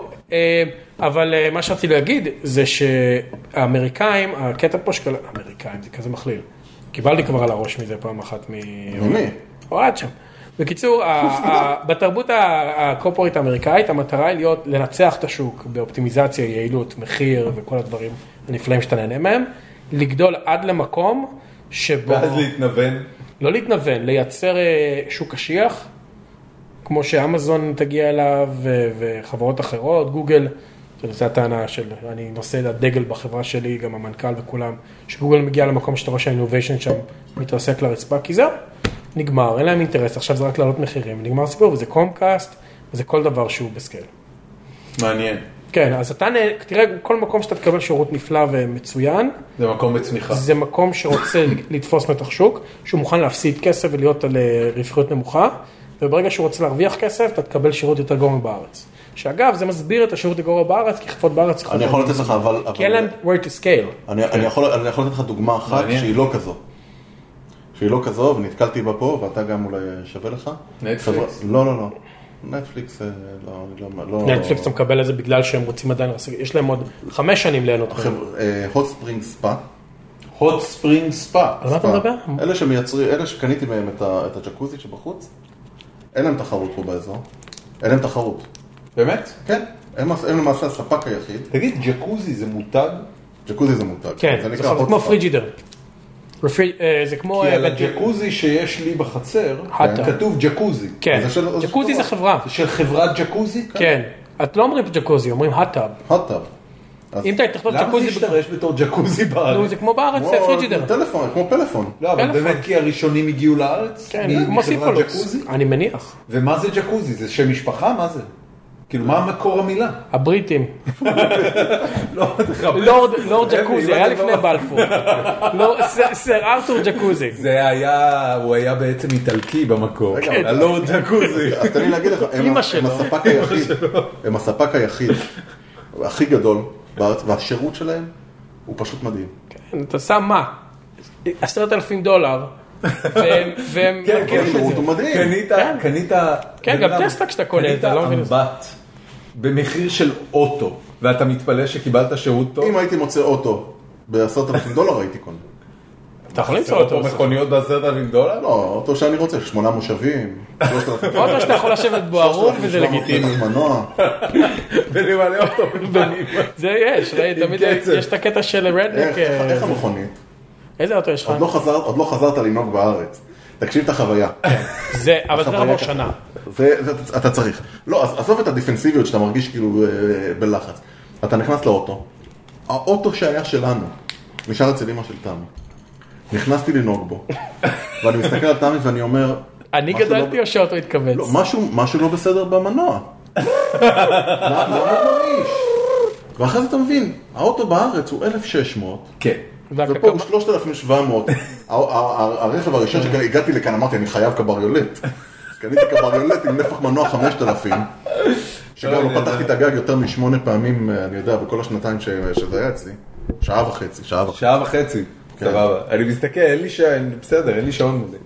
אבל מה שרציתי להגיד זה שהאמריקאים, הקטע פה שכל... האמריקאים, זה כזה מכליל. קיבלתי כבר על הראש מזה פעם אחת ממי? אוהד שם. בקיצור, בתרבות הקורפורית האמריקאית, המטרה היא לנצח את השוק באופטימיזציה, יעילות, מחיר וכל הדברים הנפלאים שאתה נהנה מהם, לגדול עד למקום שבו... ואז להתנוון. לא להתנוון, לייצר שוק קשיח, כמו שאמזון תגיע אליו וחברות אחרות, גוגל, זו הטענה של, אני נושא לדגל בחברה שלי, גם המנכ"ל וכולם, שגוגל מגיע למקום שאתה רואה שהאינוביישן שם מתרסק לרצפה, כי זהו, נגמר, אין להם אינטרס, עכשיו זה רק לעלות מחירים, נגמר סיפור, וזה קומקאסט, וזה כל דבר שהוא בסקייל. מעניין. כן, אז אתה, תראה, כל מקום שאתה תקבל שירות נפלא ומצוין, זה מקום בצמיחה. זה מקום שרוצה לתפוס נתח שוק, שהוא מוכן להפסיד כסף ולהיות על רווחיות נמוכה, וברגע שהוא רוצה להרוויח כסף, אתה תקבל שירות יותר גרוע בארץ. שאגב, זה מסביר את השירות הגרוע בארץ, כי חברות בארץ... אני יכול לתת לך, אבל... כי אין להם where to scale. אני יכול לתת לך דוגמה אחת שהיא לא כזו. שהיא לא כזו, ונתקלתי בה פה, ואתה גם אולי שווה לך. נטפליקס? לא. נטפליקס, לא... נטפליקס אתה מקבל את זה בגלל שהם רוצים עדיין... יש להם עוד 5 שנים ליהנות. hot spring spa. hot spring spa. על מה אתה מדבר? אלה שמייצרים, אלה שקניתי מהם את הג'קוזי שבחוץ, אין להם תחרות פה באזור. אין להם תחרות. באמת? כן. הם למעשה הספק היחיד. תגיד, ג'קוזי זה מותג? ג'קוזי זה מותג. כן, זה כמו פריג'ידר. זה כמו... כי על הג'קוזי שיש לי בחצר, כתוב ג'קוזי. כן, ג'קוזי זה חברה. זה של חברת ג'קוזי? כן. את לא אומרים ג'קוזי, אומרים הטאב. הטאב. אם אתה תכתוב ג'קוזי... למה זה ישתרש בתור ג'קוזי בארץ? נו, זה כמו בארץ, זה פריג'ידר. טלפון, כמו פלאפון. לא, אבל באמת כי הראשונים הגיעו לארץ? כן, כמו סיפולוקס. אני מניח. ומה זה ג'קוזי? זה שם משפחה? מה זה? כאילו, מה מקור המילה? הבריטים. לורד ג'קוזי, היה לפני בלפור. סר ארתור ג'קוזי. הוא היה בעצם איטלקי במקור. הלורד ג'קוזי. אז תן לי להגיד לך, הם הספק היחיד, הכי גדול בארץ, והשירות שלהם הוא פשוט מדהים. כן, אתה שם מה? $10,000. והם... כן, השירות הוא מדהים. קנית... כן, גם טסלה כשאתה קונה, אתה לא מבין. קנית אמבט במחיר של אוטו, ואתה מתפלא שקיבלת שירות טוב? אם הייתי מוצא אוטו $10,000 הייתי קונה. אתה יכול למצוא אוטו. מכוניות $10,000? לא, אוטו שאני רוצה, 8 מושבים, 3,000. אוטו שאתה יכול לשבת בו ערום וזה לגיטימי. מנוע. ולמלא אוטו. זה יש, תמיד יש את הקטע של רדניק. איך המכונית? איזה אוטו יש לך? עוד לא חזרת לנהוג בארץ. תקשיב את החוויה. אבל זה רבו שנה. אתה צריך. לא, אז עזוב את הדיפנסיביות שאתה מרגיש כאילו בלחץ. אתה נכנס לאוטו. האוטו שהיה שלנו, נשאר אצל אמא של תמי. נכנסתי לנהוג בו, ואני מסתכל על תמי ואני אומר... אני גדלתי או שאותו התכווץ? לא, משהו לא בסדר במנוע. לא מרגיש. ואחרי זה אתה מבין, האוטו בארץ הוא 1,600. כן. ופה הוא 3,700. הרכב הראשון שהגעתי לכאן, אמרתי, אני חייב קבריולט. אז קניתי קבריולט עם נפח מנוע 5,000. שגם לא פתחתי את הגג יותר מ8 פעמים, אני יודע, בכל השנתיים שזה היה אצלי. שעה וחצי. סבבה. אני מסתכל, אין לי שעון, בסדר, אין לי שעון מולי.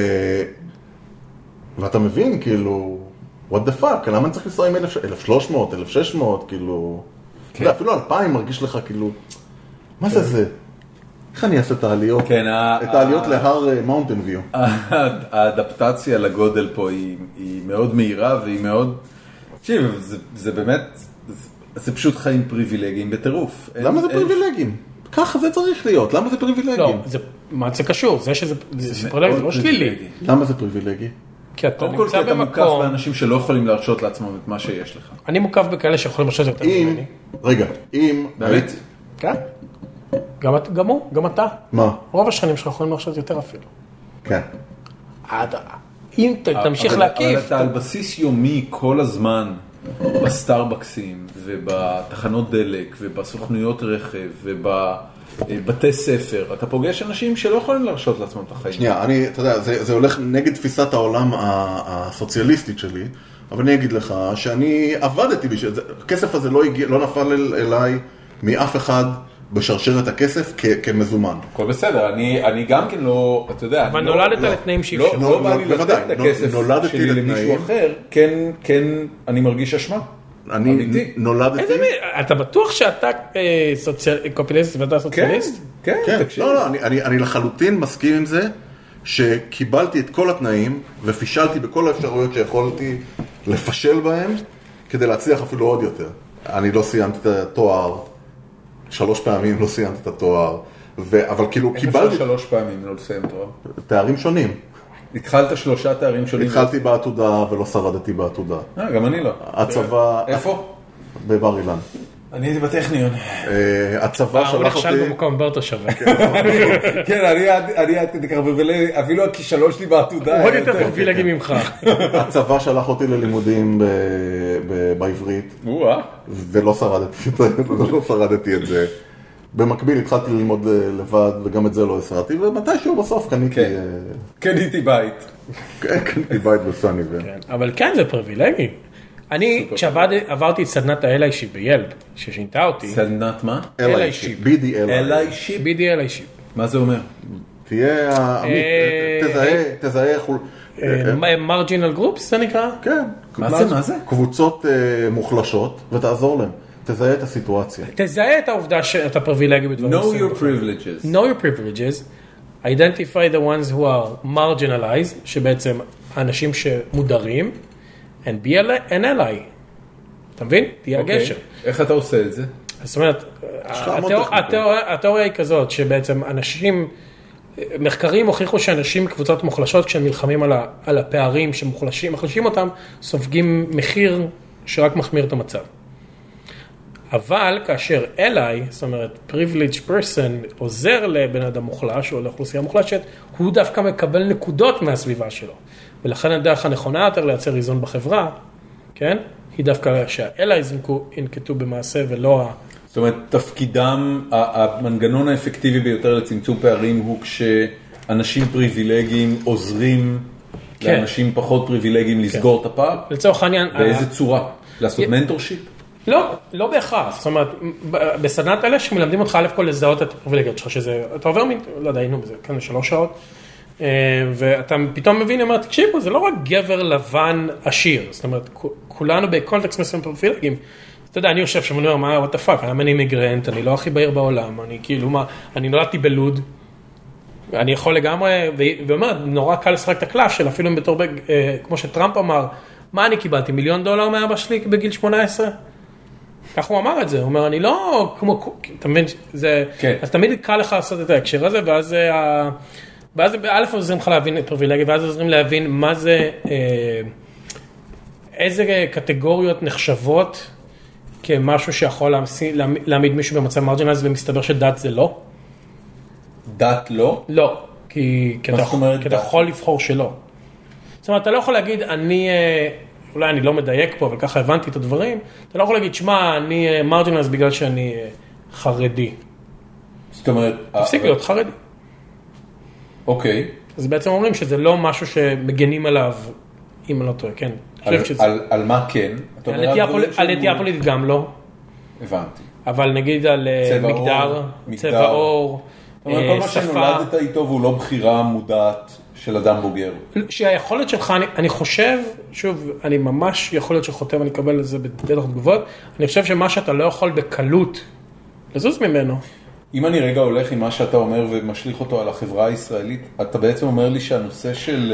ואתה מבין, כאילו, what the fuck, למה אני צריך לנסוע עם 1,300, 1,600, כאילו... אפילו 2,000 מרגיש לך, כאילו, מה זה? איך אני אעשה את העליות? כן, את העליות להר מאונטן ויו. האדפטציה לגודל פה היא מאוד מהירה, והיא מאוד... תקשיב, זה באמת... זה פשוט חיים פריבילגיים בטירוף. למה זה פריבילגיים? ככה זה צריך להיות, למה זה פריבילגי? לא, מה זה קשור? זה שזה פריבילגי, זה לא שלילי. למה זה פריבילגי? כי אתה קודם כל, כי אתה מוקף באנשים שלא יכולים להרשות לעצמם את מה שיש לך. אני מוקף בכאלה שיכולים להרשות יותר ממני. רגע, אם... באמת? כן. גם הוא, גם אתה. מה? רוב השכנים שלך יכולים להרשות יותר אפילו. כן. אם תמשיך להקיף... אבל אתה על בסיס יומי כל הזמן בסטארבקסים ובתחנות דלק ובסוכנויות רכב ובבתי ספר, אתה פוגש אנשים שלא יכולים להרשות לעצמם את החיים. שנייה, אתה יודע, זה הולך נגד תפיסת העולם הסוציאליסטית שלי, אבל אני אגיד לך שאני עבדתי בשביל זה, הכסף הזה לא נפל אליי מאף אחד בשרשרת הכסף כמזומן. הכל בסדר, אני גם כן לא, אתה יודע, אבל נולדת לתנאים שאי אפשר. לא בא לי לתת את הכסף שלי למישהו אחר, כן, אני מרגיש אשמה. אני נולדתי... אתה בטוח שאתה קופיליסט ואתה סוציאליסט? כן, תקשיב. לא, אני לחלוטין מסכים עם זה, שקיבלתי את כל התנאים, ופישלתי בכל האפשרויות שיכולתי לפשל בהם, כדי להצליח אפילו עוד יותר. אני לא סיימתי את התואר, 3 פעמים לא סיימתי את התואר, אבל כאילו קיבלתי... איך 3 פעמים לא לסיים תואר? תארים שונים. התחלת 3 תארים שונים? התחלתי בעתודה ולא שרדתי בעתודה. גם אני לא. הצבא... איפה? בבר אילן. אני הייתי בטכניון. הצבא שלח אותי... הוא נכשל במקום באותו שווה. כן, אני עד כדי כך פריבילגי, אפילו הכישלון שלי בעתודה. הוא עוד יותר פריבילגי ממך. הצבא שלח אותי ללימודים בעברית, ולא שרדתי את זה. במקביל התחלתי ללמוד לבד, וגם את זה לא הסרתי, ומתישהו בסוף קניתי בית. קניתי בית בסניבל. אבל כן, זה פריבילגי. אני, כשעברתי את סדנת ה-LI ביילב, ששינתה אותי. סדנת מה? LI BDLI. מה זה אומר? תזהה מרג'ינל גרופס זה נקרא? כן. מה זה? קבוצות מוחלשות, ותעזור להם. תזהה את הסיטואציה. תזהה את העובדה שאתה פריבילגי בדברים. Know your privileges. Know your privileges. Identify the ones who are marginalized, שבעצם אנשים שמודרים. And be an ally. אתה מבין? תהיה הגשר. איך אתה עושה את זה? זאת אומרת, התיאוריה היא כזאת, שבעצם אנשים, מחקרים הוכיחו שאנשים מקבוצות מוחלשות, כשהם נלחמים על הפערים שמוחלשים אותם, סופגים מחיר שרק מחמיר את המצב. אבל כאשר ally, זאת אומרת, privileged person, עוזר לבן אדם מוחלש, או לאוכלוסייה מוחלשת, הוא דווקא מקבל נקודות מהסביבה שלו. ולכן הדרך הנכונה יותר לייצר איזון בחברה, כן? היא דווקא שה-allies ינקטו במעשה ולא זאת אומרת, תפקידם, המנגנון האפקטיבי ביותר לצמצום פערים הוא כשאנשים פריבילגיים עוזרים לאנשים פחות פריבילגיים לסגור את הפער? לצורך העניין... באיזה צורה? לעשות מנטורשיפ? לא בהכרח. זאת אומרת, בסדנת אלה שמלמדים אותך א' כל לזהות את הפריבילגיות שלך, שזה, אתה עובר לא יודע, היינו בזה, כאן 3 שעות, ואתה פתאום מבין, אומר, תקשיבו, זה לא רק גבר לבן עשיר, זאת אומרת, כולנו בקונטקסט מסוים פריבילגיים, אתה יודע, אני יושב שם, אני אומר, מה, what the fuck, אני מיגרנט, אני לא הכי בהיר בעולם, אני כאילו, מה, אני נולדתי בלוד, אני יכול לגמרי, ואומר, נורא קל לשחק את הקלף של אפילו בתור, כמו שטראמפ אמר, מה אני קיבלתי, $1,000,000 מאבא שלי בגיל 18? כך הוא אמר את זה, הוא אומר, אני לא, כמו, אתה מבין, זה, אז תמיד קל לך לעשות את ההקשר הזה, ואז א' עוזרים לך להבין את פריבילגיה, ואז עוזרים להבין מה זה, איזה קטגוריות נחשבות כמשהו שיכול להעמיד מישהו במצב מרג'ינליז, ומסתבר שדת זה לא. דת לא? לא, כי אתה יכול לבחור שלא. זאת אומרת, אתה לא יכול להגיד, אולי אני לא מדייק פה, אבל ככה הבנתי את הדברים, אתה לא יכול להגיד, שמע, אני מרג'ינלס בגלל שאני חרדי. זאת אומרת... תפסיק להיות חרדי. אוקיי. אז בעצם אומרים שזה לא משהו שמגנים עליו, אם אני לא טועה, כן. על מה כן? על נטייה פוליטית גם לא. הבנתי. אבל נגיד על מגדר, צבע עור, שפה. כל מה שנולדת איתו והוא לא בחירה מודעת של אדם בוגר. שהיכולת שלך, אני חושב, שוב, אני ממש יכול להיות שחותם, אני אקבל את זה בדרך תגובות, אני חושב שמה שאתה לא יכול בקלות לזוז ממנו. אם אני רגע הולך עם מה שאתה אומר ומשליך אותו על החברה הישראלית, אתה בעצם אומר לי שהנושא של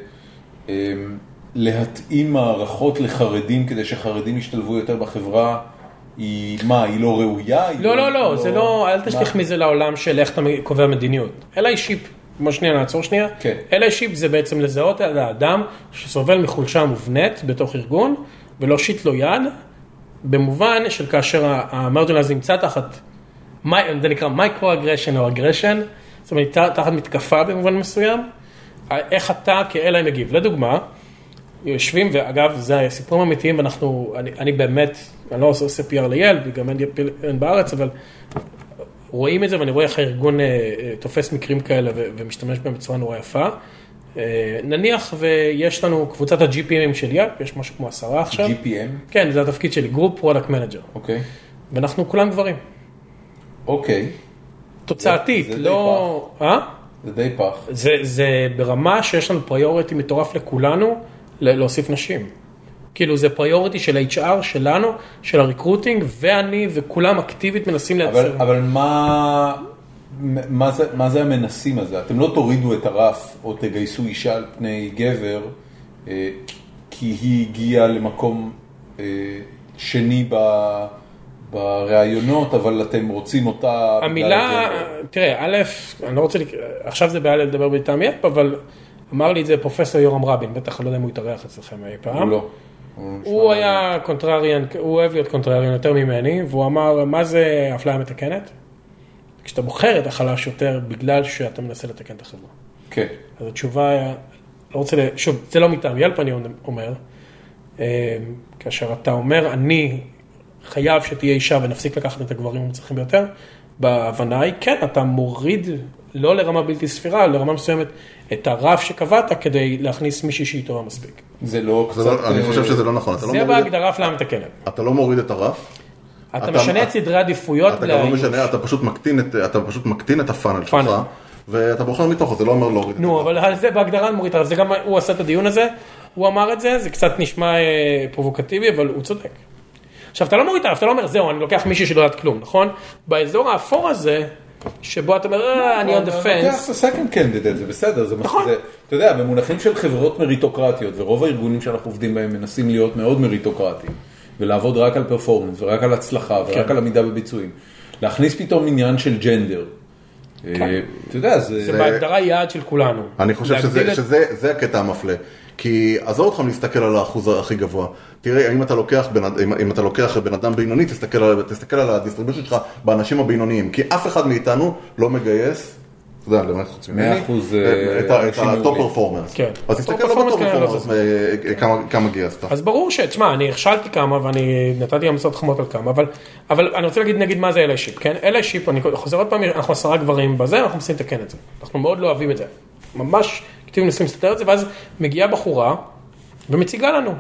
להתאים מערכות לחרדים כדי שחרדים ישתלבו יותר בחברה, היא מה, היא לא ראויה? לא, זה לא, אל תשליך מזה לעולם של איך אתה קובע מדיניות. אלא אישיפ, כמו שנייה, נעצור שנייה. אלא אישיפ זה בעצם לזהות על האדם שסובל מחולשה מובנית בתוך ארגון, ולא שיט לו יד, במובן של כאשר המרג'ינלס נמצא תחת, זה נקרא מייקרו-אגרשן או אגרשן, זאת אומרת, תחת מתקפה במובן מסוים, איך אתה כאלה מגיב. לדוגמה, יושבים, ואגב, זה הסיפורים אמיתיים, אני באמת, אני לא עושה PR ליל, וגם אין בארץ, אבל רואים את זה, ואני רואה איך הארגון תופס מקרים כאלה, ומשתמש בהם בצורה נורא יפה. נניח, ויש לנו קבוצת ה-GPMים של יד, יש משהו כמו 10 עכשיו. GPM? כן, זה התפקיד שלי, Group Product Manager. אוקיי. ואנחנו כולם גברים. אוקיי. תוצאתית, לא... זה די פח. זה ברמה שיש לנו פריוריטי מטורף לכולנו, להוסיף נשים. כאילו זה פריוריטי של HR שלנו, של הריקרוטינג, ואני וכולם אקטיבית מנסים לייצר. אבל מה זה המנסים הזה? אתם לא תורידו את הרף או תגייסו אישה על פני גבר, כי היא הגיעה למקום שני ברעיונות, אבל אתם רוצים אותה... המילה, תראה, א', אני לא רוצה, עכשיו זה בעיה לדבר בטעם יפ, אבל אמר לי את זה פרופסור יורם רבין, בטח לא יודע אם הוא יתארח אצלכם אי פעם. הוא לא. הוא היה קונטרריאן, הוא אוהב להיות קונטרריאן יותר ממני, והוא אמר, מה זה אפליה מתקנת? כשאתה בוחר את החלש יותר, בגלל שאתה מנסה לתקן את החברה. כן. אז התשובה היה, לא רוצה, שוב, זה לא מטעם ילפ, אני אומר, כאשר אתה אומר, אני חייב שתהיה אישה ונפסיק לקחת את הגברים המצליחים ביותר, בהבנה היא, כן, אתה מוריד, לא לרמה בלתי ספירה, לרמה מסוימת, את הרף שקבעת כדי להכניס מישהי שהיא טובה מספיק. זה לא קצת... אני חושב שזה לא נכון. זה בהגדרה אפליה מתקנת. אתה לא מוריד את הרף. אתה משנה את סדרי עדיפויות. אתה גם לא משנה, אתה פשוט מקטין את הפאנל שלך, ואתה בוחר מתוכו, זה לא אומר להוריד את הרף. נו, אבל על זה בהגדרה מוריד את הרף, זה גם, הוא עשה את הדיון הזה, הוא אמר את זה, זה קצת נשמע פרובוקטיבי, אבל הוא צודק. עכשיו, אתה לא מוריד את הרף, אתה לא אומר, זהו, אני לוקח מישהי שלא יודעת כלום, נכון? באזור האפור הזה, שבו אתה אומר, אני on the fence. לוקח את ה-second candidate, זה בסדר, זה נכון. אתה יודע, במונחים של חברות מריטוקרטיות, ורוב הארגונים שאנחנו עובדים בהם מנסים להיות מאוד מריטוקרטיים, ולעבוד רק על פרפורמנס, ורק על הצלחה, ורק על עמידה בביצועים. להכניס פתאום עניין של ג'נדר. אתה יודע, זה בהגדרה יעד של כולנו. אני חושב שזה הקטע המפלה. כי עזור אותך להסתכל על האחוז הכי גבוה. תראה, אם אתה לוקח בן אדם בינוני, תסתכל על הדיסטריביושן שלך באנשים הבינוניים. כי אף אחד מאיתנו לא מגייס, אתה יודע, למעט חוץ ממני, את הטופ פרפורמנס. אז תסתכל על הטופ פרפורמנס, כמה גייסת. אז ברור תשמע, אני הכשלתי כמה, ואני נתתי גם מסעות חמות על כמה, אבל אני רוצה נגיד מה זה LA-Ship, כן? LA-Ship, אני חוזר עוד פעם, אנחנו 10 גברים בזה, אנחנו מנסים לתקן את זה. אנחנו מאוד לא אוהבים את זה. ממש כתיב נסים לסתר את זה, ואז מגיעה בחורה ומציגה לנו.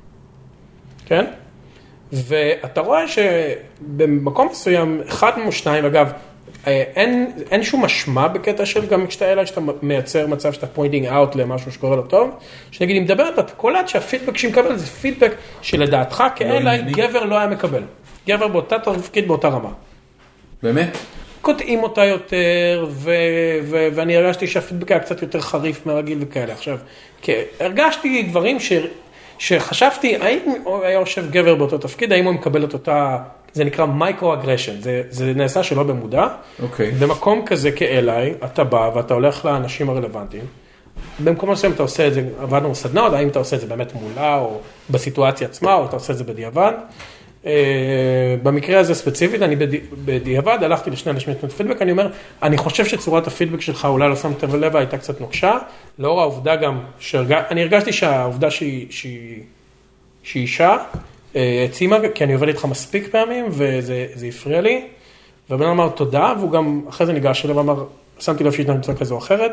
כן? ואתה רואה שבמקום מסוים, אחד משניים, אגב, אין שום משמע בקטע של גם כשאתה אלה, שאתה מייצר מצב שאתה pointing out למשהו שקורה לו טוב, שנגיד, אם מדברת, את קולט שהפידבק שהיא מקבל זה פידבק שלדעתך כאלה, גבר לא היה מקבל. גבר באותה תפקיד באותה רמה. באמת? קוטעים אותה יותר, ואני הרגשתי שהפידבק היה קצת יותר חריף מהרגיל וכאלה. עכשיו, הרגשתי דברים שחשבתי, האם היה יושב גבר באותו תפקיד, האם הוא מקבל את אותה, זה נקרא מייקרו-אגרשן, זה נעשה שלא במודע. במקום כזה כאליי, אתה בא ואתה הולך לאנשים הרלוונטיים, במקום מסוים אתה עושה את זה, עבדנו סדנאות, האם אתה עושה את זה באמת מולה, או בסיטואציה עצמה, או אתה עושה את זה בדיעבד, במקרה הזה ספציפית, אני בדיעבד הלכתי לשני אנשים לתת פידבק, אני אומר, אני חושב שצורת הפידבק שלך אולי לא שמת לב, הייתה קצת נוקשה, לאור העובדה גם, אני הרגשתי שהעובדה שהיא אישה, העצימה, כי אני עובד איתך מספיק פעמים, וזה הפריע לי, והבן אמר תודה, והוא גם אחרי זה ניגש אליו ואמר, שמתי לב שהתנהגות כזו או אחרת,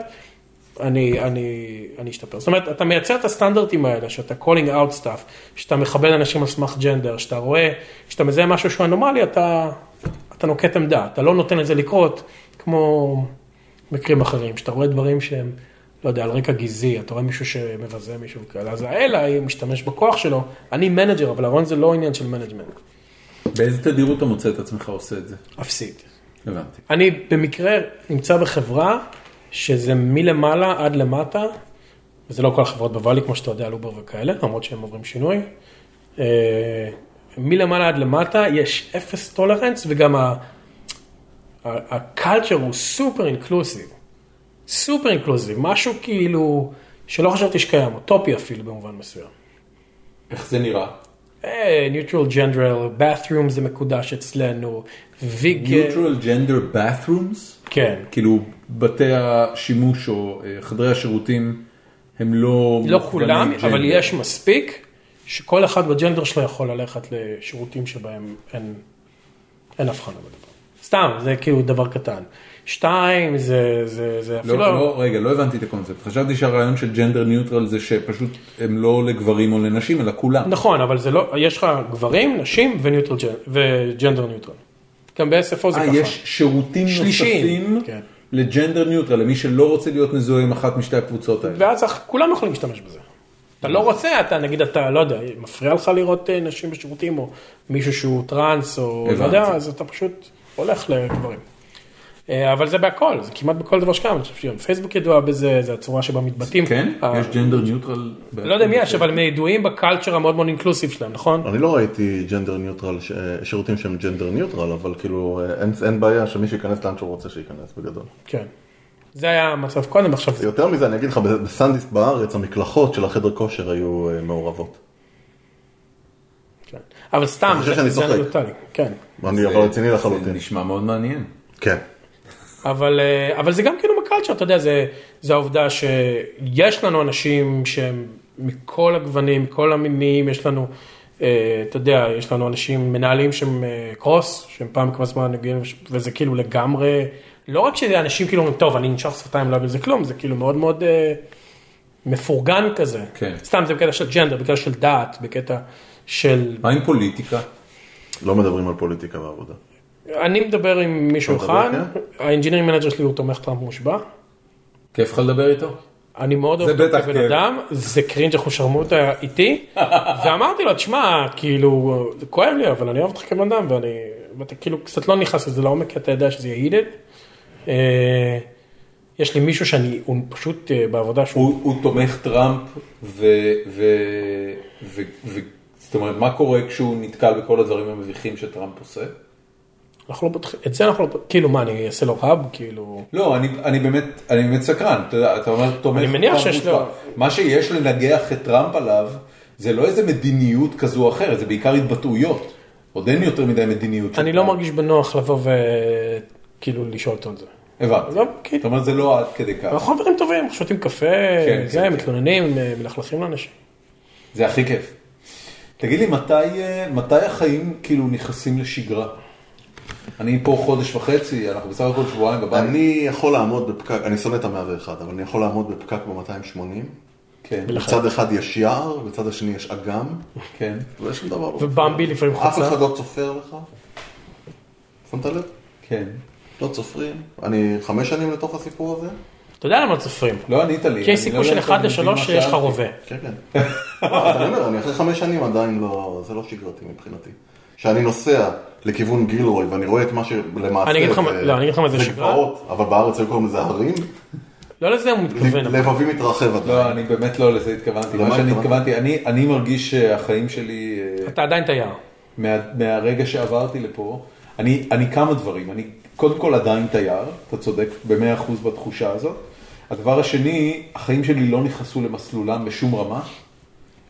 אני אשתפר. זאת אומרת, אתה מייצר את הסטנדרטים האלה, שאתה calling out stuff, שאתה מכבד אנשים על סמך ג'נדר, שאתה רואה, שאתה מזהה משהו שהוא אנומלי, אתה נוקט עמדה, אתה לא נותן לזה לקרות, כמו מקרים אחרים, שאתה רואה דברים שהם, לא יודע, על רקע גזעי, אתה רואה מישהו שמבזה מישהו כאלה, אז האלה, היא משתמש בכוח שלו, אני מנג'ר, אבל הרעיון זה לא עניין של מנג'מנט. באיזה תדירות אתה מוצא את עצמך עושה את זה? אפסית. הבנתי. אני במקרה נמצא בחברה, שזה מלמעלה עד למטה, וזה לא כל החברות בוואלי, כמו שאתה יודע, על אובר וכאלה, למרות שהם עוברים שינוי. מלמעלה עד למטה יש אפס טולרנס, וגם הקלצ'ר הוא סופר אינקלוסיב. סופר אינקלוסיב, משהו כאילו שלא חשבתי שקיים, אוטופי אפילו במובן מסוים. איך זה נראה? neutral gender, bathrooms זה מקודש אצלנו, neutral gender bathrooms? כן. כאילו בתי השימוש או חדרי השירותים הם לא... לא כולם, אבל יש מספיק שכל אחד בג'נדר שלו יכול ללכת לשירותים שבהם אין הבחנה בדבר. סתם, זה כאילו דבר קטן. 2, זה אפילו... לא, רגע, לא הבנתי את הקונספט. חשבתי שהרעיון של ג'נדר ניוטרל זה שפשוט הם לא לגברים או לנשים, אלא כולם. נכון, אבל זה לא, יש לך גברים, נשים וג'נדר ניוטרל. גם ב-SFO זה ככה. יש שירותים נוספים לג'נדר ניוטרל, למי שלא רוצה להיות מזוהה עם אחת משתי הקבוצות האלה. ואז כולם יכולים להשתמש בזה. אתה לא רוצה, אתה נגיד, אתה לא יודע, מפריע לך לראות נשים בשירותים, או מישהו שהוא טרנס, או לא יודע, אז אתה פשוט הולך לגברים. אבל זה בהכל, זה כמעט בכל דבר שקיים, אני חושב שגם פייסבוק ידוע בזה, זה הצורה שבה מתבטאים. כן? יש ג'נדר ניוטרל? לא יודע מי יש, אבל הם ידועים בקלצ'ר המאוד מאוד אינקלוסיב שלהם, נכון? אני לא ראיתי ג'נדר ניוטרל, שירותים שהם ג'נדר ניוטרל, אבל כאילו אין בעיה שמי שיכנס לאן שהוא רוצה שיכנס בגדול. כן. זה היה המצב קודם, עכשיו... יותר מזה, אני אגיד לך, בסנדיסט בארץ, המקלחות של החדר כושר היו מעורבות. כן. אבל סתם, זה נוטלי, כן. אני אבל רציני לחלוטין. זה נשמע מאוד מעניין. כן. אבל זה גם כאילו בקלצ'ר, אתה יודע, זה העובדה שיש לנו אנשים שהם מכל הגוונים, מכל המינים, יש לנו, אתה יודע, יש לנו אנשים מנהלים שהם קרוס, שהם פעם כמה זמן נגיעים, וזה כאילו לגמרי, לא רק שזה אנשים כאילו אומרים, טוב, אני נשאר שפתיים, לא בזה כלום, זה כאילו מאוד מאוד מפורגן כזה. כן. סתם, זה בקטע של ג'נדר, בקטע של דת, בקטע של... מה עם פוליטיקה? לא מדברים על פוליטיקה בעבודה. אני מדבר עם מישהו אחד, האנג'ינירינג מנג'ר שלי הוא תומך טראמפ מושבע. כיף לך לדבר איתו? אני מאוד אוהב את הבן אדם, זה קרינג' אנחנו שרמוטה איתי, ואמרתי לו, תשמע, כאילו, זה כואב לי, אבל אני אוהב אותך כבן אדם, ואתה כאילו קצת לא נכנס לזה לעומק, כי אתה יודע שזה יעידד. יש לי מישהו הוא פשוט בעבודה שהוא... הוא תומך טראמפ, זאת אומרת, מה קורה כשהוא נתקל בכל הדברים המביכים שטראמפ עושה? את זה אנחנו לא, כאילו מה, אני אעשה לו רב, כאילו... לא, אני באמת סקרן, אתה אומר, תומך... אני מניח שיש לו... מה שיש לנגח את טראמפ עליו, זה לא איזה מדיניות כזו או אחרת, זה בעיקר התבטאויות. עוד אין יותר מדי מדיניות. אני לא מרגיש בנוח לבוא וכאילו לשאול אותו את זה. הבנתי. זאת אומרת, זה לא עד כדי כך. אנחנו חברים טובים, שותים קפה, מתלוננים, מלכלכים לאנשים. זה הכי כיף. תגיד לי, מתי החיים כאילו נכנסים לשגרה? אני פה חודש וחצי, אנחנו בסך הכל שבועיים בבית. אני יכול לעמוד בפקק, אני שונא את ה-101, אבל אני יכול לעמוד בפקק ב-280. כן. בצד אחד יש יער, בצד השני יש אגם. כן. ויש שום דבר. ובמבי לפעמים חוצה. אף אחד לא צופר לך. שמת לב? כן. לא צופרים. אני 5 שנים לתוך הסיפור הזה. אתה יודע למה צופרים? לא ענית לי. כי יש סיכוי של 1-3 שיש לך רובה. כן, כן. אני אומר, אני אחרי 5 שנים עדיין לא, זה לא שגרתי מבחינתי. שאני נוסע לכיוון גילרוי, ואני רואה את מה שלמעשה... אני אגיד לך מה זה שגרה. גבעות, אבל בארץ היו קוראים לזה הרים. לא לזה הוא מתכוון. לבבי מתרחב עדיין. לא, אני באמת לא לזה התכוונתי. מה שאני התכוונתי, אני מרגיש שהחיים שלי... אתה עדיין תייר. מהרגע שעברתי לפה, אני כמה דברים. אני קודם כל עדיין תייר, אתה צודק ב100% בתחושה הזאת. הדבר השני, החיים שלי לא נכנסו למסלולם בשום רמה. זאת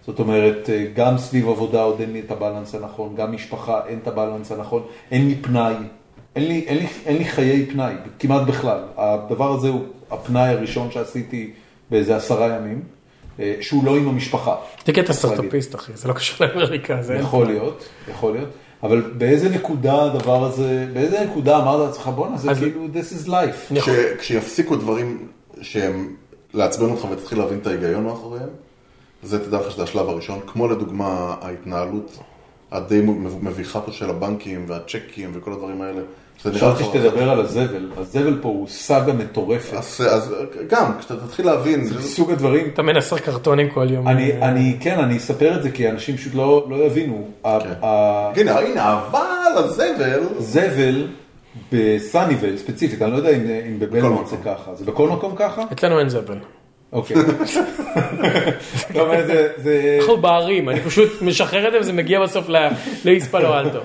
זאת אומרת, גם סביב עבודה עוד אין לי את הבלנס הנכון, גם משפחה אין את הבלנס הנכון, אין לי פנאי, אין לי חיי פנאי, כמעט בכלל. הדבר הזה הוא הפנאי הראשון שעשיתי באיזה 10 ימים, שהוא לא עם המשפחה. תגיד את הסטארט-אפיסט, אחי, זה לא קשור לאמריקה. יכול להיות. אבל באיזה נקודה הדבר הזה, באיזה נקודה אמרת לעצמך, בונה, זה כאילו, this is life. כשיפסיקו דברים שהם לעצבן אותך ותתחיל להבין את ההיגיון מאחוריהם, זה תדע לך שזה השלב הראשון, כמו לדוגמה ההתנהלות הדי מביכה פה של הבנקים והצ'קים וכל הדברים האלה. חשבתי שתדבר על הזבל, הזבל פה הוא סאגה מטורפת. אז גם, כשאתה תתחיל להבין, זה סוג הדברים. אתה מנסר קרטונים כל יום. אני אספר את זה כי אנשים פשוט לא יבינו. הנה, אבל הזבל. זבל בסניבל ספציפית, אני לא יודע אם בבלמונט זה ככה. זה בכל מקום ככה? אצלנו אין זבל. אוקיי. זאת אומרת, זה... אנחנו בערים, אני פשוט משחרר את זה וזה מגיע בסוף לאיסט פאלו אלטו.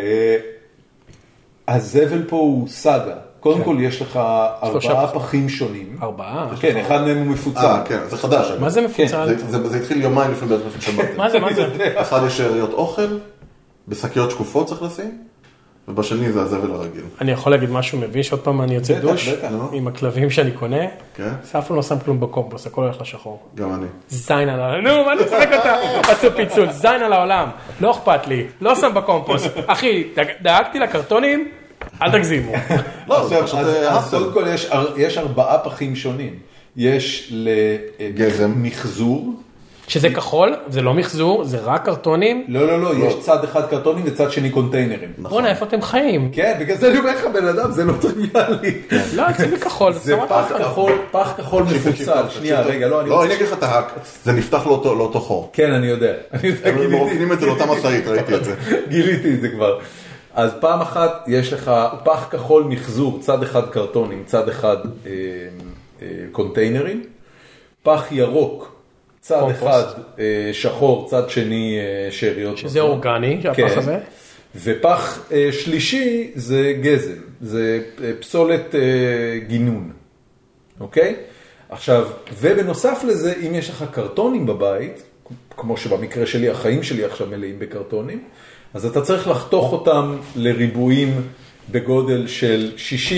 הזבל פה הוא סאגה. קודם כל יש לך 4 פחים שונים. 4? כן, אחד מהם הוא מפוצל. כן, זה חדש. מה זה מפוצל? זה התחיל יומיים לפני בעצם שמעתם. מה זה? אחד יש שאריות אוכל, בשקיות שקופות צריך לשים, ובשני זה הזבל הרגיל. אני יכול להגיד משהו מביש, עוד פעם אני יוצא דוש, עם הכלבים שאני קונה, זה אף פעם לא שם כלום בקומפוסט, הכל הולך לשחור. גם אני. זין על העולם, נו, מה אני צחק אותה? עשו פיצול, זין על העולם, לא אכפת לי, לא שם בקומפוסט. אחי, דאגתי לקרטונים, אל תגזימו. אז קודם כל יש 4 פחים שונים. יש למחזור. שזה כחול, זה לא מחזור, זה רק קרטונים. לא, יש צד אחד קרטונים וצד שני קונטיינרים. בוא'נה, איפה אתם חיים? כן, בגלל זה אני אומר לך בן אדם, זה לא טריוויאלי. לא, אצלי כחול. זה פח כחול מפוצל. שנייה, רגע, לא, אני אגיד לך את ההק, זה נפתח לאותו חור. כן, אני יודע. הם מרוקנים את זה לאותה מסעית, ראיתי את זה. גיליתי את זה כבר. אז פעם אחת יש לך פח כחול מחזור, צד אחד קרטונים, צד אחד קונטיינרים. פח ירוק, צד אחד שחור, צד שני שאריות. שזה אורגני, הפח הזה. ופח שלישי זה גזל, זה פסולת גינון. אוקיי? עכשיו, ובנוסף לזה, אם יש לך קרטונים בבית, כמו שבמקרה שלי, החיים שלי עכשיו מלאים בקרטונים, אז אתה צריך לחתוך אותם לריבועים בגודל של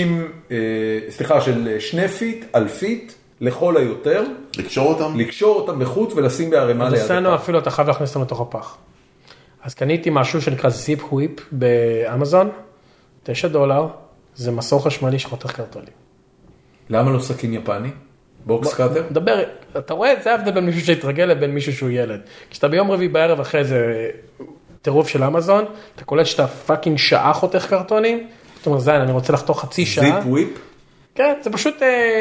2 פיט על פיט, לכל היותר. לקשור אותם בחוט ולשים בערימה ליד הפח. עשינו אפילו, אתה חייב להכניס אותם לתוך הפח. אז קניתי משהו שנקרא זיפ וויפ באמזון, $9, זה מסור חשמלי שחותך קרטונים. למה לא סכין יפני? בוקס קאטר? דבר, אתה רואה, זה ההבדל בין מישהו שהתרגל לבין מישהו שהוא ילד. כשאתה ביום רביעי בערב אחרי זה טירוף של אמזון, אתה קולט שאתה פאקינג שעה חותך קרטונים, אתה אומר, זין, אני רוצה לחתוך חצי שעה. זיפ וויפ? כן, זה פשוט,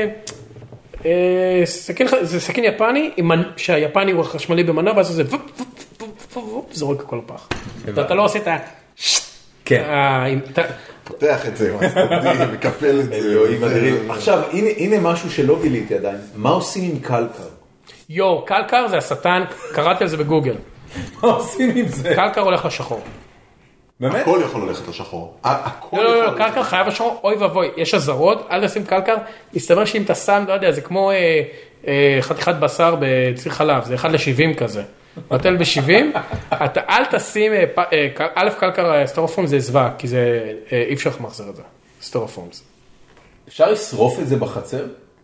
זה סכין יפני, שהיפני הוא חשמלי במנוע, ואז זה זורק הכל לפח. אתה לא עושה את ה... כן. פותח את זה, מקפל את זה. עכשיו, הנה משהו שלא גיליתי עדיין. מה עושים עם קלקר? קלקר זה השטן, קראתי על זה בגוגל. מה עושים עם זה? קלקר הולך לשחור. באמת? הכל יכול ללכת לשחור. לא, קלקר חייב לשחור, אוי ואבוי, יש הזרות, אל תשים קלקר, מסתבר שאם אתה שם, לא יודע, זה כמו חתיכת בשר בציר חלב, זה 1:70 כזה. נוטל ב-70, אתה אל תשים, א' קלקר סטרופום זה זווה, כי זה, אי אפשר מחזר את זה, סטרופום. אפשר לשרוף את זה בחצר?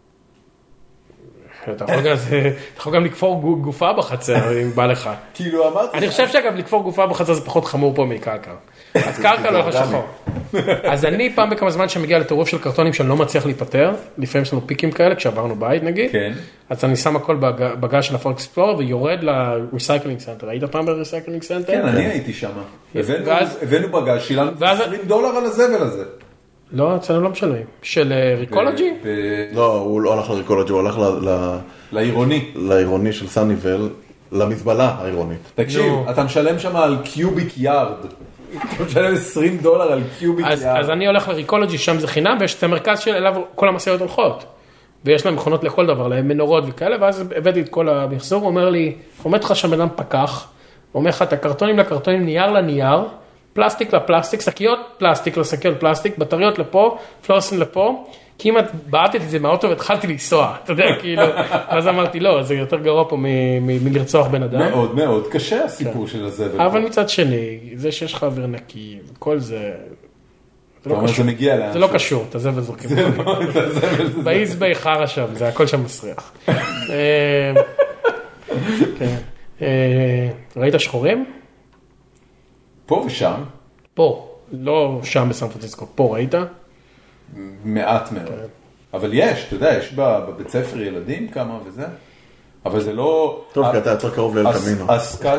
אתה יכול גם לקפור גופה בחצר, אם בא לך. כאילו אמרתי... אני חושב שאגב, לקפור גופה בחצר זה פחות חמור פה מקלקר. אז קלקר לא יכול לשחור. אז אני פעם בכמה זמן שמגיע לטירוף של קרטונים שאני לא מצליח להיפטר, לפעמים יש לנו פיקים כאלה, כשעברנו בית נגיד, אז אני שם הכל בגז של הפורק אקספלורר ויורד לריסייקלינג סנטר. היית פעם בריסייקלינג סנטר? כן, אני הייתי שם. הבאנו בגז, שילמנו $20 על הזבל הזה. לא, אצלנו לא משלמים. של ריקולוג'י? לא, הוא לא הלך לריקולוג'י, הוא הלך לעירוני. לעירוני של סניבל, למזבלה העירונית. תקשיב, אתה משלם שם על קיוביק יארד. אתה משלם $20 על קיוביק יארד. אז אני הולך לריקולוג'י, שם זה חינם, ויש את המרכז שאליו כל המסעיות הולכות. ויש להם מכונות לכל דבר, להם מנורות וכאלה, ואז הבאתי את כל המחזור, הוא אומר לי, עומד לך שם אדם פקח, הוא אומר לך, את הקרטונים לקרטונים, נייר לנייר, פלסטיק לפלסטיק, שקיות פלסטיק לשקיות פלסטיק, בטריות לפה, פלוסן לפה, כמעט בעטתי את זה מהאוטו והתחלתי לנסוע, אתה יודע, כאילו, אז אמרתי, לא, זה יותר גרוע פה מלרצוח בן אדם. מאוד מאוד קשה הסיפור של הזבל. אבל מצד שני, זה שיש לך אוויר נקי, כל זה, זה לא קשור, את הזבל זורקים. באיז בי חרה שם, זה הכל שם מסריח. ראית שחורים? פה ושם. פה, לא שם בסן פרנסיסקו, פה ראית? מעט מאוד. אבל יש, אתה יודע, יש בבית ספר ילדים כמה וזה, אבל זה לא... טוב, כי אתה יותר קרוב לאל קמינו.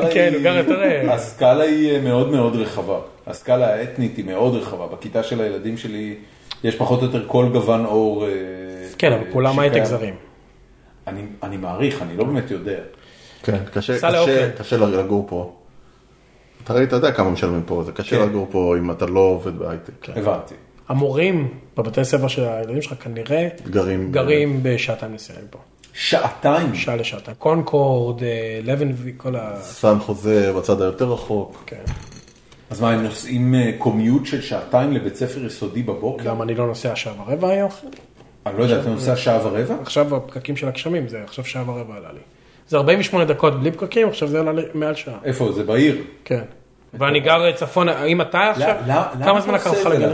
הסקאלה היא מאוד מאוד רחבה. הסקאלה האתנית היא מאוד רחבה. בכיתה של הילדים שלי יש פחות או יותר כל גוון אור. כן, אבל כולם הייטק זרים. אני מעריך, אני לא באמת יודע. כן, קשה לגור פה. אתה יודע כמה משלמים פה, זה קשה לגור פה אם אתה לא עובד בהייטק. הבנתי. המורים בבתי ספר של הילדים שלך כנראה גרים בשעתיים נסיעה פה. שעתיים? שעה לשעתיים. קונקורד, לבן וכל סן חוזה בצד היותר רחוק. כן. אז מה, הם נוסעים קומיוט של שעתיים לבית ספר יסודי בבוקר? גם אני לא נוסע שעה ורבע היום. אני לא יודע, אתה נוסע שעה ורבע? עכשיו הפקקים של הגשמים, זה עכשיו שעה ורבע עלה לי. זה 48 דקות בלי פקקים, עכשיו זה עלה מעל שעה. איפה? זה בעיר? כן. ואני גר צפון, האם אתה עכשיו, כמה זמן לקח לך לגנר?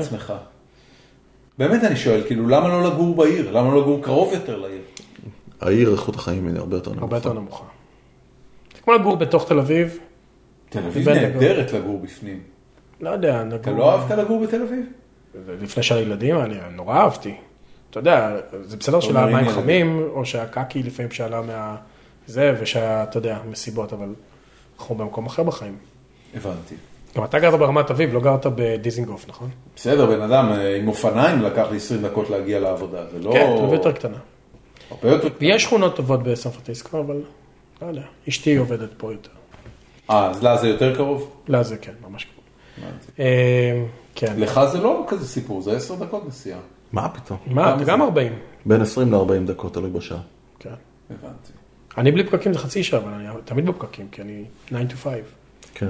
באמת אני שואל, כאילו, למה לא לגור בעיר? למה לא לגור קרוב יותר לעיר? העיר, איכות החיים היא הרבה יותר נמוכה. הרבה יותר נמוכה. זה כמו לגור בתוך תל אביב. תל אביב נהדרת לגור בפנים. לא יודע, אתה לא אהבת לגור בתל אביב? לפני שהילדים, אני נורא אהבתי. אתה יודע, זה בסדר שלה מים חמים, או שהקקי לפעמים שעלה מהזה, ושאתה יודע, מסיבות, אבל אנחנו במקום אחר בחיים. הבנתי. גם אתה גרת ברמת אביב, לא גרת בדיזינגוף, נכון? בסדר, בן אדם עם אופניים לקח לי 20 דקות להגיע לעבודה, זה לא... כן, הרבה יותר קטנה. הרבה יותר קטנה. ויש שכונות טובות בסן פרנסיסקו, אבל לא יודע, אשתי עובדת פה יותר. אז לה זה יותר קרוב? לה זה כן, ממש קרוב. כן. לך זה לא כזה סיפור, זה 10 דקות נסיעה. מה פתאום? מה, גם 40. בין 20 ל-40 דקות, תלוי בשעה. כן. הבנתי. אני בלי פקקים זה חצי שעה, אבל אני תמיד בפקקים, כי אני 9 to 5. כן.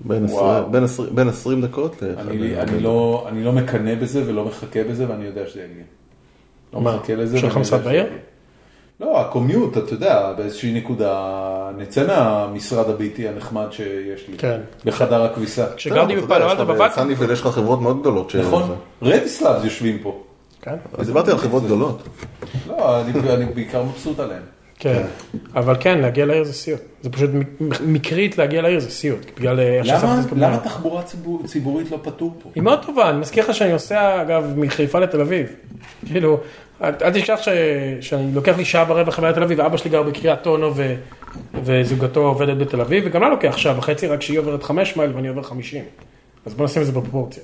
בין 20 דקות אני לא מקנה בזה ולא מחכה בזה, ואני יודע שזה יגיע. לא מחכה לזה. שלך משרד בעיר? לא, הקומיוט, אתה יודע, באיזושהי נקודה, נצא מהמשרד הביתי הנחמד שיש לי. כן. בחדר הכביסה. כשגרתי בפעלה אלתה בבת. סניבל יש לך חברות מאוד גדולות. נכון. רדיסלאבס יושבים פה. כן. אז דיברתי על חברות גדולות. לא, אני בעיקר מבסוט עליהן. כן, אבל כן, להגיע לעיר זה סיוט. זה פשוט מקרית להגיע לעיר זה סיוט. למה תחבורה ציבורית לא פתור פה? היא מאוד טובה, אני מזכיר לך שאני נוסע, אגב, מחיפה לתל אביב. כאילו, אל תשכח שאני לוקח לי שעה ורבע חוויה לתל אביב, ואבא שלי גר בקריית אונו וזוגתו עובדת בתל אביב, וגם לה לוקח שעה וחצי, רק שהיא עוברת 5 מייל ואני עובר 50. אז בוא נשים את זה בפרופורציה.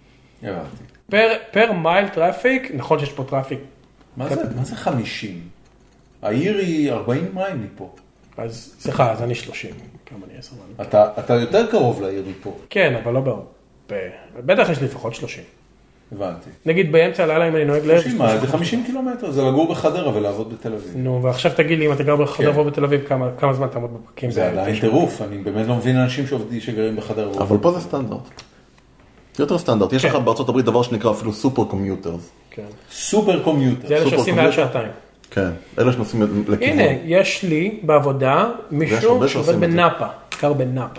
פר מייל טראפיק, נכון שיש פה טראפיק. מה זה 50? העיר היא 40 מייל מפה. אז סליחה, אז אני 30. כמה אני 10 מייל. אתה יותר קרוב לעיר מפה. כן, אבל לא בהרבה. בטח יש לי לפחות 30. הבנתי. נגיד באמצע הלילה אם אני נוהג לעיר. 30 מייל זה 50 קילומטר, זה לגור בחדרה ולעבוד בתל אביב. נו, ועכשיו תגיד לי אם אתה גר בחדרה או בתל אביב, כמה זמן תעמוד בפקקים. זה עדיין טירוף, אני באמת לא מבין אנשים שגרים בחדרה. אבל פה זה סטנדרט. יותר סטנדרט. יש לך בארצות הברית דבר שנקרא אפילו סופר קומיוטרס. סופר קומיוטרס. זה אלה שעושים מעל שעתיים. כן, אלה שנוסעים לכיוון. הנה, יש לי בעבודה מישהו שעובד בנאפה, גר בנאפה.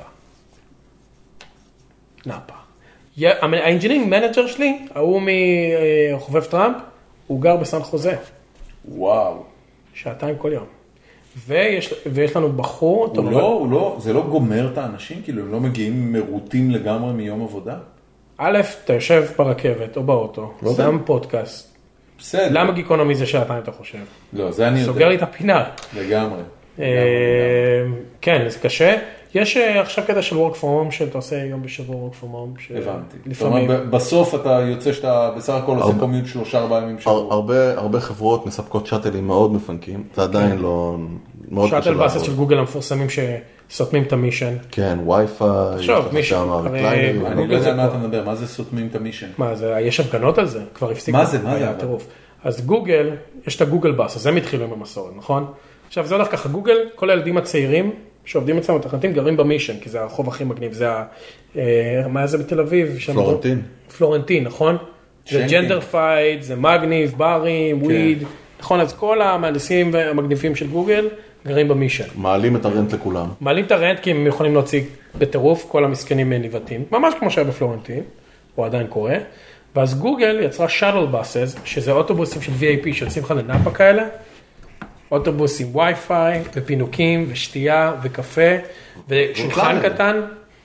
נאפה. האינג'ינינג מנג'ר שלי, הוא מחובב טראמפ, הוא גר בסן חוזה. וואו. שעתיים כל יום. ויש לנו בחור. זה לא גומר את האנשים? כאילו הם לא מגיעים מרוטים לגמרי מיום עבודה? א', אתה יושב ברכבת או באוטו, שם פודקאסט. בסדר. למה גיקונומי זה שעתיים אתה חושב? לא, זה אני יודע. סוגר לי את הפינה. לגמרי. כן, זה קשה. יש עכשיו קטע של work from home, שאתה עושה יום בשבוע work from home. הבנתי. לפעמים. בסוף אתה יוצא שאתה בסך הכל עושה קומיוט 3-4 ימים שבוע. הרבה חברות מספקות שאטלים מאוד מפנקים. זה עדיין לא... שאטל באסס של גוגל המפורסמים שסותמים את המישן. כן, וי-פיי. עכשיו, מישן. אני לא יודע מה אתה מדבר, מה זה סותמים את המישן? מה, יש הפגנות על זה? כבר הפסיקו. מה זה? אז גוגל, יש את הגוגל באס, אז הם התחילו עם המסורת, נכון? עכשיו זה הולך ככה, גוגל, כל הילדים הצעירים שעובדים אצלם בתכנתים גרים במישן, כי זה הרחוב הכי מגניב, זה מה זה בתל אביב? פלורנטין. פלורנטין, נכון? זה ג'נדרפייד, זה מגניב, ברים, וויד, נכון, אז כל המהנדסים והמגניבים של גוגל גרים במישן. מעלים את הרנט לכולם. מעלים את הרנט כי הם יכולים להוציא בטירוף, כל המסכנים ניבטים, ממש כמו שהיה בפלורנטין, הוא עדיין קורה, ואז גוגל יצרה שאטל בסס, שזה אוטובוסים של VIP שיוצאים לך לנאפה כאלה, אוטובוסים וי-פיי, ופינוקים, ושתייה, וקפה, ושולחן קטן.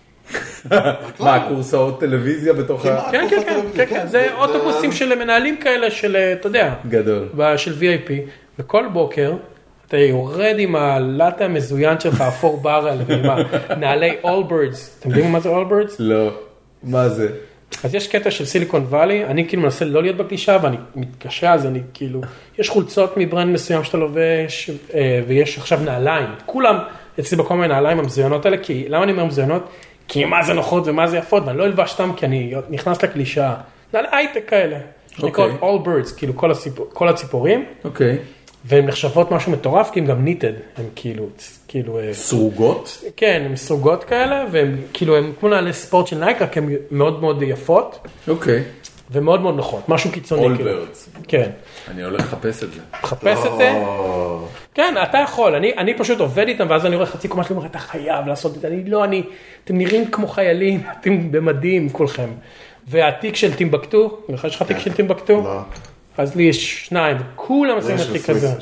מה, קורסאות טלוויזיה בתוך ה... כן, כן, כן, כן, זה אוטובוסים של מנהלים כאלה של, אתה יודע, גדול. של VIP, וכל בוקר אתה יורד עם הלטה המזוין שלך, אפור ברל, נעלי אולברדס, אתם יודעים מה זה אולברדס? לא, מה זה? אז יש קטע של סיליקון ואלי, אני כאילו מנסה לא להיות בקלישה, ואני מתקשה, אז אני כאילו, יש חולצות מברנד מסוים שאתה לובש, ויש עכשיו נעליים, כולם אצלי בכל מיני נעליים המזוינות האלה, כי למה אני אומר מזוינות? כי מה זה נוחות ומה זה יפות, ואני לא אלבשתם כי אני נכנס לקלישה, נעלי הייטק כאלה, שנקראות all birds, כאילו כל הציפורים, והן נחשבות משהו מטורף, כי הן גם ניטד, הן כאילו... סרוגות? כן, הן סרוגות כאלה, והן כאילו, הן כמו נעלי ספורט של נייק, רק הן מאוד מאוד יפות. אוקיי. ומאוד מאוד נוחות, משהו קיצוני. all birds. כן. אני הולך לחפש את זה. לחפש את זה? כן, אתה יכול, אני פשוט עובד איתם, ואז אני רואה חצי קומה שלי, אתה חייב לעשות את זה, אתם נראים כמו חיילים, אתם במדים כולכם. והתיק של טימבקטו, יש לך תיק של טימבקטו? לא. אז לי יש שניים, כולם עושים את התיק הזה.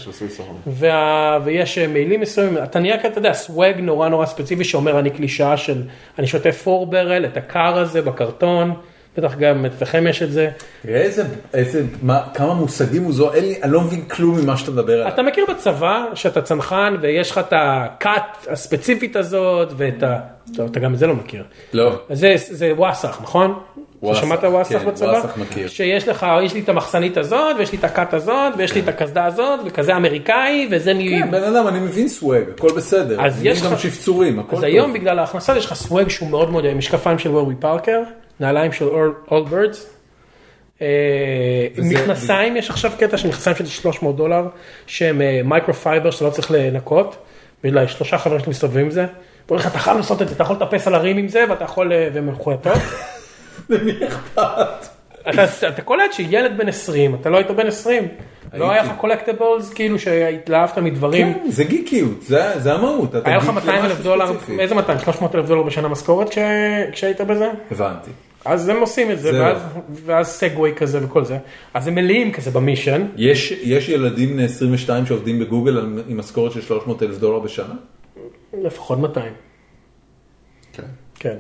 ויש מיילים מסוימים, אתה נהיה אתה יודע, סווג נורא נורא ספציפי שאומר אני קלישה של, אני שותה 4 ברל, את הקר הזה בקרטון, בטח גם אצלכם יש את זה. תראה כמה מושגים הוא זו, אני לא מבין כלום ממה שאתה מדבר עליו. אתה מכיר בצבא שאתה צנחן ויש לך את הקאט הספציפית הזאת, אתה גם את זה לא מכיר. לא. זה וואסך, נכון? שמעת וואסך בצבא? וואסך מכיר. שיש לך, יש לי את המחסנית הזאת, ויש לי את הקאט הזאת, ויש לי את הקסדה הזאת, וכזה אמריקאי, וזה כן, בן אדם, אני מבין סווג, הכל בסדר. אז יש גם שפצורים, הכל טוב. אז היום בגלל ההכנסה, יש לך סווג שהוא מאוד מאוד, משקפיים של וורי פארקר, נעליים של All Birds, מכנסיים, יש עכשיו קטע של מכנסיים של $300, שהם מייקרופייבר שאתה לא צריך לנקות, ויש 3 חברים שאתם מסתובבים עם זה, ואומרים לך, אתה חייב לעשות את זה, אתה יכול לטפס על הרים עם זה, ואתה יכול, ומחויטות. למי אכפת? אתה קולט שילד בן 20, אתה לא היית בן 20, לא היה לך קולקטיבלס, כאילו שהתלהבת מדברים. כן, זה גיקיות, זה המהות. היה לך $200,000, איזה 200? $300,000 בשנה משכורת כשהיית בזה? הבנתי. אז הם עושים את זה, ואז סגווי כזה וכל זה. אז הם מלאים כזה במישן. יש ילדים בני 22 שעובדים בגוגל עם משכורת של $300,000 בשנה? לפחות 200. כן. כן.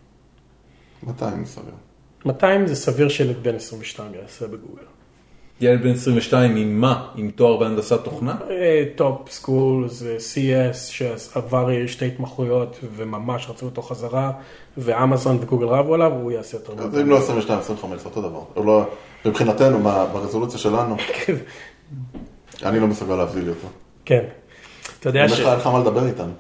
200 סביר. 200 זה סביר שילד בן 22 יעשה בגוגל. ילד בן 22 עם מה? עם תואר בהנדסת תוכנה? טופ סקול, זה CS, שעבר 2 התמחויות וממש רצו אותו חזרה, ואמזון וגוגל רבו עליו, הוא יעשה יותר מאוד. אם לא 22, 25, אותו דבר. מבחינתנו, ברזולוציה שלנו, אני לא מסוגל להבדיל אותו. כן. אתה יודע ש... אין לך מה לדבר איתם.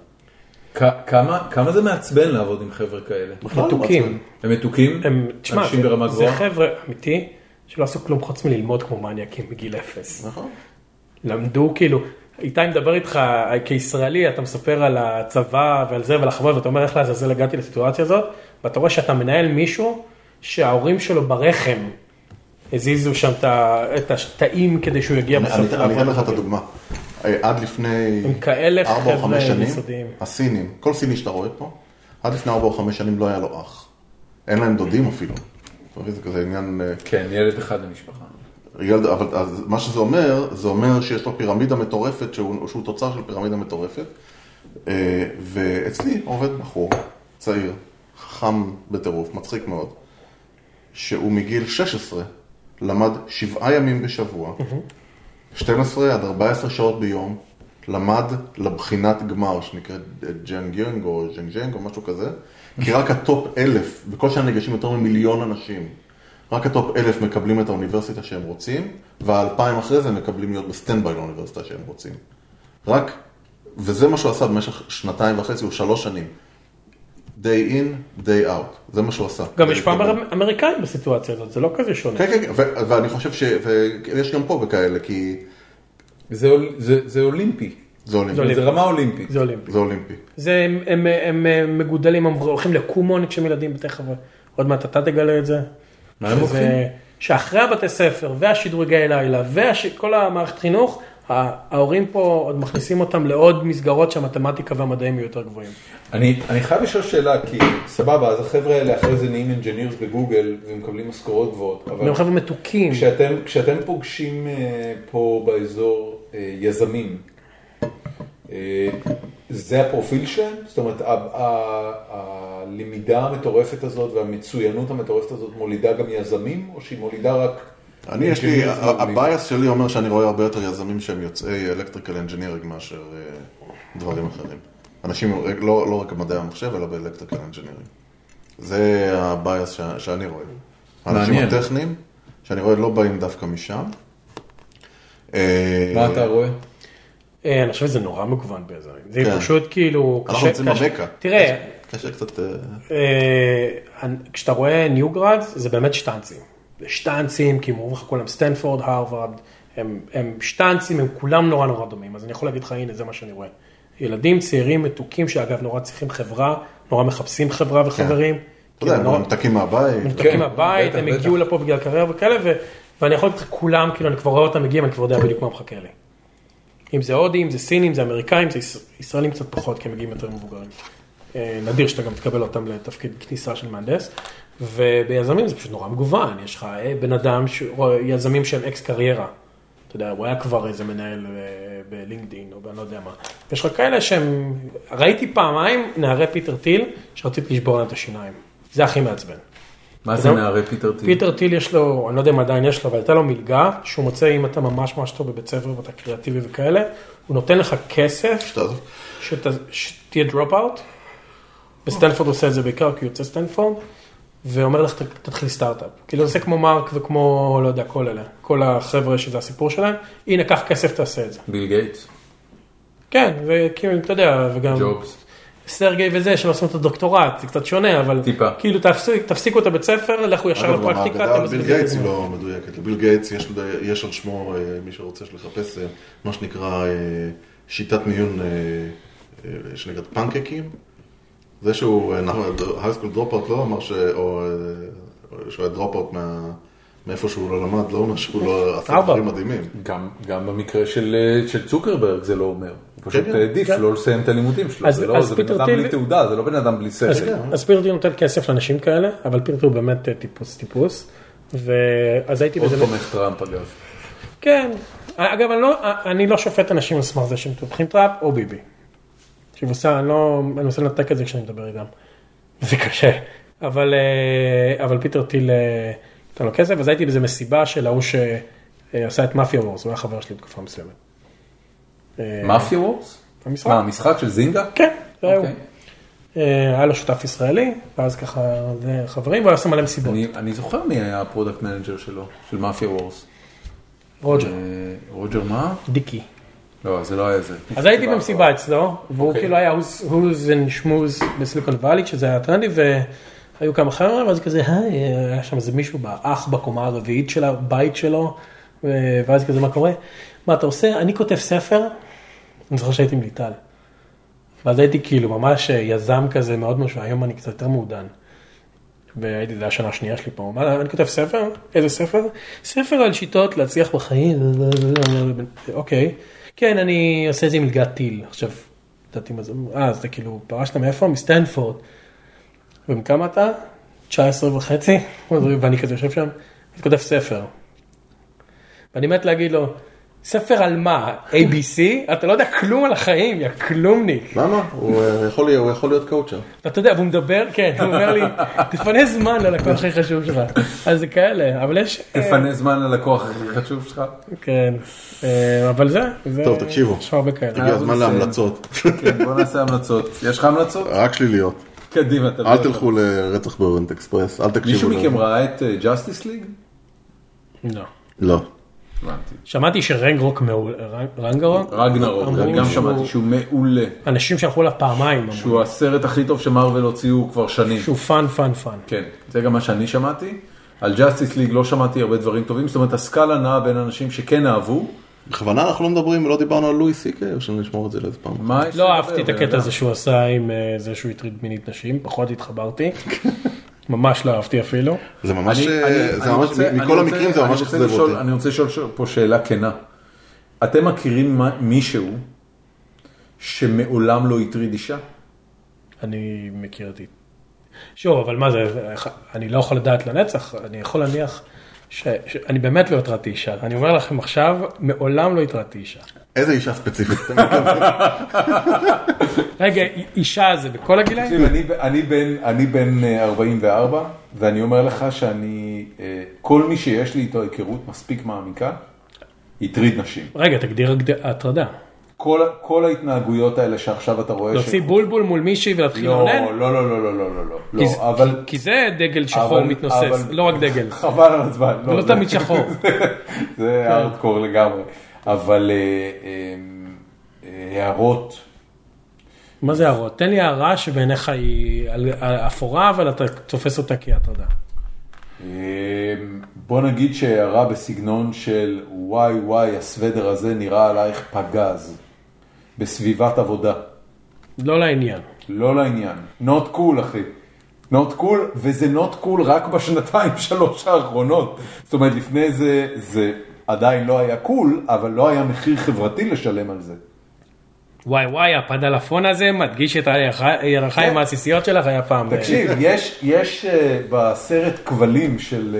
כמה זה מעצבן לעבוד עם חבר'ה כאלה? מתוקים. הם מתוקים? אנשים ברמה גבוהה? זה חבר'ה אמיתי שלא עשו כלום חוץ מללמוד כמו מניאקים בגיל 0. נכון. למדו כאילו, איתי מדבר איתך כישראלי, אתה מספר על הצבא ועל זה ועל החברה, ואתה אומר איך לעזאזל הגעתי לסיטואציה הזאת, ואתה רואה שאתה מנהל מישהו שההורים שלו ברחם הזיזו שם את התאים כדי שהוא יגיע בסוף. אני אתן לך את הדוגמה. עד לפני 4 או 5 שנים, הסינים, כל סיני שאתה רואה פה, עד לפני 4 או 5 שנים לא היה לו אח. אין להם דודים אפילו. זה כזה עניין... כן, ילד אחד למשפחה. אבל מה שזה אומר, זה אומר שיש לו פירמידה מטורפת, שהוא תוצר של פירמידה מטורפת, ואצלי עובד בחור, צעיר, חכם בטירוף, מצחיק מאוד, שהוא מגיל 16 למד 7 ימים בשבוע, 12 עד 14 שעות ביום, למד לבחינת גמר, שנקראת ג'נג'נג או ז'נג'נג או משהו כזה, כי רק הטופ 1000, בכל שנה ניגשים יותר מ1,000,000 אנשים, רק הטופ 1000 מקבלים את האוניברסיטה שהם רוצים, וה2,000 אחרי זה מקבלים להיות בסטנדביי לאוניברסיטה שהם רוצים. רק, וזה מה שהוא עשה במשך 2.5 או 3 שנים. day in, day out. זה מה שהוא עשה. גם יש פעם אמריקאים בסיטואציה הזאת, זה לא כזה שונה. כן, כן, ואני חושב שיש גם פה בכאלה, כי... זה אולימפי. זה אולימפי. זה רמה אולימפית. זה אולימפי. הם מגודלים, הם הולכים לקומון כשהם ילדים בתי חבר'ה. עוד מעט אתה תגלה את זה. מה הם הולכים? שאחרי הבתי ספר והשדרוגי לילה וכל המערכת חינוך, ההורים פה עוד מכניסים אותם לעוד מסגרות שהמתמטיקה והמדעים יהיו יותר גבוהים. אני חייב לשאול שאלה, כי סבבה, אז החבר'ה האלה אחרי זה נהיים אנג'ינירס בגוגל, ומקבלים משכורות גבוהות. הם חבר'ה מתוקים. כשאתם פוגשים פה באזור יזמים, זה הפרופיל שלהם? זאת אומרת, הלמידה המטורפת הזאת והמצוינות המטורפת הזאת מולידה גם יזמים, או שהיא מולידה רק... יש לי, הבייס שלי אומר שאני רואה הרבה יותר יזמים שהם יוצאי אלקטריקל אנג'ינירינג מאשר דברים אחרים. אנשים, לא רק במדעי המחשב, אלא באלקטריקל אנג'ינירינג. זה הבייס שאני רואה. האנשים הטכניים, שאני רואה לא באים דווקא משם. מה אתה רואה? אני חושב שזה נורא מגוון באזורים. זה פשוט כאילו... אנחנו רוצים במקה. תראה, קשה קצת... כשאתה רואה ניוגרד, זה באמת שטנצים. זה שטנצים, כי הם אומרים לך כולם סטנפורד, הרווארד, הם שטנצים, הם כולם נורא נורא דומים. אז אני יכול להגיד לך, הנה, זה מה שאני רואה. ילדים צעירים מתוקים, שאגב נורא צריכים חברה, נורא מחפשים חברה וחברים. אתה יודע, הם מתקים מהבית. הם מתקים מהבית, הם הגיעו לפה בגלל קריירה וכאלה, ואני יכול להגיד לך כולם, כאילו אני כבר רואה אותם מגיעים, אני כבר יודע בדיוק מה מחכה לי. אם זה הודים, אם זה סינים, אם זה אמריקאים, זה ישראלים קצת פחות, כי הם מגיעים יותר מבוגרים. נדיר שאתה גם תקבל אותם לתפקיד כניסה של מהנדס, וביזמים זה פשוט נורא מגוון, יש לך בן אדם, יזמים שהם אקס קריירה, אתה יודע, הוא היה כבר איזה מנהל בלינקדין, או אני לא יודע מה. יש לך כאלה שהם, ראיתי פעמיים נערי פיטר טיל, שרציתי לשבור להם את השיניים. זה הכי מעצבן. מה זה נערי פיטר טיל? פיטר טיל יש לו, אני לא יודע אם עדיין יש לו, אבל הייתה לו מלגה, שהוא מוצא אם אתה ממש ממש טוב בבית ספר, ואתה קריאטיבי וכאלה, הוא נותן לך כסף, שתהיה דרופ אאוט, בסטנפורד עושה את זה בעיקר, כי הוא יוצא סטנפורד, ואומר לך, תתחיל סטארט-אפ. כאילו זה כמו מרק וכמו, לא יודע, כל אלה. כל החבר'ה שזה הסיפור שלהם. הנה, קח כסף, תעשה את זה. ביל גייטס. כן, וכאילו, אתה יודע, וגם... ג'ובס. סרגי וזה, שלא עושים את הדוקטורט, זה קצת שונה, אבל... טיפה. כאילו, תפסיקו את הבית ספר, לכו ישר לפרקטיקה. ביל גייטס היא לא מדויקת. ביל גייטס יש על שמו, מי שרוצה לחפש, מה שנקרא שיטת מיון, שנקראת פנקקים. זה שהוא הייסקול דרופאוט לא אמר שהוא היה דרופאוט מאיפה שהוא לא למד, לא אומר שהוא לא עשה דברים מדהימים. גם במקרה של צוקרברג זה לא אומר. הוא פשוט העדיף לא לסיים את הלימודים שלו. זה בן אדם בלי תעודה, זה לא בן אדם בלי שכל. אז פיטר טיל נותן כסף לאנשים כאלה, אבל פיטר טיל הוא באמת טיפוס. ואז הייתי עוד תומך טראמפ אגב. כן. אגב, אני לא שופט אנשים על סמך זה שהם תומכים טראמפ או ביבי. אני מנסה לנתק את זה כשאני מדבר איתם. זה קשה. אבל פיטר טיל נתן לו כסף, אז הייתי באיזה מסיבה של ההוא שעשה את מאפיה וורס, הוא היה חבר שלי בתקופה מסוימת. מאפיה וורס? המשחק. מה, המשחק של זינגה? כן, זה הוא. היה לו שותף ישראלי, ואז ככה חברים, והוא עשה מלא מסיבות. אני זוכר מי היה הפרודקט מנג'ר שלו, של מאפיה וורס. רוג'ר. רוג'ר מה? דיקי. לא, זה לא היה זה. אז הייתי במסיבה אצלו, והוא כאילו היה who's and schmooze בסיליקון ואלי, שזה היה טרנדי, והיו כמה חבר'ה, ואז כזה, היה שם איזה מישהו באח בקומה הרביעית של הבית שלו, ואז כזה, מה קורה? מה אתה עושה? אני כותב ספר, אני זוכר שהייתי עם ליטל. ואז הייתי כאילו ממש יזם כזה מאוד משהו, היום אני קצת יותר מעודן. והייתי, זה השנה השנייה שלי פה, אני כותב ספר? איזה ספר? ספר על שיטות להצליח בחיים, אוקיי. כן, אני עושה איזה מלגת טיל. עכשיו, דעתי מה זה, אז אתה כאילו, פרשת מאיפה? מסטנפורד. ומכמה אתה? 19 וחצי? ואני כזה יושב שם, אני כותב ספר. ואני מת להגיד לו, ספר על מה? ABC? אתה לא יודע כלום על החיים, יא כלומניק. למה? הוא יכול להיות קואוצ'ר. אתה יודע, והוא מדבר, כן, הוא אומר לי, תפנה זמן ללקוח הכי חשוב שלך. אז זה כאלה, אבל יש... תפנה זמן ללקוח הכי חשוב שלך. כן, אבל זה... טוב, תקשיבו. יש הרבה כאלה. הגיע הזמן להמלצות. כן, בוא נעשה המלצות. יש לך המלצות? רק שליליות. קדימה. אל תלכו לרצח באוריינט אקספרס, אל תקשיבו. מישהו מכם ראה את Justice League? לא. לא. שמעתי שרגנרוק מעולה, רגנרוק, אני גם שמעתי שהוא מעולה. אנשים שהלכו לה פעמיים. שהוא הסרט הכי טוב שמרוול הוציאו כבר שנים. שהוא פן. כן, זה גם מה שאני שמעתי. על Justice League לא שמעתי הרבה דברים טובים, זאת אומרת, הסקאלה נעה בין אנשים שכן אהבו. בכוונה אנחנו לא מדברים ולא דיברנו על לואי סי-קיי, או שנשמור את זה לאיזה פעם. לא אהבתי את הקטע הזה שהוא עשה עם זה שהוא הטריד מינית נשים, פחות התחברתי. ממש לא אהבתי אפילו. זה ממש, מכל המקרים זה ממש חזב אותי. אני רוצה לשאול פה שאלה כנה. אתם מכירים מישהו שמעולם לא יטריד אישה? אני מכיר אותי. שוב, אבל מה זה, אני לא יכול לדעת לנצח, אני יכול להניח שאני באמת לא הטרדתי אישה. אני אומר לכם עכשיו, מעולם לא הטרדתי אישה. איזה אישה ספציפית? רגע, אישה זה בכל הגילאים? אני בן 44, ואני אומר לך שאני, כל מי שיש לי איתו היכרות מספיק מעמיקה, יטריד נשים. רגע, תגדיר הטרדה. כל ההתנהגויות האלה שעכשיו אתה רואה... להוציא בולבול מול מישהי ולהתחיל לעונן? לא. כי זה דגל שחור מתנוסס, לא רק דגל. חבל על הזמן. זה לא תמיד שחור. זה הארדקור לגמרי. אבל הערות... מה זה הערות? תן לי הערה שבעיניך היא אפורה, אבל אתה תופס אותה כהטרדה. בוא נגיד שהערה בסגנון של וואי, הסוודר הזה נראה עלייך פגז. בסביבת עבודה. לא לעניין. לא לעניין. Not cool, אחי. Not cool, וזה not cool רק בשנתיים, 3 האחרונות. זאת אומרת, לפני זה עדיין לא היה קול, אבל לא היה מחיר חברתי לשלם על זה. וואי, הפדלפון הזה מדגיש את הירכיים העסיסיות שלך, היה פעם. תקשיב, יש בסרט כבלים של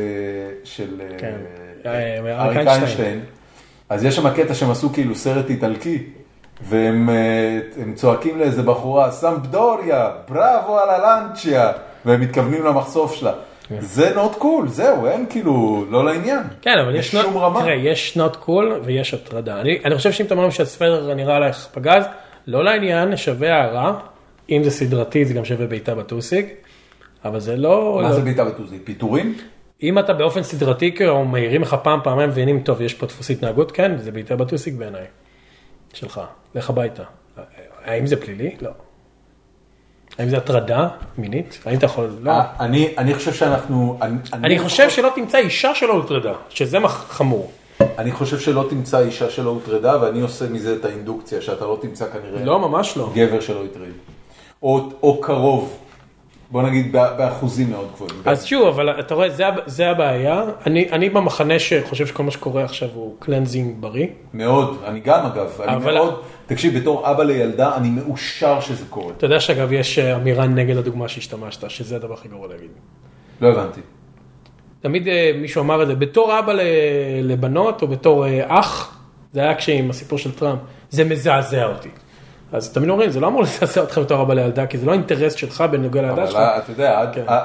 אריק איינשטיין, אז יש שם קטע שהם עשו כאילו סרט איטלקי, והם צועקים לאיזה בחורה, סמפדוריה, בראבו על הלנצ'יה, והם מתכוונים למחשוף שלה. זה not cool, זהו, אין כאילו, לא לעניין. כן, אבל יש שום רמה. תראה, יש not cool ויש הטרדה. אני חושב שאם אתה אומרים שהסוודר נראה עליך פגז, לא לעניין, שווה הערה. אם זה סדרתי, זה גם שווה בעיטה בטוסיק. אבל זה לא... מה זה בעיטה בטוסיק? פיטורים? אם אתה באופן סדרתי, או מהירים לך פעם, ועינים טוב, יש פה דפוס התנהגות, כן, זה בעיטה בטוסיק בעיניי. שלך, לך הביתה. האם זה פלילי? לא. האם זה הטרדה מינית? האם אתה יכול... לא. אני חושב שאנחנו... אני חושב שלא תמצא אישה שלא הוטרדה, שזה חמור. אני חושב שלא תמצא אישה שלא הוטרדה, ואני עושה מזה את האינדוקציה, שאתה לא תמצא כנראה... לא, ממש לא. גבר שלא יטריד. או קרוב. בוא נגיד באחוזים מאוד גבוהים. אז שוב, אבל אתה רואה, זה הבעיה. אני במחנה שחושב שכל מה שקורה עכשיו הוא קלנזינג בריא. מאוד, אני גם אגב. אני מאוד... תקשיב, בתור אבא לילדה, אני מאושר שזה קורה. אתה יודע שאגב, יש אמירה נגד הדוגמה שהשתמשת, שזה הדבר הכי גרוע להגיד. לא הבנתי. תמיד מישהו אמר את זה, בתור אבא לבנות, או בתור אח, זה היה כשעם הסיפור של טראמפ, זה מזעזע אותי. אז תמיד אומרים, זה לא אמור לזעזע אותך בתור אבא לילדה, כי זה לא אינטרס שלך בנוגע לילדה שלך. אבל אתה יודע,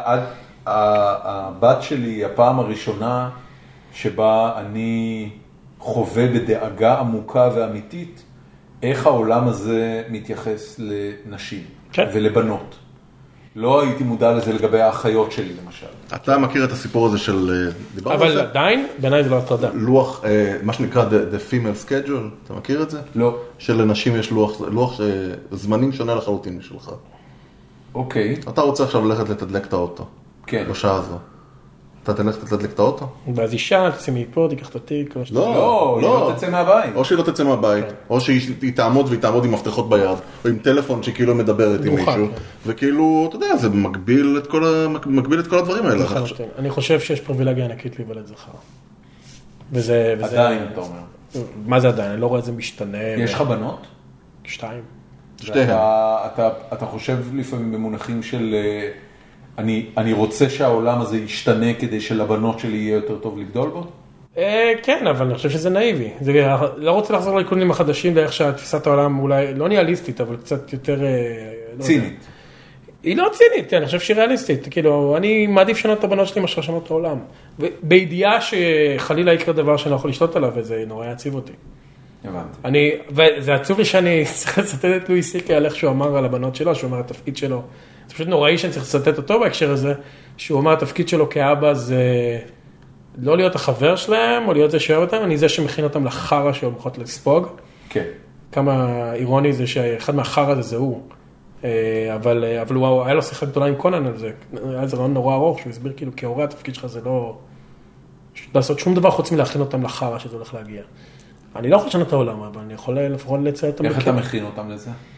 הבת שלי, הפעם הראשונה שבה אני חווה בדאגה עמוקה ואמיתית, איך העולם הזה מתייחס לנשים ולבנות. לא הייתי מודע לזה לגבי האחיות שלי, למשל. אתה מכיר את הסיפור הזה של... אבל עדיין, בעיניי זה לא הטרדה. לוח, מה שנקרא The Female Schedule, אתה מכיר את זה? לא. שלנשים יש לוח זמנים שונה לחלוטין משלך. אוקיי. אתה רוצה עכשיו ללכת לתדלק את האוטו. כן. בשעה הזו. אתה תלך לתדלק את האוטו? ואז אישה, תצא מפה, תיקח את התיק. לא, היא לא תצא מהבית. או שהיא לא תצא מהבית, או שהיא תעמוד והיא תעמוד עם מפתחות ביד, או עם טלפון שכאילו מדברת עם מישהו, וכאילו, אתה יודע, זה מגביל את כל הדברים האלה. אני חושב שיש פריבילגיה ענקית להיוולד זכר. עדיין, אתה אומר. מה זה עדיין? אני לא רואה את זה משתנה. יש לך בנות? 2. שתיהן. אתה חושב לפעמים במונחים של... אני רוצה שהעולם הזה ישתנה כדי שלבנות שלי יהיה יותר טוב לגדול בו? כן, אבל אני חושב שזה נאיבי. לא רוצה לחזור לעקרונים החדשים דרך שהתפיסת העולם אולי לא ניאליסטית, אבל קצת יותר... צינית. היא לא צינית, אני חושב שהיא ריאליסטית. כאילו, אני מעדיף שנות את הבנות שלי מאשר שנות את העולם. בידיעה שחלילה יקרה דבר שאני לא יכול לשלוט עליו, וזה נורא יציב אותי. הבנתי. וזה עצוב לי שאני צריך לצטט את לואי סי.קיי על איך שהוא אמר על הבנות שלו, שהוא אמר התפקיד שלו. זה פשוט נוראי שאני צריך לצטט אותו בהקשר הזה, שהוא אמר התפקיד שלו כאבא זה לא להיות החבר שלהם, או להיות זה שאוהב אותם, אני זה שמכין אותם לחרה שהן הולכות לספוג. כן. כמה אירוני זה שאחד מהחרה זה הוא. אבל היה לו שיחה גדולה עם קונן על זה. היה איזה רעיון נורא ארוך, שהוא הסביר כאילו, כהורי התפקיד שלך זה לא לעשות שום דבר חוץ מלהכין אותם לחרה שזה הולך להגיע. אני לא יכול לשנות את העולם, אבל אני יכול לפחות לצייר אותם. איך אתה מכין אותם לזה?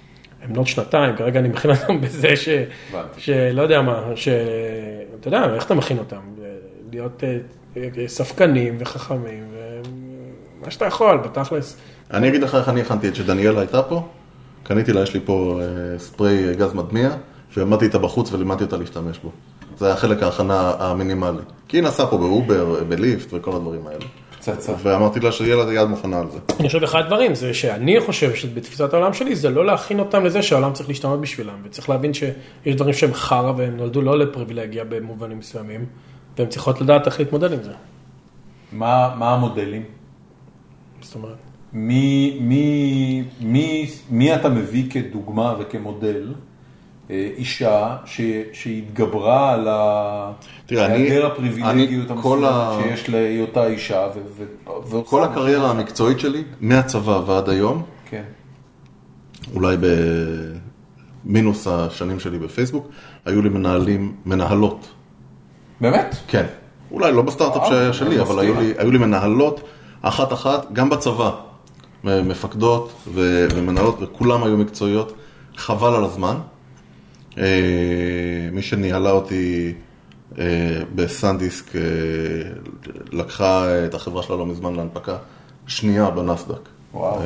הם בנות שנתיים, כרגע אני מכין אותם בזה שלא יודע מה, אתה יודע, איך אתה מכין אותם? להיות ספקנים וחכמים, ומה שאתה יכול, בתכלס. אני אגיד לך איך אני הכנתי את שדניאלה הייתה פה, קניתי לה, יש לי פה ספרי גז מדמיע, ועמדתי איתה בחוץ ולימדתי אותה להשתמש בו. זה היה חלק ההכנה המינימלי. כי היא נסעה פה באובר, בליפט וכל הדברים האלה. פצצה. ואמרתי לה שיהיה לה יד מוכנה על זה. אני חושב אחד הדברים, זה שאני חושב שבתפיסת העולם שלי, זה לא להכין אותם לזה שהעולם צריך להשתנות בשבילם, וצריך להבין שיש דברים שהם חרא, והם נולדו לא לפריבילגיה במובנים מסוימים, והם צריכות לדעת איך להתמודד עם זה. מה המודלים? זאת אומרת. מי אתה מביא כדוגמה וכמודל אישה שהתגברה על היעדר הפריבילגיות המסוימת שיש להיותה אישה כל הקריירה המקצועית שלי, מהצבא ועד היום, אולי במינוס השנים שלי בפייסבוק, היו לי מנהלות. באמת? כן. אולי לא בסטארט-אפ שלי, אבל היו לי מנהלות אחת, גם בצבא, מפקדות ומנהלות, וכולם היו מקצועיות, חבל על הזמן. מי שניהלה אותי בסנדיסק לקחה את החברה שלה לא מזמן להנפקה שנייה בנסדק. וואו.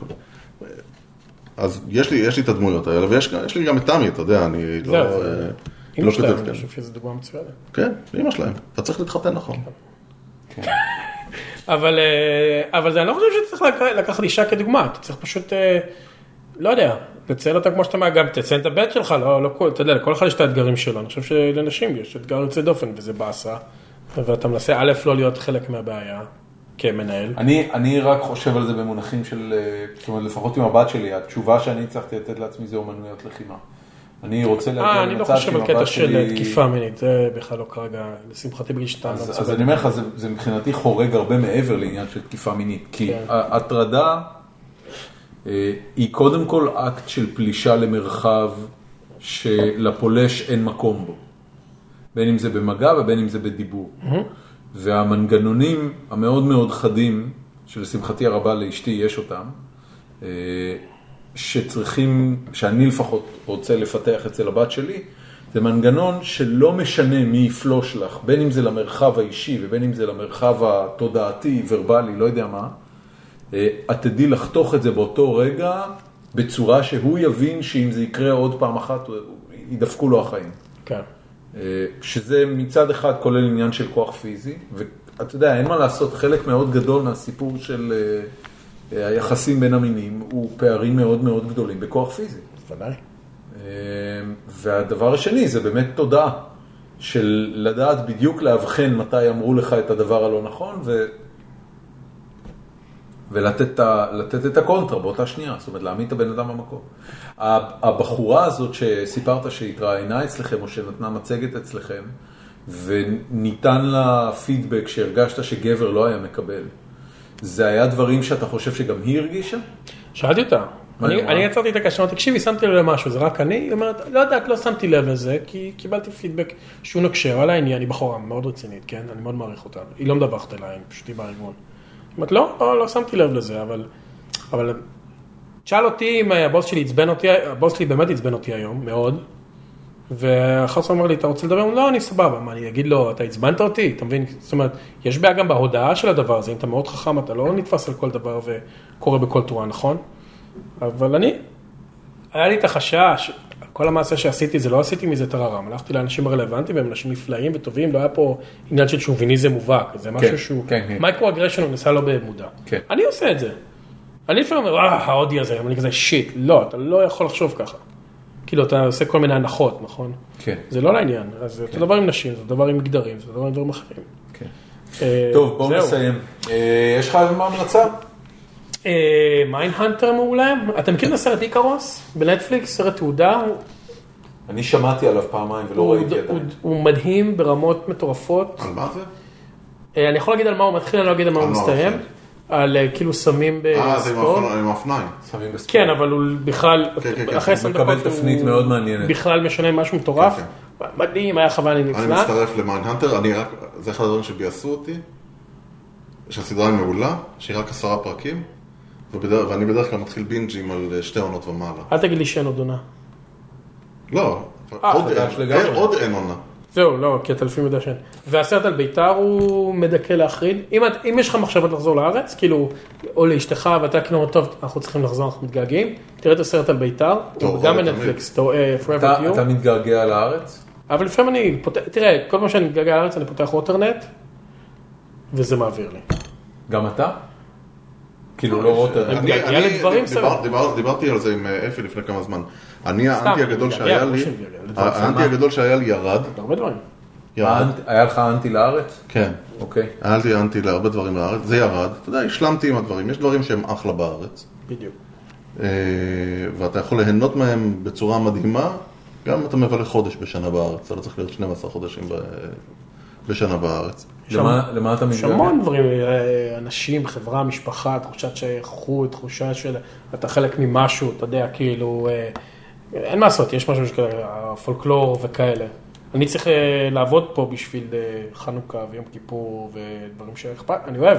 אז יש לי את הדמויות האלה, ויש לי גם את תמי, אתה יודע, אני לא... אמא שלהם, אני חושב שזו דוגמה מצוינת. כן, אמא שלהם. אתה צריך להתחתן נכון. כן. אבל אני לא חושב שצריך לקחת אישה כדוגמה, אתה צריך פשוט, לא יודע, לציין אותה כמו שאתה גם תציין את הבית שלך, אתה יודע, לכל אחד יש את האתגרים שלו, אני חושב שלנשים יש אתגר יוצא דופן, וזה באסה, ואתה מנסה א' לא להיות חלק מהבעיה, כמנהל. אני רק חושב על זה במונחים של, זאת אומרת, לפחות עם הבת שלי, התשובה שאני הצלחתי לתת לעצמי זה אומנויות לחימה. אני רוצה להגיע אני לא חושב על קטע של תקיפה מינית, זה בכלל לא כרגע, לשמחתי בגיל 2. אז אני אומר לך, זה מבחינתי חורג הרבה מעבר לעניין של תקיפה מינית, כי הטרדה היא קודם כל אקט של פלישה למרחב שלפולש אין מקום בו, בין אם זה במגע ובין אם זה בדיבור. והמנגנונים המאוד מאוד חדים, שלשמחתי הרבה לאשתי יש אותם, שצריכים, שאני לפחות רוצה לפתח אצל הבת שלי, זה מנגנון שלא משנה מי יפלוש לך, בין אם זה למרחב האישי ובין אם זה למרחב התודעתי, ורבלי, לא יודע מה, את תדעי לחתוך את זה באותו רגע, בצורה שהוא יבין שאם זה יקרה עוד פעם אחת, ידפקו לו החיים. כן. שזה מצד אחד כולל עניין של כוח פיזי, ואתה יודע, אין מה לעשות, חלק מאוד גדול מהסיפור של היחסים בין המינים, הוא פערים מאוד מאוד גדולים בכוח פיזי. ודאי. והדבר השני זה באמת תודעה, של לדעת בדיוק להבחן מתי אמרו לך את הדבר הלא נכון, ולתת את הקונטרה באותה שנייה, זאת אומרת, להעמיד את הבן אדם במקום. הבחורה הזאת שסיפרת שהתראיינה אצלכם, או שנתנה מצגת אצלכם, וניתן לה פידבק שהרגשת שגבר לא היה מקבל, זה היה דברים שאתה חושב שגם היא הרגישה? שאלתי אותה. אני יצרתי את הקשנות, תקשיבי, שמתי לב למשהו, זה רק אני, היא אומרת, לא יודעת, לא שמתי לב לזה, כי קיבלתי פידבק שהוא נקשר על העניין, היא בחורה מאוד רצינית, כן? אני מאוד מעריך אותה. היא לא מדווחת אליי, פשוט היא בארגון. היא אומרת, לא שמתי לב לזה, אבל תשאל אותי אם הבוס שלי עצבן אותי, הבוס שלי באמת עצבן אותי היום, מאוד, ואחר כך אומר לי, אתה רוצה לדבר? לא, אני סבבה. מה, אני אגיד לו, אתה עצבנת אותי? אתה מבין? זאת אומרת, יש בעיה גם בהודעה של הדבר הזה, אם אתה מאוד חכם, אתה לא נתפס על כל דבר וקורא בכל תורה, נכון? אבל היה לי את החשש, כל המעשה שעשיתי, זה לא עשיתי מזה טררם, הלכתי לאנשים הרלוונטיים, והם אנשים נפלאים וטובים, לא היה פה עניין של שוביניזם מובהק, זה משהו שהוא, מייקרו-אגרשן הוא ניסה לא במודע. אני עושה את זה. אני לפעמים אומר, ההודי הזה, אני כזה, שיט, לא, אתה לא יכול לחשוב ככה. כאילו, אתה עושה כל מיני הנחות, נכון? כן. זה לא לעניין, אז זה אותו דבר עם נשים, זה דבר עם מגדרים, זה דבר עם דברים אחרים. כן. טוב, בואו נסיים. יש לך מה המלצה? מיינדהנטר מעולה. אתה מכיר את הסרט איקרוס בנטפליקס, סרט תעודה? אני שמעתי עליו פעמיים ולא ראיתי עדיין. הוא מדהים ברמות מטורפות. על מה זה? אני יכול להגיד על מה הוא מתחיל, אני לא אגיד על מה הוא מסתיים. על כאילו סמים בספורט. זה עם אופניים. סמים בספורט. כן, אבל הוא בכלל, אחרי 20 דקות מקבל תפנית מאוד מעניינת. בכלל משנה משהו מטורף. מדהים, היה חוויה נפלאה. אני מצטרף למיינדהנטר, זה אחד הדברים שביאסו אותי, שהסדרה היא מעולה, שהיא רק 10 פרקים, ואני בדרך כלל מתחיל בינג'ים על 2 עונות ומעלה. אל תגיד לי שאין עוד עונה. לא, עוד אין עונה. זהו, לא, כי אתה לפעמים יודע שאין. והסרט על ביתר הוא מדכא להחריד. אם יש לך מחשבות לחזור לארץ, כאילו, או לאשתך, ואתה כאילו, טוב, אנחנו צריכים לחזור, אנחנו מתגעגעים, תראה את הסרט על ביתר, גם בנטפליקס, Forever You. אתה מתגעגע לארץ? אבל לפעמים אני, תראה, כל פעם שאני מתגעגע לארץ, אני פותח אוטרנט, וזה מעביר לי. גם אתה? כאילו לא רוטרנט. דיברתי על זה עם אפי לפני כמה זמן. האנטי הגדול שהיה לי ירד. הרבה דברים. היה לך אנטי לארץ? כן. אוקיי. היה לי אנטי להרבה דברים לארץ. זה ירד. אתה יודע, השלמתי עם הדברים. יש דברים שהם אחלה בארץ. בדיוק. ואתה יכול ליהנות מהם בצורה מדהימה. גם אם אתה מבלה חודש בשנה בארץ. אתה לא צריך להיות 12 חודשים בשנה בארץ. למה אתה מתגעגע? יש המון דברים, אנשים, חברה, משפחה, תחושת שייכות, תחושה של אתה חלק ממשהו, אתה יודע, כאילו, אין מה לעשות, יש משהו שכאלה, פולקלור וכאלה. אני צריך לעבוד פה בשביל חנוכה ויום כיפור ודברים שאכפת, אני אוהב.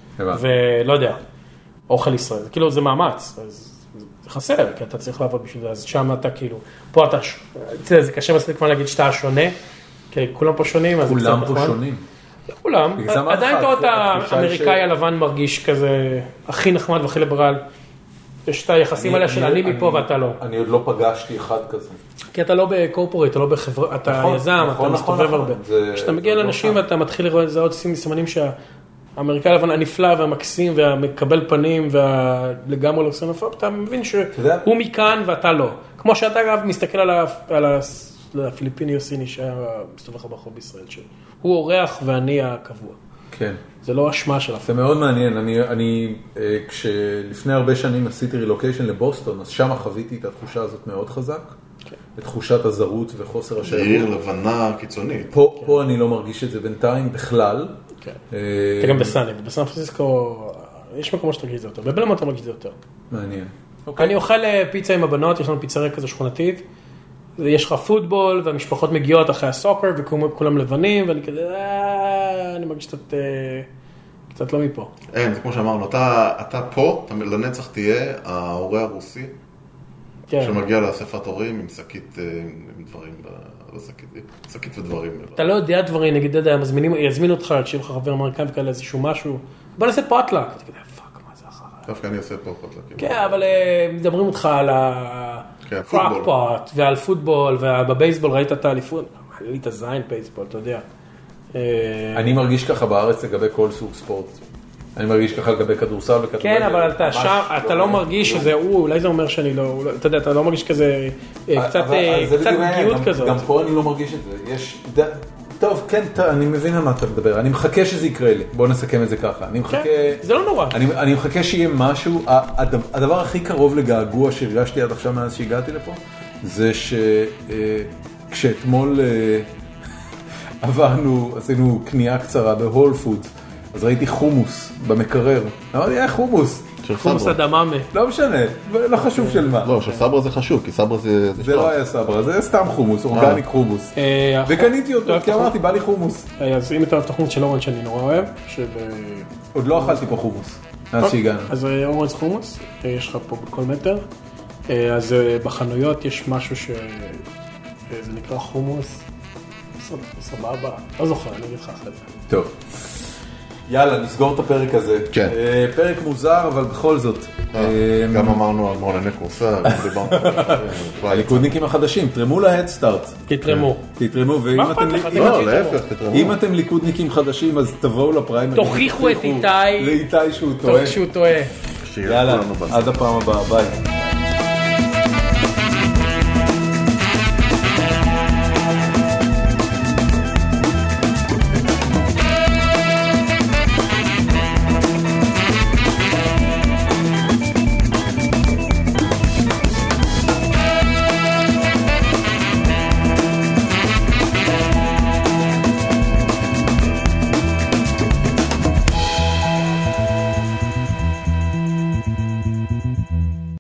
ולא יודע, אוכל ישראל, כאילו זה מאמץ, אז זה חסר, כי אתה צריך לעבוד בשביל זה, אז שם אתה כאילו, פה אתה, זה קשה מספיק כבר להגיד שאתה שונה, כי כולם פה שונים, אז כולם פה שונים. כולם, עדיין אתה האמריקאי הלבן מרגיש כזה הכי נחמד והכי ליברל. יש את היחסים האלה של אני מפה ואתה לא. אני עוד לא פגשתי אחד כזה. כי אתה לא בקורפורט, אתה לא בחברה, אתה יזם, אתה מסתובב הרבה. כשאתה מגיע לאנשים ואתה מתחיל לראות את זה עוד סימנים שהאמריקאי הלבן הנפלא והמקסים והמקבל פנים ולגמרי לא סנופוב, אתה מבין שהוא מכאן ואתה לא. כמו שאתה אגב מסתכל על הפיליפיני או סיני שהיה מסתובב לך ברחוב בישראל, שהוא אורח ואני הקבוע. כן. זה לא אשמה של אף. זה מאוד מעניין. אני כשלפני הרבה שנים עשיתי רילוקיישן לבוסטון, אז שם חוויתי את התחושה הזאת מאוד חזק. את תחושת הזרות וחוסר השייכות. עיר לבנה קיצונית. פה אני לא מרגיש את זה בינתיים בכלל. אתה גם בסן פרנסיסקו, יש מקומות שתרגיש את זה יותר. בבלמונט אתה מרגיש את זה יותר. מעניין. אני אוכל פיצה עם הבנות, יש לנו פיצריה כזו שכונתית. יש לך פוטבול, והמשפחות מגיעות אחרי הסוקר, וכולם לבנים, ואני כזה, אני מרגיש קצת לא מפה. אין, זה כמו שאמרנו, אתה פה, אתה לנצח תהיה ההורה הרוסי, שמגיע לאספת הורים עם שקית דברים, שקית ודברים. אתה לא יודע דברים, נגיד, יזמינו אותך, כשיהיה לך חבר אמריקאי וכאלה איזשהו משהו, בוא נעשה פוטלק. אתה כזה, פאק, מה זה אחר? דווקא אני אעשה פה פוטלק. כן, אבל מדברים אותך על קרוקפוט ועל פוטבול, ובבייסבול ראית את האליפות, ראית זין בייסבול, אתה יודע. אני מרגיש ככה בארץ לגבי כל סוג ספורט. אני מרגיש ככה לגבי כדורסל וכדורגל. כן, אבל אתה לא מרגיש שזה, אולי זה אומר שאני לא, אתה יודע, אתה לא מרגיש כזה, קצת פגיעות כזאת. גם פה אני לא מרגיש את זה. טוב, כן, אני מבין על מה אתה מדבר. אני מחכה שזה יקרה לי. בוא נסכם את זה ככה. אני מחכה... זה לא נורא. אני מחכה שיהיה משהו. הדבר הכי קרוב לגעגוע שהרגשתי עד עכשיו מאז שהגעתי לפה, זה שכשאתמול עשינו קנייה קצרה בהול פודס, אז ראיתי חומוס במקרר. אמרתי, חומוס. חומוס אדמאמה. לא משנה, לא חשוב של מה. לא, של סברה זה חשוב, כי סברה זה... זה לא היה סברה, זה סתם חומוס, אורגניק חומוס. וקניתי אותו, כי אמרתי, בא לי חומוס. אז אם אתה אוהב את החומוס של אורנג' שאני נורא אוהב, עוד לא אכלתי פה חומוס, אז שהגענו. אז אורנג' חומוס, יש לך פה בכל מטר. אז בחנויות יש משהו שזה נקרא חומוס. סבבה, לא זוכר, אני אגיד לך אחרי זה. טוב. יאללה, נסגור את הפרק הזה. כן. פרק מוזר, אבל בכל זאת. גם אמרנו על מורלני קורסה, גם דיברנו. הליכודניקים החדשים, תרמו להדסטארט. תתרמו. תתרמו, ואם אתם ליכודניקים חדשים, אז תבואו לפריימריז. תוכיחו את איתי. לאיתי שהוא טועה. שהוא טועה. יאללה, עד הפעם הבאה, ביי.